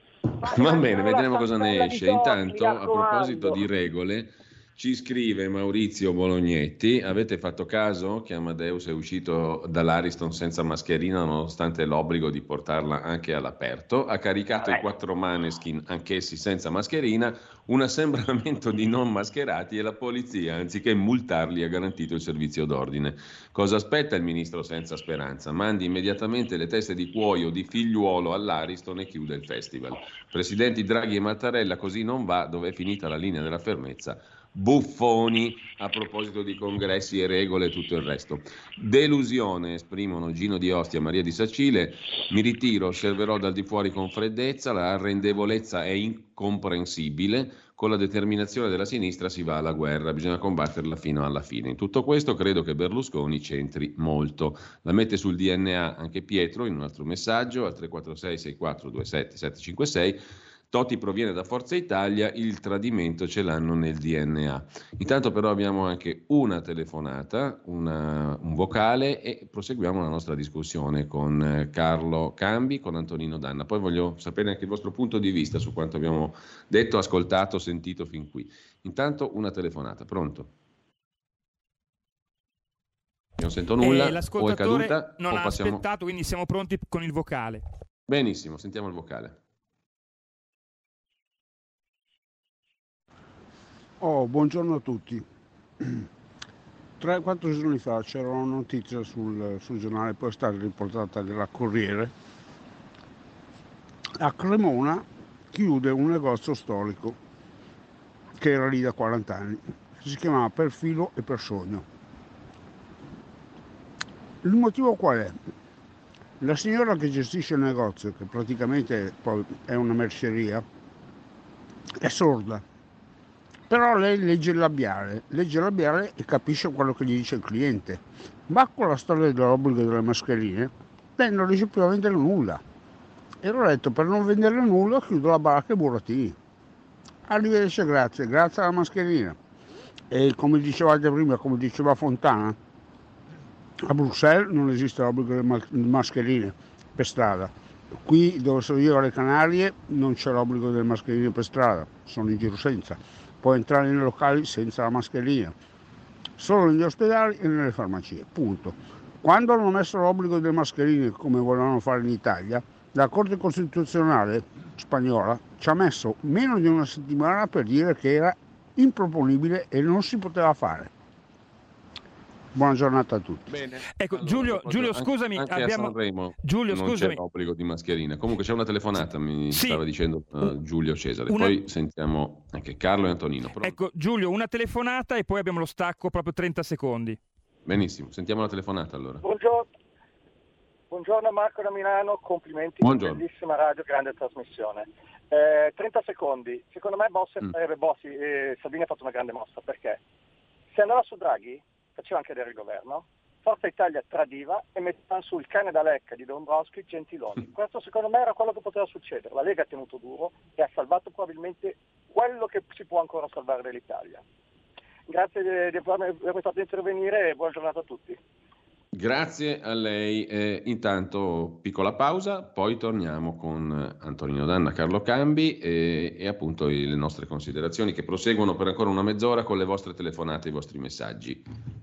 Va bene, vedremo cosa ne esce. Intanto, a proposito di regole, ci scrive Maurizio Bolognetti: avete fatto caso che Amadeus è uscito dall'Ariston senza mascherina nonostante l'obbligo di portarla anche all'aperto? Ha caricato i quattro Maneskin, anch'essi senza mascherina, un assembramento di non mascherati e la polizia, anziché multarli, ha garantito il servizio d'ordine. Cosa aspetta il ministro senza speranza? Mandi immediatamente le teste di cuoio o di figliuolo all'Ariston e chiude il festival. Presidenti Draghi e Mattarella, così non va, dove è finita la linea della fermezza? Buffoni, a proposito di congressi e regole e tutto il resto. Delusione, esprimono Gino di Ostia e Maria di Sacile. Mi ritiro, osserverò dal di fuori con freddezza, la arrendevolezza è incomprensibile, con la determinazione della sinistra si va alla guerra, bisogna combatterla fino alla fine. In tutto questo credo che Berlusconi c'entri molto. La mette sul D N A anche Pietro in un altro messaggio al tre quattro sei sei quattro due sette sette cinque sei. Totti proviene da Forza Italia, il tradimento ce l'hanno nel D N A. Intanto però abbiamo anche una telefonata, una, un vocale, e proseguiamo la nostra discussione con Carlo Cambi, con Antonino Danna. Poi voglio sapere anche il vostro punto di vista su quanto abbiamo detto, ascoltato, sentito fin qui. Intanto una telefonata, pronto? Non sento nulla, eh, o è caduta non o ha passiamo... aspettato, quindi siamo pronti con il vocale. Benissimo, sentiamo il vocale. Oh, buongiorno a tutti. Tre quattro giorni fa c'era una notizia sul, sul giornale, poi è stata riportata nella Corriere. A Cremona chiude un negozio storico che era lì da quaranta anni, che si chiamava Per Filo e Per Sogno. Il motivo qual è? La signora che gestisce il negozio, che praticamente poi è una merceria, è sorda. Però lei legge il labiale, legge il labiale e capisce quello che gli dice il cliente. Ma con la storia dell'obbligo delle mascherine, lei non riesce più a vendere nulla. E ho detto, per non vendere nulla chiudo la baracca e burattini. Arrivederci, grazie, grazie alla mascherina. E come dicevate prima, come diceva Fontana, a Bruxelles non esiste l'obbligo delle mascherine per strada. Qui dove sono io alle Canarie non c'è l'obbligo delle mascherine per strada, sono in giro senza. Può entrare nei locali senza la mascherina, solo negli ospedali e nelle farmacie, punto. Quando hanno messo l'obbligo delle mascherine, come volevano fare in Italia, la Corte Costituzionale spagnola ci ha messo meno di una settimana per dire che era improponibile e non si poteva fare. Buona giornata a tutti. Bene. Ecco, Allora, Giulio, Giulio, scusami, anche abbiamo... a Sanremo Giulio, non scusami. c'è l'obbligo di mascherina. Comunque c'è una telefonata, mi Sì. stava dicendo uh, Giulio Cesare. Una- Poi sentiamo anche Carlo e Antonino. Pronto? Ecco, Giulio, una telefonata e poi abbiamo lo stacco, proprio trenta secondi. Benissimo, sentiamo la telefonata allora. Buongiorno. Buongiorno Marco da Milano, complimenti, Buongiorno. bellissima radio, grande trasmissione. Eh, trenta secondi, secondo me Bossi, Mm. eh, Bossi eh, Salvini ha fatto una grande mossa, perché se andava su Draghi faceva anche del governo, Forza Italia tradiva e metteva su il cane da lecca di Dombrowski, Gentiloni. Questo secondo me era quello che poteva succedere. La Lega ha tenuto duro e ha salvato probabilmente quello che si può ancora salvare dell'Italia. Grazie di, di avermi fatto intervenire e buona giornata a tutti. Grazie a lei. Eh, intanto piccola pausa, poi torniamo con Antonino Danna, Carlo Cambi e, e appunto le nostre considerazioni che proseguono per ancora una mezz'ora con le vostre telefonate e i vostri messaggi.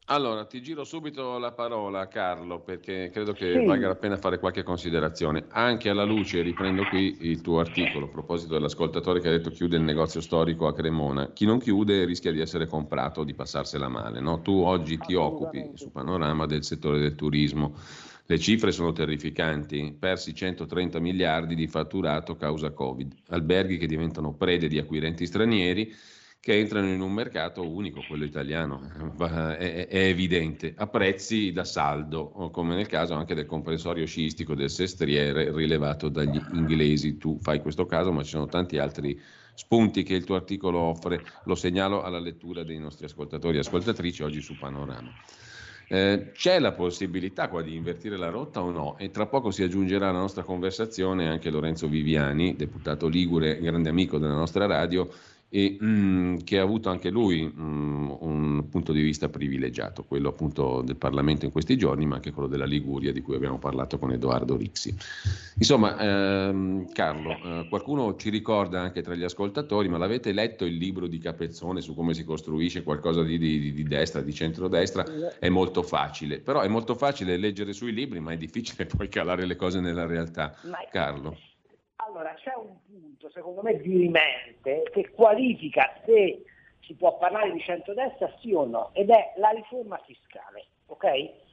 Allora, ti giro subito la parola, Carlo, perché credo che Sì. valga la pena fare qualche considerazione. Anche alla luce, riprendo qui il tuo articolo a proposito dell'ascoltatore che ha detto chiude il negozio storico a Cremona. Chi non chiude rischia di essere comprato o di passarsela male, no? Tu oggi ti occupi su Panorama del settore del turismo. Le cifre sono terrificanti, persi centotrenta miliardi di fatturato causa Covid, alberghi che diventano prede di acquirenti stranieri che entrano in un mercato unico, quello italiano, è, è evidente, a prezzi da saldo, come nel caso anche del comprensorio sciistico del Sestriere rilevato dagli inglesi. Tu fai questo caso, ma ci sono tanti altri spunti che il tuo articolo offre, lo segnalo alla lettura dei nostri ascoltatori e ascoltatrici oggi su Panorama. Eh, c'è la possibilità qua di invertire la rotta o no? E tra poco si aggiungerà alla nostra conversazione anche Lorenzo Viviani, deputato ligure, grande amico della nostra radio, e mm, che ha avuto anche lui mm, un punto di vista privilegiato, quello appunto del Parlamento in questi giorni, ma anche quello della Liguria di cui abbiamo parlato con Edoardo Rixi. Insomma, ehm, Carlo, eh, qualcuno ci ricorda anche tra gli ascoltatori, ma l'avete letto il libro di Capezzone su come si costruisce qualcosa di, di, di destra, di centrodestra? È molto facile, però è molto facile leggere sui libri, ma è difficile poi calare le cose nella realtà. Carlo. Allora, c'è un punto, secondo me, dirimente, che qualifica se si può parlare di centrodestra sì o no, ed è la riforma fiscale, ok?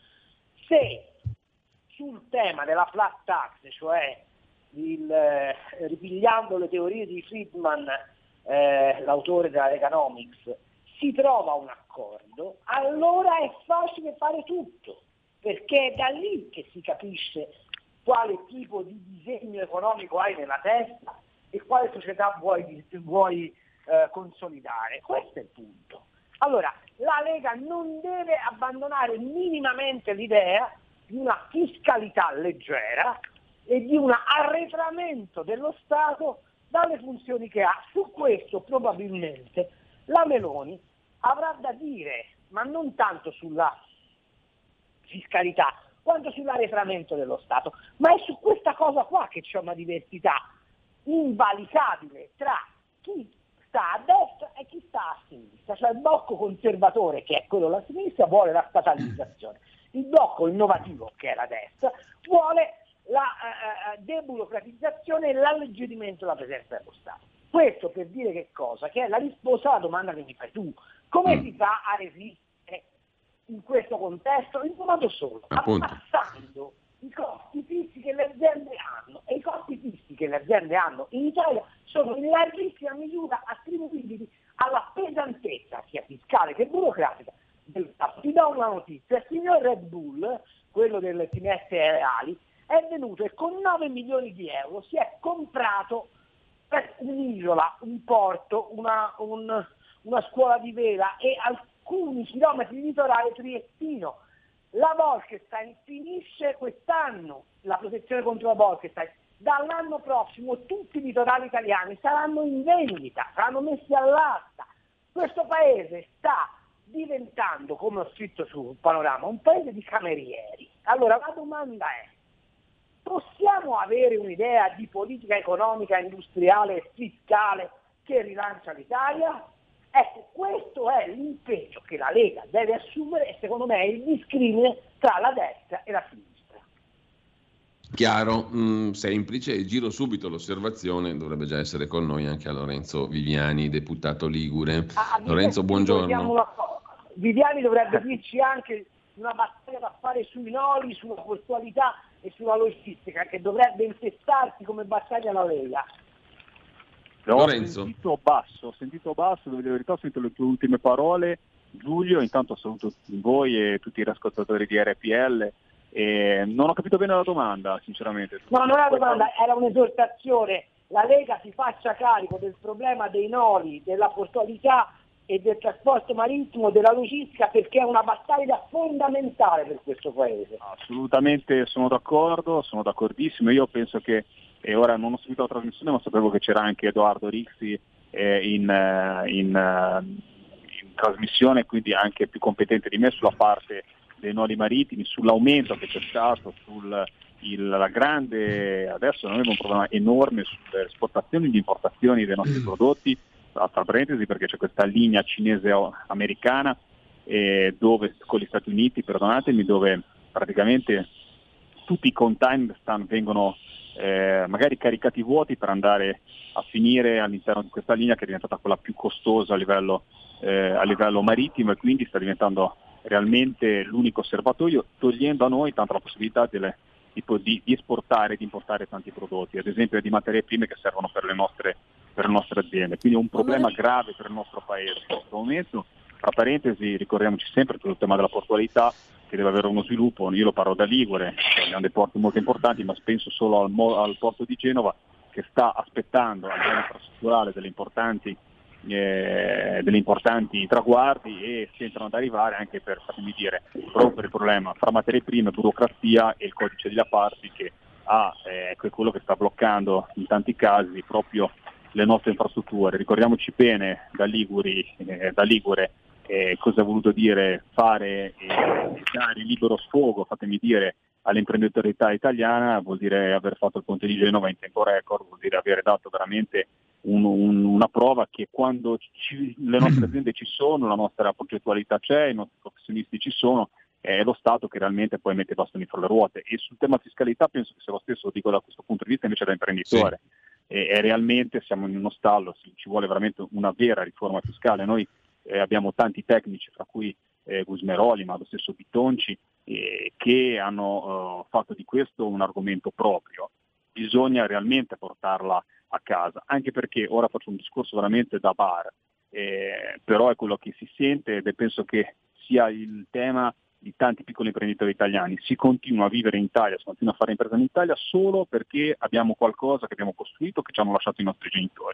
Se sul tema della flat tax, cioè il, eh, ripigliando le teorie di Friedman, eh, l'autore della Reaganomics, si trova un accordo, allora è facile fare tutto, perché è da lì che si capisce quale tipo di disegno economico hai nella testa e quale società vuoi, vuoi eh, consolidare. Questo è il punto. Allora, la Lega non deve abbandonare minimamente l'idea di una fiscalità leggera e di un arretramento dello Stato dalle funzioni che ha. Su questo probabilmente la Meloni avrà da dire, ma non tanto sulla fiscalità, quanto sull'arretramento dello Stato, ma è su questa cosa qua che c'è una diversità invalicabile tra chi sta a destra e chi sta a sinistra, cioè il blocco conservatore, che è quello della sinistra, vuole la statalizzazione, il blocco innovativo, che è la destra, vuole la uh, deburocratizzazione e l'alleggerimento della presenza dello Stato. Questo per dire che cosa? Che è la risposta alla domanda che mi fai tu: come si fa a resistere in questo contesto? In un modo solo, abbassando i costi fissi che le aziende hanno, e i costi fissi che le aziende hanno in Italia sono in larghissima misura attribuibili alla pesantezza sia fiscale che burocratica del Stato. Ti do una notizia: il signor Red Bull, quello delle finestre reali, è venuto e con nove milioni di euro si è comprato per un'isola, un porto, una, un, una scuola di vela e alcuni chilometri di litorale triestino. La Bolkestein finisce quest'anno, la protezione contro la Bolkestein. Dall'anno prossimo tutti i litorali italiani saranno in vendita, saranno messi all'asta. Questo paese sta diventando, come ho scritto su Panorama, un paese di camerieri. Allora la domanda è: possiamo avere un'idea di politica economica, industriale e fiscale che rilancia l'Italia? Ecco, questo è l'impegno che la Lega deve assumere e secondo me è il discrimine tra la destra e la sinistra. Chiaro, mh, semplice, giro subito l'osservazione, dovrebbe già essere con noi anche a Lorenzo Viviani, deputato ligure. Ah, Lorenzo, buongiorno. Viviani dovrebbe dirci anche una battaglia da fare sui noli, sulla portualità e sulla logistica, che dovrebbe intestarsi come battaglia la Lega. Ho sentito basso, ho sentito basso, devo dire la verità, ho sentito le tue ultime parole. Giulio, intanto saluto voi e tutti i ascoltatori di R P L. E non ho capito bene la domanda, sinceramente. No, non è una domanda, era un'esortazione. La Lega si faccia carico del problema dei noli, della portualità e del trasporto marittimo, della logistica, perché è una battaglia fondamentale per questo Paese. Assolutamente, sono d'accordo, sono d'accordissimo. Io penso che, e ora non ho seguito la trasmissione, ma sapevo che c'era anche Edoardo Rixi eh, in, in, in trasmissione, quindi anche più competente di me sulla parte dei noli marittimi, sull'aumento che c'è stato, sul il, la grande, adesso noi abbiamo un problema enorme sulle esportazioni e importazioni dei nostri prodotti, tra parentesi, perché c'è questa linea cinese americana eh, dove, con gli Stati Uniti, perdonatemi, dove praticamente tutti i container stanno, vengono eh, magari caricati vuoti per andare a finire all'interno di questa linea che è diventata quella più costosa a livello, eh, a livello marittimo, e quindi sta diventando realmente l'unico serbatoio, togliendo a noi tanto la possibilità delle, tipo, di, di esportare e di importare tanti prodotti, ad esempio di materie prime che servono per le nostre, per le nostre aziende. Quindi è un problema grave per il nostro paese in questo momento. Tra parentesi, ricordiamoci sempre tutto il tema della portualità, che deve avere uno sviluppo. Io lo parlo da Ligure, abbiamo dei porti molto importanti, ma penso solo al, al porto di Genova, che sta aspettando a livello infrastrutturale delle importanti, eh, delle importanti traguardi, e sentono ad arrivare anche per, fatemi dire, proprio per il problema fra materie prime, burocrazia e il codice degli appalti, che ha, eh, è quello che sta bloccando in tanti casi proprio le nostre infrastrutture. Ricordiamoci bene da Liguri, eh, da Ligure, eh, cosa ha voluto dire fare e eh, dare libero sfogo, fatemi dire, all'imprenditorialità italiana. Vuol dire aver fatto il ponte di Genova in tempo record, vuol dire aver dato veramente un, un, una prova che quando ci, le nostre aziende ci sono, la nostra progettualità c'è, i nostri professionisti ci sono, è lo Stato che realmente poi mette i bastoni fra le ruote. E sul tema fiscalità penso che sia lo stesso, lo dico da questo punto di vista invece da imprenditore. Sì. E, e realmente siamo in uno stallo, ci vuole veramente una vera riforma fiscale. Noi eh, abbiamo tanti tecnici, fra cui eh, Gusmeroli, ma lo stesso Bitonci, eh, che hanno eh, fatto di questo un argomento proprio. Bisogna realmente portarla a casa, anche perché ora faccio un discorso veramente da bar, eh, però è quello che si sente, ed è, penso che sia il tema di tanti piccoli imprenditori italiani. Si continua a vivere in Italia, si continua a fare impresa in Italia solo perché abbiamo qualcosa che abbiamo costruito, che ci hanno lasciato i nostri genitori.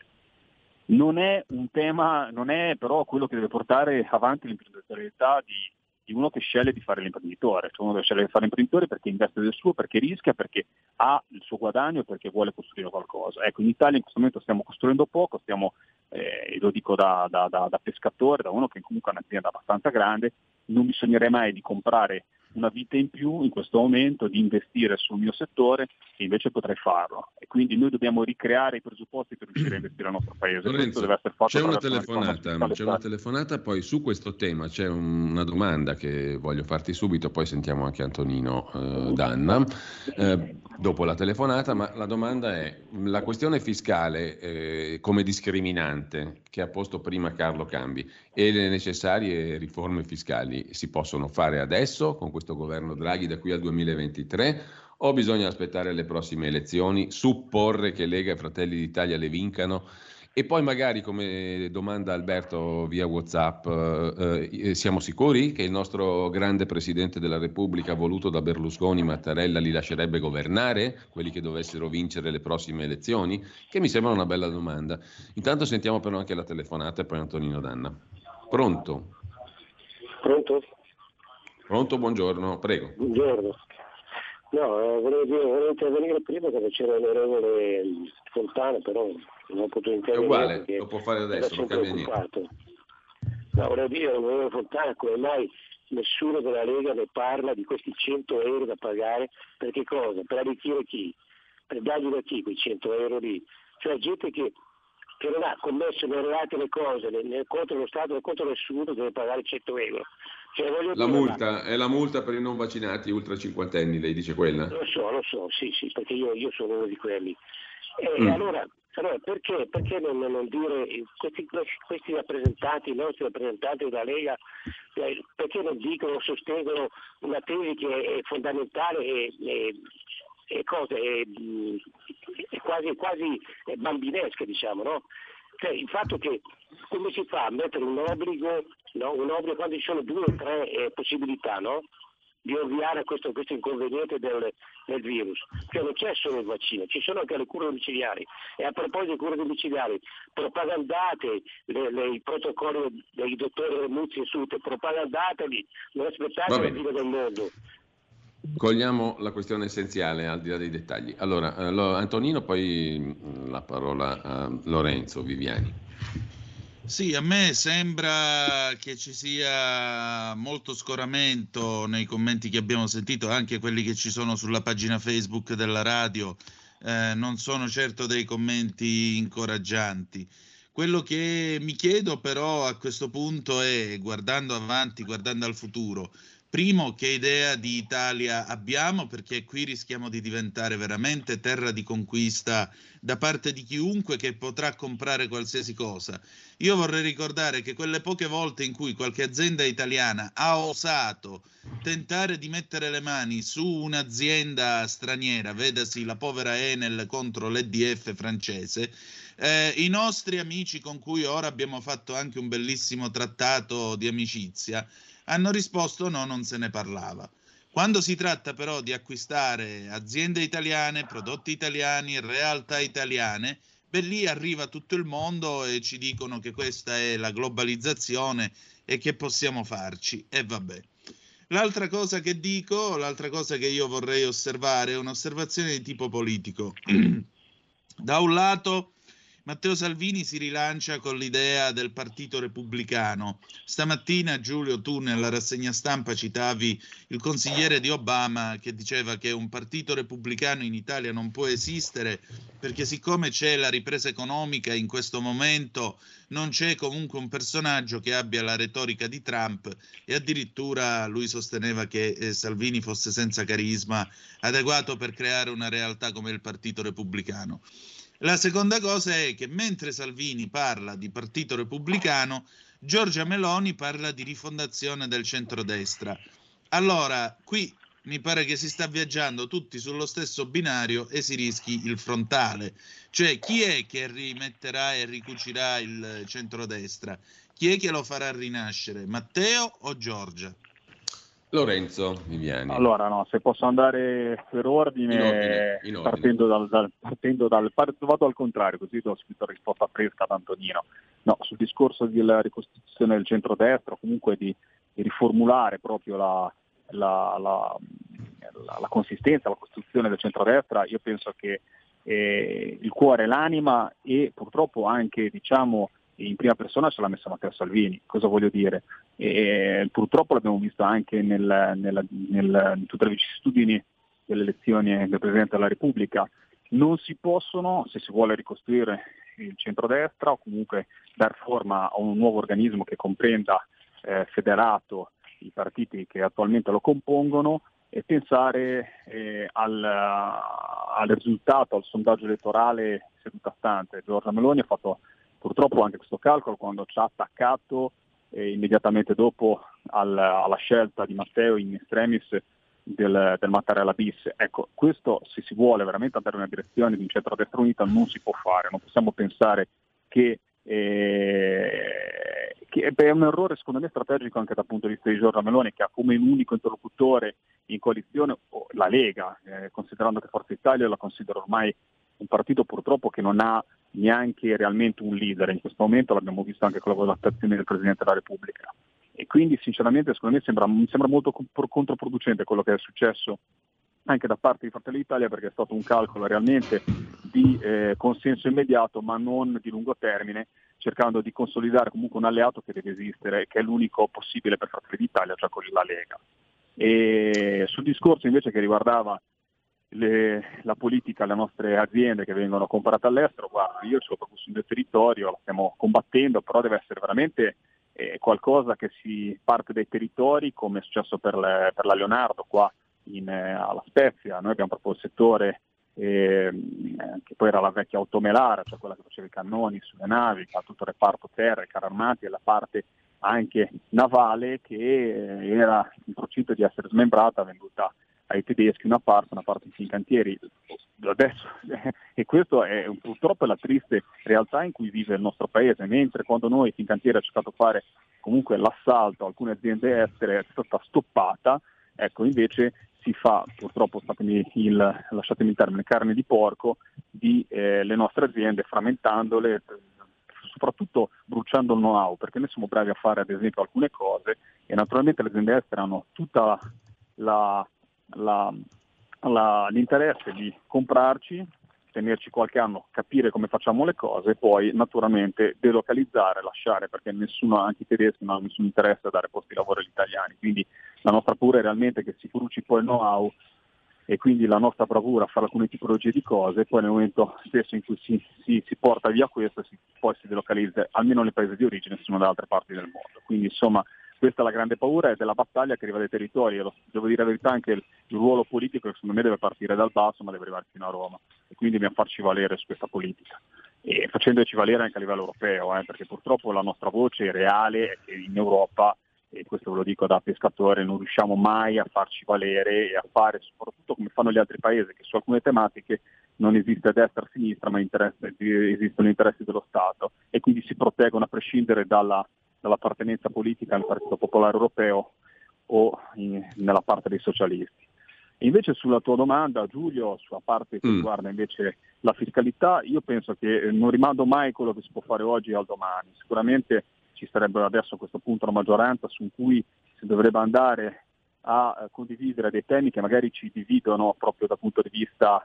Non è un tema, non è però quello che deve portare avanti l'imprenditorialità di, di uno che sceglie di fare l'imprenditore. Cioè uno deve scegliere di fare l'imprenditore perché investe del suo, perché rischia, perché ha il suo guadagno, perché vuole costruire qualcosa. Ecco, in Italia in questo momento stiamo costruendo poco, stiamo, eh, lo dico da, da, da, da pescatore, da uno che comunque ha un'azienda abbastanza grande. Non bisognerebbe mai di comprare una vita in più in questo momento, di investire sul mio settore, e invece potrei farlo. E quindi noi dobbiamo ricreare i presupposti per riuscire a investire nel nostro paese. Lorenzo, deve essere fatto c'è una attraverso telefonata, c'è una telefonata, poi su questo tema c'è un- una domanda che voglio farti subito, poi sentiamo anche Antonino eh, Danna eh, dopo la telefonata, ma la domanda è: la questione fiscale eh, come discriminante che ha posto prima Carlo Cambi e le necessarie riforme fiscali si possono fare adesso con questo governo Draghi da qui al duemilaventitré, o bisogna aspettare le prossime elezioni, supporre che Lega e Fratelli d'Italia le vincano? E poi magari, come domanda Alberto via WhatsApp, eh, eh, siamo sicuri che il nostro grande Presidente della Repubblica, voluto da Berlusconi, Mattarella, li lascerebbe governare, quelli che dovessero vincere le prossime elezioni? Che mi sembra una bella domanda. Intanto sentiamo però anche la telefonata e poi Antonino Danna. Pronto? Pronto? Pronto, buongiorno, prego. Buongiorno. No, eh, volevo, dire, volevo intervenire prima perché c'era l'onorevole Fontana, però non ho potuto È intervenire. uguale, perché lo può fare era adesso, non sempre cambia niente. occupato. No, volevo dire all'onorevole Fontana come mai nessuno della Lega ne parla di questi cento euro da pagare, per che cosa? Per arricchire chi? Per dargli da chi quei cento euro lì? Cioè gente che, che non ha commesso né reati le cose, né, né contro lo Stato né contro nessuno, deve pagare cento euro. Cioè, voglio La dire, multa, è la multa per i non vaccinati ultra cinquantenni, lei dice quella? Lo so, lo so, sì, sì, perché io, io sono uno di quelli. E Mm. allora, allora perché, perché non, non dire questi, questi rappresentanti, i nostri rappresentanti della Lega, eh, perché non dicono, sostengono una tesi che è fondamentale e, e, e cose, e, mh, è quasi, quasi bambinesca, diciamo, no? Cioè, il fatto che come si fa a mettere un obbligo, no? Un obbligo quando ci sono due o tre eh, possibilità, no? Di ovviare a questo, questo inconveniente del, del virus. Cioè non c'è solo il vaccino, ci sono anche le cure domiciliari. E a proposito di cure domiciliari, propagandate le, le, i protocolli dei dottori Remuzzi e Sute, propagandateli, non aspettate Va la bene. fine del mondo. Cogliamo la questione essenziale al di là dei dettagli. Allora, eh, lo- Antonino, poi mh, la parola a Lorenzo Viviani. Sì, a me sembra che ci sia molto scoramento nei commenti che abbiamo sentito, anche quelli che ci sono sulla pagina Facebook della radio, eh, non sono certo dei commenti incoraggianti. Quello che mi chiedo però a questo punto è, guardando avanti, guardando al futuro, primo, che idea di Italia abbiamo, perché qui rischiamo di diventare veramente terra di conquista da parte di chiunque che potrà comprare qualsiasi cosa. Io vorrei ricordare che quelle poche volte in cui qualche azienda italiana ha osato tentare di mettere le mani su un'azienda straniera, vedasi la povera Enel contro l'E D F francese, eh, i nostri amici con cui ora abbiamo fatto anche un bellissimo trattato di amicizia hanno risposto no, non se ne parlava. Quando si tratta però di acquistare aziende italiane, prodotti italiani, realtà italiane, beh, lì arriva tutto il mondo e ci dicono che questa è la globalizzazione e che possiamo farci, e vabbè. L'altra cosa che dico, l'altra cosa che io vorrei osservare è un'osservazione di tipo politico. Da un lato Matteo Salvini si rilancia con l'idea del partito repubblicano. Stamattina, Giulio, tu nella rassegna stampa citavi il consigliere di Obama che diceva che un partito repubblicano in Italia non può esistere perché siccome c'è la ripresa economica in questo momento non c'è comunque un personaggio che abbia la retorica di Trump, e addirittura lui sosteneva che eh, Salvini fosse senza carisma, adeguato per creare una realtà come il partito repubblicano. La seconda cosa è che mentre Salvini parla di partito repubblicano, Giorgia Meloni parla di rifondazione del centrodestra. Allora, qui mi pare che si sta viaggiando tutti sullo stesso binario e si rischi il frontale. Cioè, chi è che rimetterà e ricucirà il centrodestra? Chi è che lo farà rinascere? Matteo o Giorgia? Lorenzo Viviani. Allora, no, se posso andare per ordine, in ordine, in ordine. partendo dal, dal, partendo dal vado al contrario, così do subito risposta fresca ad Antonino. No, sul discorso della ricostituzione del centrodestra, comunque di, di riformulare proprio la, la, la, la, la consistenza, la costruzione del centrodestra, io penso che eh, il cuore, l'anima e purtroppo anche, diciamo, in prima persona ce l'ha messa Matteo Salvini. Cosa voglio dire? E purtroppo l'abbiamo visto anche nel, nella, nel, in tutte le vicissitudini delle elezioni del Presidente della Repubblica. Non si possono, se si vuole ricostruire il centrodestra o comunque dar forma a un nuovo organismo che comprenda eh, federato i partiti che attualmente lo compongono, e pensare eh, al, al risultato, al sondaggio elettorale seduta stante. Giorgia Meloni ha fatto purtroppo anche questo calcolo quando ci ha attaccato eh, immediatamente dopo al, alla scelta di Matteo in extremis del, del Mattarella bis. Ecco, questo, se si vuole veramente andare nella direzione di un centrodestra unita, non si può fare. Non possiamo pensare che, eh, che è un errore secondo me strategico anche dal punto di vista di Giorgia Meloni, che ha come unico interlocutore in coalizione la Lega, eh, considerando che Forza Italia la considero ormai un partito purtroppo che non ha neanche realmente un leader. In questo momento l'abbiamo visto anche con la votazione del Presidente della Repubblica, e quindi sinceramente secondo me sembra, mi sembra molto controproducente quello che è successo anche da parte di Fratelli d'Italia, perché è stato un calcolo realmente di eh, consenso immediato ma non di lungo termine, cercando di consolidare comunque un alleato che deve esistere, che è l'unico possibile per Fratelli d'Italia, cioè con la Lega. E sul discorso invece che riguardava Le, la politica, le nostre aziende che vengono comprate all'estero, guarda, io ce l'ho proprio sul mio territorio, la stiamo combattendo, però deve essere veramente eh, qualcosa che si parte dai territori, come è successo per, le, per la Leonardo qua in, eh, alla Spezia. Noi abbiamo proprio il settore eh, che poi era la vecchia Automelara, cioè quella che faceva i cannoni sulle navi, che ha tutto il reparto terra, i carri armati, e la parte anche navale che eh, era in procinto di essere smembrata, venduta ai tedeschi, una parte, una parte in Fincantieri. Adesso, e questo è purtroppo la triste realtà in cui vive il nostro paese, mentre quando noi Fincantieri ha cercato di fare comunque l'assalto a alcune aziende estere è stata stoppata, ecco invece si fa purtroppo, statemi il, lasciatemi il termine, carne di porco di eh, le nostre aziende, frammentandole, soprattutto bruciando il know-how, perché noi siamo bravi a fare ad esempio alcune cose e naturalmente le aziende estere hanno tutta la La, la, l'interesse di comprarci, tenerci qualche anno, capire come facciamo le cose e poi naturalmente delocalizzare, lasciare, perché nessuno, anche i tedeschi, non hanno nessun interesse a dare posti di lavoro agli italiani. Quindi la nostra paura è realmente che si bruci poi il know-how e quindi la nostra bravura a fare alcune tipologie di cose, poi nel momento stesso in cui si, si, si porta via questo, si, poi si delocalizza almeno nel paese di origine, sono da altre parti del mondo. Quindi insomma questa è la grande paura, è della battaglia che arriva dai territori, e lo, devo dire la verità, anche il, il ruolo politico secondo me deve partire dal basso ma deve arrivare fino a Roma, e quindi dobbiamo farci valere su questa politica e facendoci valere anche a livello europeo, eh, perché purtroppo la nostra voce reale è che in Europa, e questo ve lo dico da pescatore, non riusciamo mai a farci valere e a fare soprattutto come fanno gli altri paesi, che su alcune tematiche non esiste destra o sinistra ma interesse, esistono interessi dello Stato e quindi si proteggono a prescindere dalla, dall'appartenenza politica al Partito Popolare Europeo o in, nella parte dei socialisti. E invece sulla tua domanda, Giulio, sulla parte che mm. riguarda invece la fiscalità, io penso che non rimando mai quello che si può fare oggi al domani. Sicuramente ci sarebbe adesso a questo punto una maggioranza su cui si dovrebbe andare a condividere dei temi che magari ci dividono proprio dal punto di vista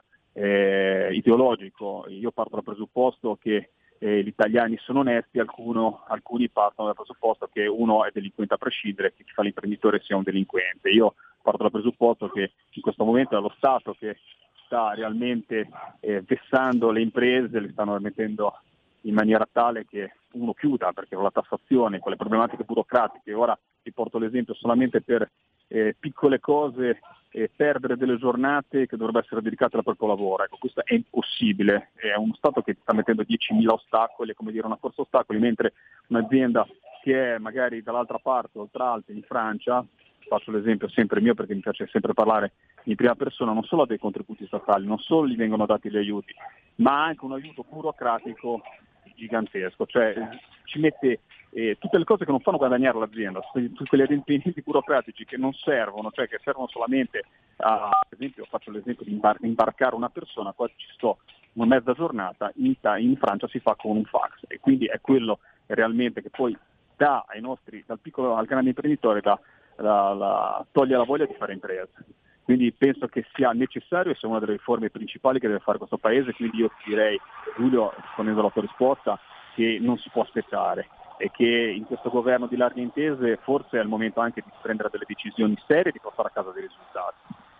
eh, ideologico. Io parto dal presupposto che eh, gli italiani sono onesti, alcuno, alcuni partono dal presupposto che uno è delinquente a prescindere, che chi fa l'imprenditore sia un delinquente. Io parto dal presupposto che in questo momento è lo Stato che sta realmente eh, vessando le imprese, le stanno mettendo in maniera tale che uno chiuda, perché con la tassazione, con le problematiche burocratiche, ora vi porto l'esempio solamente per eh, piccole cose, eh, perdere delle giornate che dovrebbero essere dedicate al proprio lavoro. Ecco, questo è impossibile, è uno Stato che sta mettendo diecimila ostacoli, come dire una corsa ostacoli, mentre un'azienda che è magari dall'altra parte, oltre Alpi, in Francia, faccio l'esempio sempre mio perché mi piace sempre parlare in prima persona, non solo ha dei contributi statali, non solo gli vengono dati gli aiuti, ma anche un aiuto burocratico gigantesco, cioè ci mette eh, tutte le cose che non fanno guadagnare l'azienda, tutti quegli adempimenti burocratici che non servono, cioè che servono solamente a, per esempio, faccio l'esempio di imbar- imbarcare una persona, qua ci sto una mezza giornata, in, in Francia si fa con un fax, e quindi è quello realmente che poi dà ai nostri, dal piccolo al grande imprenditore, da, la, la, toglie la voglia di fare impresa. Quindi penso che sia necessario e sia una delle riforme principali che deve fare questo Paese, quindi io ti direi, Giulio, rispondendo alla tua risposta, che non si può aspettare e che in questo governo di larghe intese forse è il momento anche di prendere delle decisioni serie e di portare a casa dei risultati.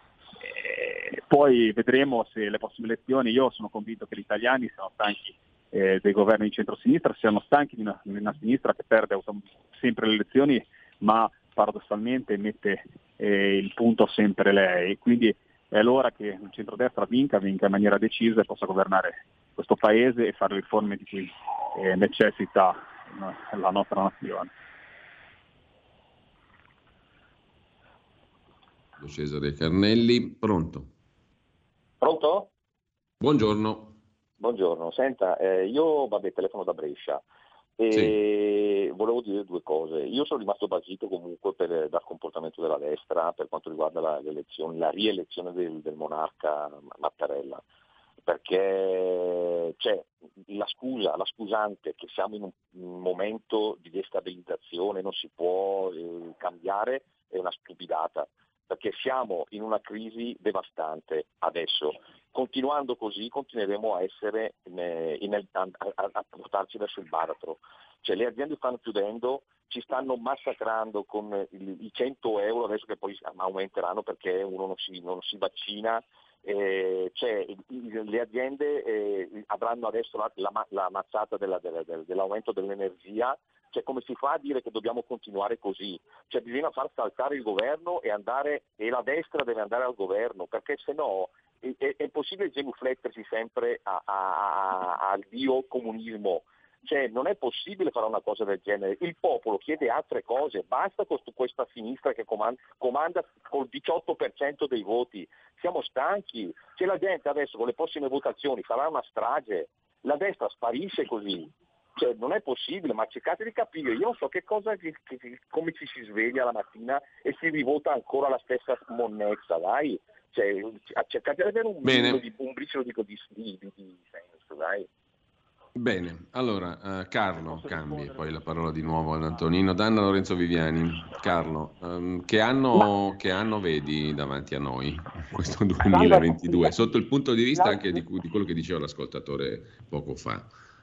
E poi vedremo se le prossime elezioni, io sono convinto che gli italiani siano stanchi eh, dei governi di centrosinistra, siano stanchi di una, di una sinistra che perde sempre le elezioni, ma paradossalmente mette eh, il punto sempre lei, quindi è l'ora che il centrodestra vinca, vinca in maniera decisa e possa governare questo Paese e fare le riforme di cui eh, necessita no, la nostra nazione. Cesare Carnelli, pronto? Pronto? Buongiorno. Buongiorno, senta, eh, io vabbè, telefono da Brescia. E sì. Volevo dire due cose. Io sono rimasto basito comunque per, dal comportamento della destra per quanto riguarda la, l'elezione, la rielezione del, del monarca Mattarella, perché c'è la scusa, la scusante che siamo in un, un momento di destabilizzazione, non si può eh, cambiare, è una stupidata, perché siamo in una crisi devastante adesso. Continuando così continueremo a essere in, in, a, a, a portarci verso il baratro. Cioè, le aziende stanno chiudendo, ci stanno massacrando con il, i cento euro adesso che poi aumenteranno perché uno non si, non si vaccina. Eh, cioè, le aziende eh, avranno adesso la, la, la mazzata della, della, dell'aumento dell'energia. Cioè, come si fa a dire che dobbiamo continuare così? Cioè, bisogna far saltare il governo e andare, e la destra deve andare al governo, perché se no è, è, è impossibile genuflettersi sempre a, a, a, al dio comunismo. Cioè, non è possibile fare una cosa del genere. Il popolo chiede altre cose, basta con questa sinistra che comanda, comanda col diciotto per cento dei voti. Siamo stanchi. Cioè, la gente adesso con le prossime votazioni farà una strage, la destra sparisce così. Cioè, non è possibile, ma cercate di capire, io non so che cosa, che, che, come ci si sveglia la mattina e si rivota ancora la stessa monnezza, dai, cioè, cercate di avere un briciolo di, un briciolo di, di, di, di senso, dai. Bene, allora uh, Carlo cambi, poi la parola di nuovo ad Antonino Danna, Lorenzo Viviani. Carlo, um, che, anno, che anno vedi davanti a noi, questo duemilaventidue, sotto il punto di vista anche di, di quello che diceva l'ascoltatore poco fa?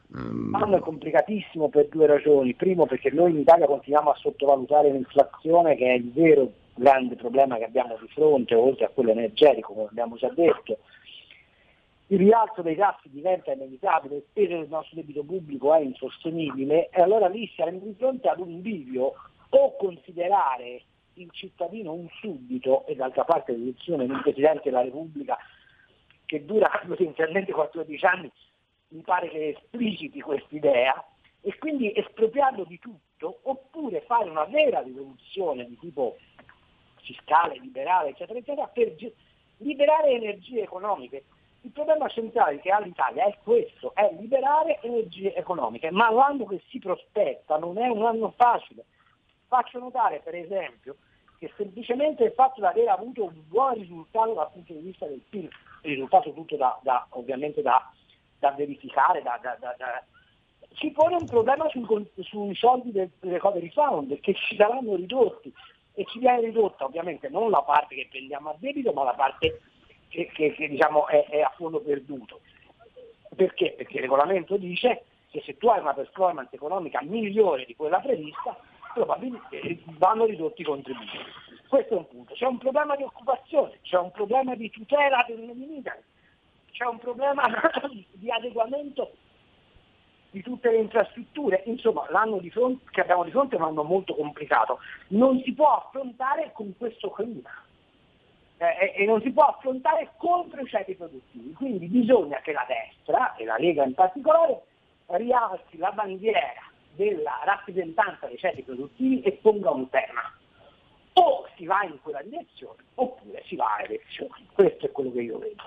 L'anno è complicatissimo per due ragioni. Primo, perché noi in Italia continuiamo a sottovalutare l'inflazione, che è il vero grande problema che abbiamo di fronte, oltre a quello energetico, come abbiamo già detto. Il rialzo dei tassi diventa inevitabile, il peso del nostro debito pubblico è insostenibile, e allora lì siamo di fronte ad un bivio: o considerare il cittadino un suddito, e d'altra parte l'elezione di un Presidente della Repubblica che dura potenzialmente quattordici anni mi pare che espliciti quest'idea, e quindi espropriarlo di tutto, oppure fare una vera rivoluzione di tipo fiscale, liberale, eccetera, eccetera, per ge- liberare energie economiche. Il problema centrale che ha l'Italia è questo, è liberare energie economiche, ma l'anno che si prospetta non è un anno facile. Faccio notare, per esempio, che semplicemente il fatto di aver avuto un buon risultato dal punto di vista del P I L, risultato tutto da, da ovviamente da, da verificare, da, da, da, da, ci pone un problema sui, sui soldi del Recovery Fund, che ci saranno ridotti, e ci viene ridotta ovviamente non la parte che prendiamo a debito, ma la parte che, che, che diciamo è, è a fondo perduto. Perché? Perché il regolamento dice che se tu hai una performance economica migliore di quella prevista, probabilmente vanno ridotti i contributi. Questo è un punto. C'è un problema di occupazione, c'è un problema di tutela del Made in Italy, c'è un problema di adeguamento di tutte le infrastrutture. Insomma, l'anno di fronte, che abbiamo di fronte è un anno molto complicato. Non si può affrontare con questo clima eh, e non si può affrontare contro i ceti produttivi. Quindi bisogna che la destra, e la Lega in particolare, rialzi la bandiera della rappresentanza dei ceti produttivi e ponga un tema: o si va in quella direzione oppure si va a elezioni. Questo è quello che io vedo.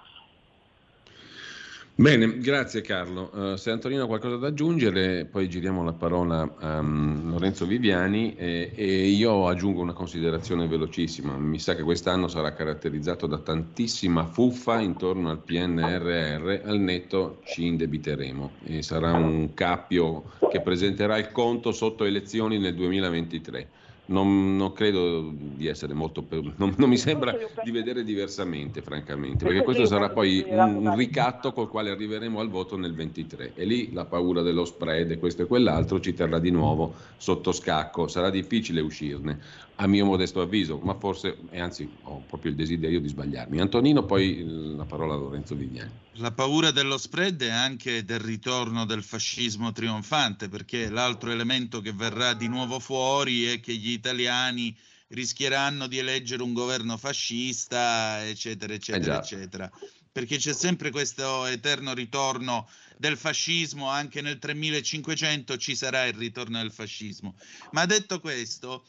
Bene, grazie Carlo. Uh, se Antonino ha qualcosa da aggiungere, poi giriamo la parola a um, Lorenzo Viviani e, e io aggiungo una considerazione velocissima. Mi sa che quest'anno sarà caratterizzato da tantissima fuffa intorno al P N R R, al netto ci indebiteremo e sarà un cappio che presenterà il conto sotto elezioni nel duemilaventitré. Non, non credo di essere molto per, non, non mi sembra di vedere diversamente, francamente, perché questo sarà poi un, un ricatto col quale arriveremo al voto nel ventitré, e lì la paura dello spread e questo e quell'altro ci terrà di nuovo sotto scacco. Sarà difficile uscirne, a mio modesto avviso, ma forse, e anzi ho proprio il desiderio di sbagliarmi. Antonino, poi la parola a Lorenzo Viviani. La paura dello spread è anche del ritorno del fascismo trionfante, perché l'altro elemento che verrà di nuovo fuori è che gli italiani rischieranno di eleggere un governo fascista, eccetera, eccetera, eh eccetera. Perché c'è sempre questo eterno ritorno del fascismo, anche nel tremilacinquecento ci sarà il ritorno del fascismo. Ma detto questo,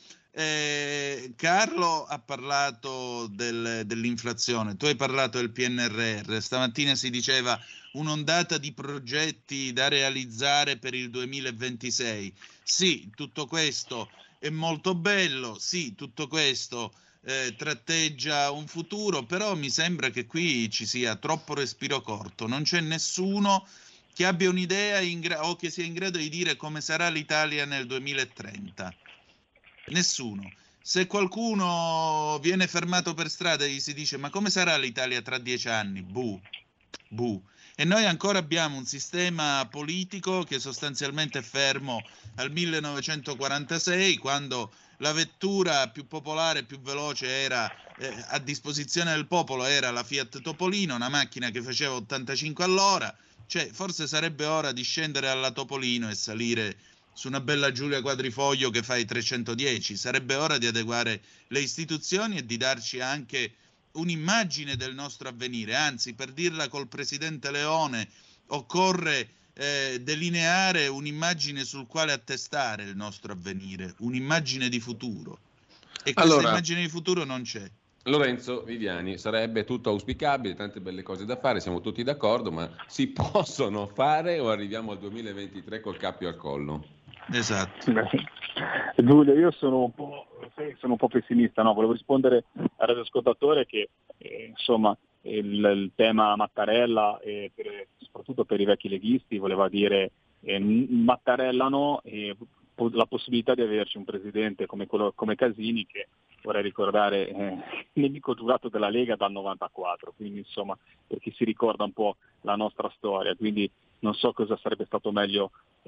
eh, Carlo ha parlato del, dell'inflazione, tu hai parlato del P N R R, stamattina si diceva un'ondata di progetti da realizzare per il duemilaventisei. Sì, tutto questo è molto bello, sì, tutto questo eh, tratteggia un futuro, però mi sembra che qui ci sia troppo respiro corto, non c'è nessuno che abbia un'idea in gra- o che sia in grado di dire come sarà l'Italia nel duemilatrenta. Nessuno. Se qualcuno viene fermato per strada e gli si dice ma come sarà l'Italia tra dieci anni? Bu, bu. E noi ancora abbiamo un sistema politico che sostanzialmente è fermo al millenovecentoquarantasei, quando la vettura più popolare, più veloce era eh, a disposizione del popolo era la Fiat Topolino, una macchina che faceva ottantacinque all'ora. Cioè, forse sarebbe ora di scendere alla Topolino e salire su una bella Giulia Quadrifoglio che fa i trecentodieci. Sarebbe ora di adeguare le istituzioni e di darci anche un'immagine del nostro avvenire. Anzi, per dirla col presidente Leone, occorre eh, delineare un'immagine sul quale attestare il nostro avvenire, un'immagine di futuro. E questa allora, immagine di futuro non c'è. Lorenzo Viviani, sarebbe tutto auspicabile, tante belle cose da fare, siamo tutti d'accordo, ma si possono fare o arriviamo al duemilaventitré col cappio al collo? Esatto. Giulio, io sono un po', sono un po' pessimista, no? Volevo rispondere al radioascoltatore che eh, insomma il, il tema Mattarella, eh, per, soprattutto per i vecchi leghisti, voleva dire eh, Mattarella no, e po- la possibilità di averci un presidente come, quello, come Casini, che vorrei ricordare eh, nemico giurato della Lega dal novantaquattro, quindi insomma per chi si ricorda un po' la nostra storia, quindi non so cosa sarebbe stato meglio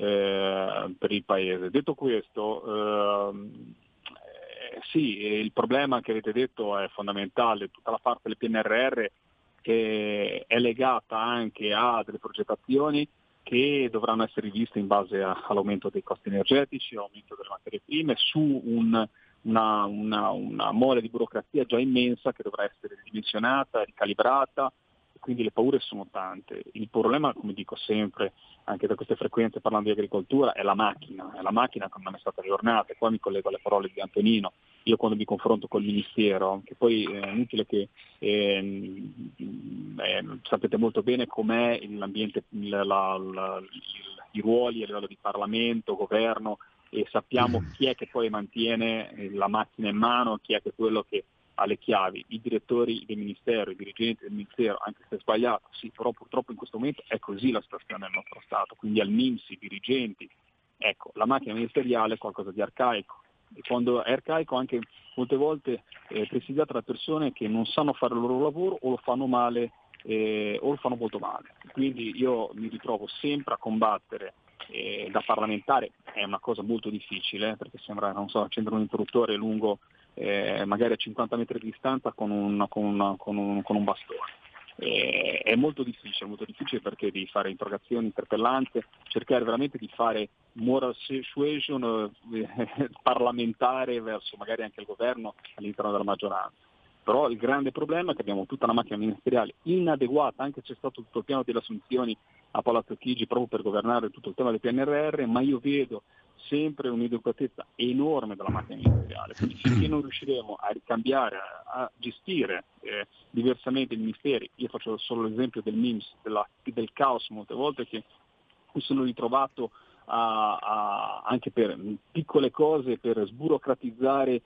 eh, per il Paese. Detto questo, ehm, eh, sì, il problema che avete detto è fondamentale, tutta la parte del P N R R che è legata anche a delle progettazioni che dovranno essere riviste in base a, all'aumento dei costi energetici, all'aumento delle materie prime, su un, una, una, una mole di burocrazia già immensa che dovrà essere ridimensionata, ricalibrata, quindi le paure sono tante. Il problema, come dico sempre, anche da queste frequenze parlando di agricoltura, è la macchina, è la macchina che non è stata aggiornata, e qua mi collego alle parole di Antonino. Io quando mi confronto col Ministero, che poi è inutile che eh, eh, sapete molto bene com'è l'ambiente, il, la, la, il, i ruoli a livello di Parlamento, governo, e sappiamo chi è che poi mantiene la macchina in mano, chi è che è quello che ha le chiavi, i direttori del Ministero, i dirigenti del Ministero, anche se è sbagliato, sì, però purtroppo in questo momento è così la situazione nel nostro Stato, quindi al M I M S, i dirigenti, ecco, la macchina ministeriale è qualcosa di arcaico, e quando è arcaico anche molte volte è presidiata da persone che non sanno fare il loro lavoro o lo fanno male eh, o lo fanno molto male, quindi io mi ritrovo sempre a combattere. Eh, da parlamentare è una cosa molto difficile, perché sembra, non so, accendere un interruttore lungo eh, magari a cinquanta metri di distanza con un, con una, con un, con un bastone. Eh, è molto difficile, molto difficile perché devi fare interrogazioni, interpellanze, cercare veramente di fare moral suasion eh, parlamentare verso magari anche il governo all'interno della maggioranza. Però il grande problema è che abbiamo tutta una macchina ministeriale inadeguata, anche se c'è stato tutto il piano delle assunzioni a Palazzo Chigi proprio per governare tutto il tema del P N R R, ma io vedo sempre un'inadeguatezza enorme della macchina ministeriale. Quindi finché non riusciremo a ricambiare, a, a gestire eh, diversamente i ministeri, io faccio solo l'esempio del M I M S, della, del caos molte volte che mi sono ritrovato a, a, anche per piccole cose, per sburocratizzare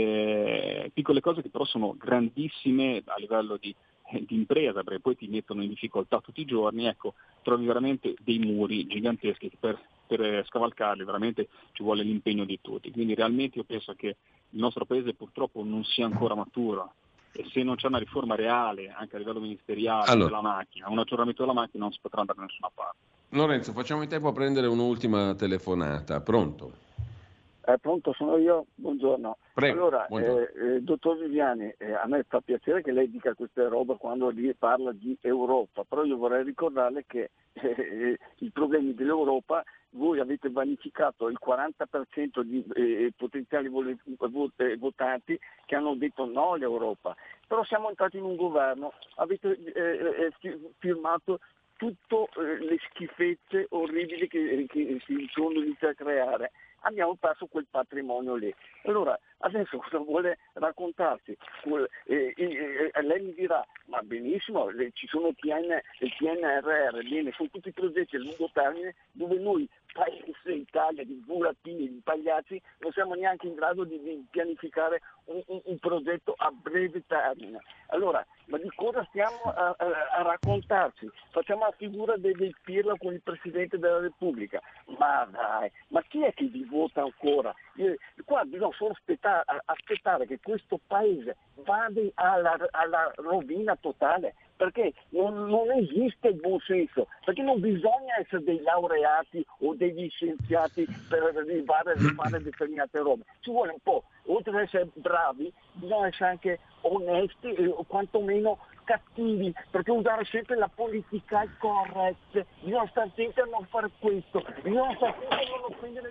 eh, piccole cose che però sono grandissime a livello di, eh, di impresa, perché poi ti mettono in difficoltà tutti i giorni, ecco, trovi veramente dei muri giganteschi che per, per scavalcarli veramente ci vuole l'impegno di tutti. Quindi realmente io penso che il nostro paese purtroppo non sia ancora maturo, e se non c'è una riforma reale anche a livello ministeriale allora, della macchina, un aggiornamento della macchina, non si potrà andare da nessuna parte. Lorenzo, facciamo in tempo a prendere un'ultima telefonata. Pronto? Eh, pronto, sono io, buongiorno. Prego, allora, buongiorno. Eh, eh, dottor Viviani, eh, a me fa piacere che lei dica queste robe quando parla di Europa, però io vorrei ricordarle che eh, i problemi dell'Europa, voi avete vanificato il quaranta per cento di eh, potenziali vole- votanti che hanno detto no all'Europa, però siamo entrati in un governo, avete eh, eh, firmato tutte eh, le schifezze orribili che, che si sono iniziate a creare. Abbiamo perso quel patrimonio lì. Allora, adesso cosa vuole raccontarci? Eh, eh, eh, lei mi dirà, ma benissimo, le, ci sono P N, il P N R R, bene, sono tutti progetti a lungo termine dove noi, paese Italia di burattini, di pagliacci, non siamo neanche in grado di, di pianificare un, un, un progetto a breve termine. Allora, ma di cosa stiamo a, a, a raccontarci? Facciamo la figura del, del Pirlo con il Presidente della Repubblica. Ma dai, ma chi è che vi vota ancora? Io, qua bisogna solo aspettare, aspettare che questo paese vada alla, alla rovina totale, perché non, non esiste il buon senso, perché non bisogna essere dei laureati o degli scienziati per arrivare a fare determinate robe, ci vuole un po', oltre ad essere bravi bisogna essere anche onesti e quantomeno cattivi, perché usare sempre la politica correct, bisogna stare attenti a non fare questo, bisogna stare attenti a non offendere.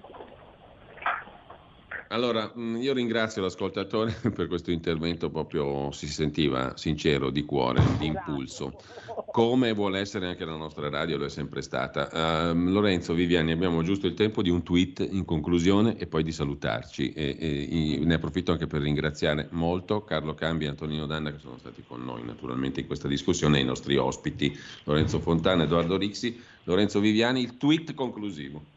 Allora, io ringrazio l'ascoltatore per questo intervento, proprio si sentiva sincero, di cuore, di impulso, come vuole essere anche la nostra radio, lo è sempre stata. Uh, Lorenzo, Viviani, abbiamo giusto il tempo di un tweet in conclusione e poi di salutarci. E, e, ne approfitto anche per ringraziare molto Carlo Cambi e Antonino Danna che sono stati con noi naturalmente in questa discussione, i nostri ospiti Lorenzo Fontana, Edoardo Rixi, Lorenzo Viviani, il tweet conclusivo.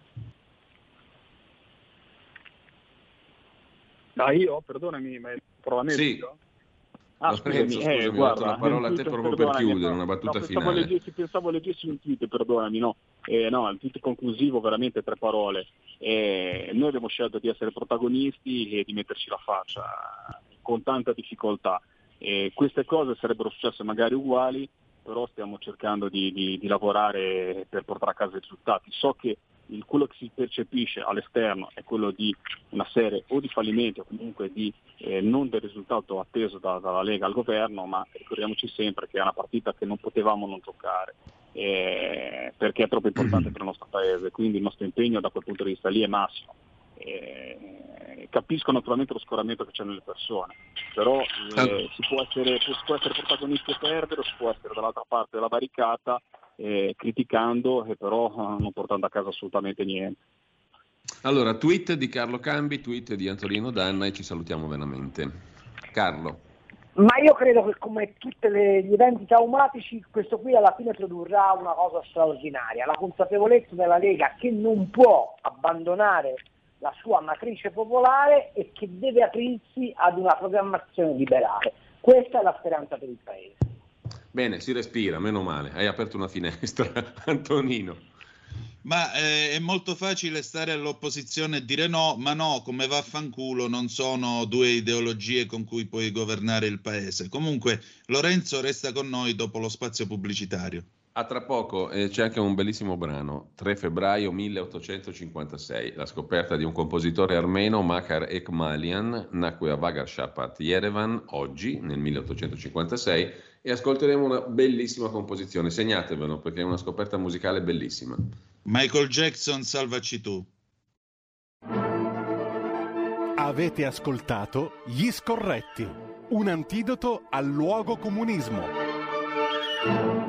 Ah, io? Perdonami, ma provo a me. Sì. Ah, Lorenzo, scusami, scusami, eh, ho guarda, dato la parola a te proprio per chiudere, una battuta no, pensavo finale. Leggessi, pensavo leggessi un tweet, perdonami, no. Eh, no, il tweet conclusivo, veramente tre parole. Eh, noi abbiamo scelto di essere protagonisti e di metterci la faccia con tanta difficoltà. Eh, queste cose sarebbero successe magari uguali, però stiamo cercando di, di, di lavorare per portare a casa i risultati. So che il, quello che si percepisce all'esterno è quello di una serie o di fallimenti o comunque di eh, non del risultato atteso da, dalla Lega al governo, ma ricordiamoci sempre che è una partita che non potevamo non giocare, eh, perché è troppo importante per il nostro paese, quindi il nostro impegno da quel punto di vista lì è massimo. Eh, capisco naturalmente lo scoramento che c'è nelle persone, però eh, si può essere, si può essere protagonisti e perdere, o si può essere dall'altra parte della barricata eh, criticando e però eh, non portando a casa assolutamente niente. Allora, tweet di Carlo Cambi, tweet di Antonino Danna e ci salutiamo veramente. Carlo. Ma io credo che come tutti gli eventi traumatici questo qui alla fine produrrà una cosa straordinaria, la consapevolezza della Lega che non può abbandonare la sua matrice popolare e che deve aprirsi ad una programmazione liberale. Questa è la speranza per il Paese. Bene, si respira, meno male. Hai aperto una finestra, Antonino. Ma eh, è molto facile stare all'opposizione e dire no, ma no, come vaffanculo, non sono due ideologie con cui puoi governare il Paese. Comunque, Lorenzo resta con noi dopo lo spazio pubblicitario. A tra poco, eh, c'è anche un bellissimo brano, tre febbraio milleottocentocinquantasei, la scoperta di un compositore armeno, Makar Ekmalian, nacque a Vagar-Sharpat, Yerevan, oggi, nel milleottocentocinquantasei, e ascolteremo una bellissima composizione, segnatevelo perché è una scoperta musicale bellissima. Michael Jackson, salvaci tu. Avete ascoltato Gli Scorretti, un antidoto al luogo comunismo.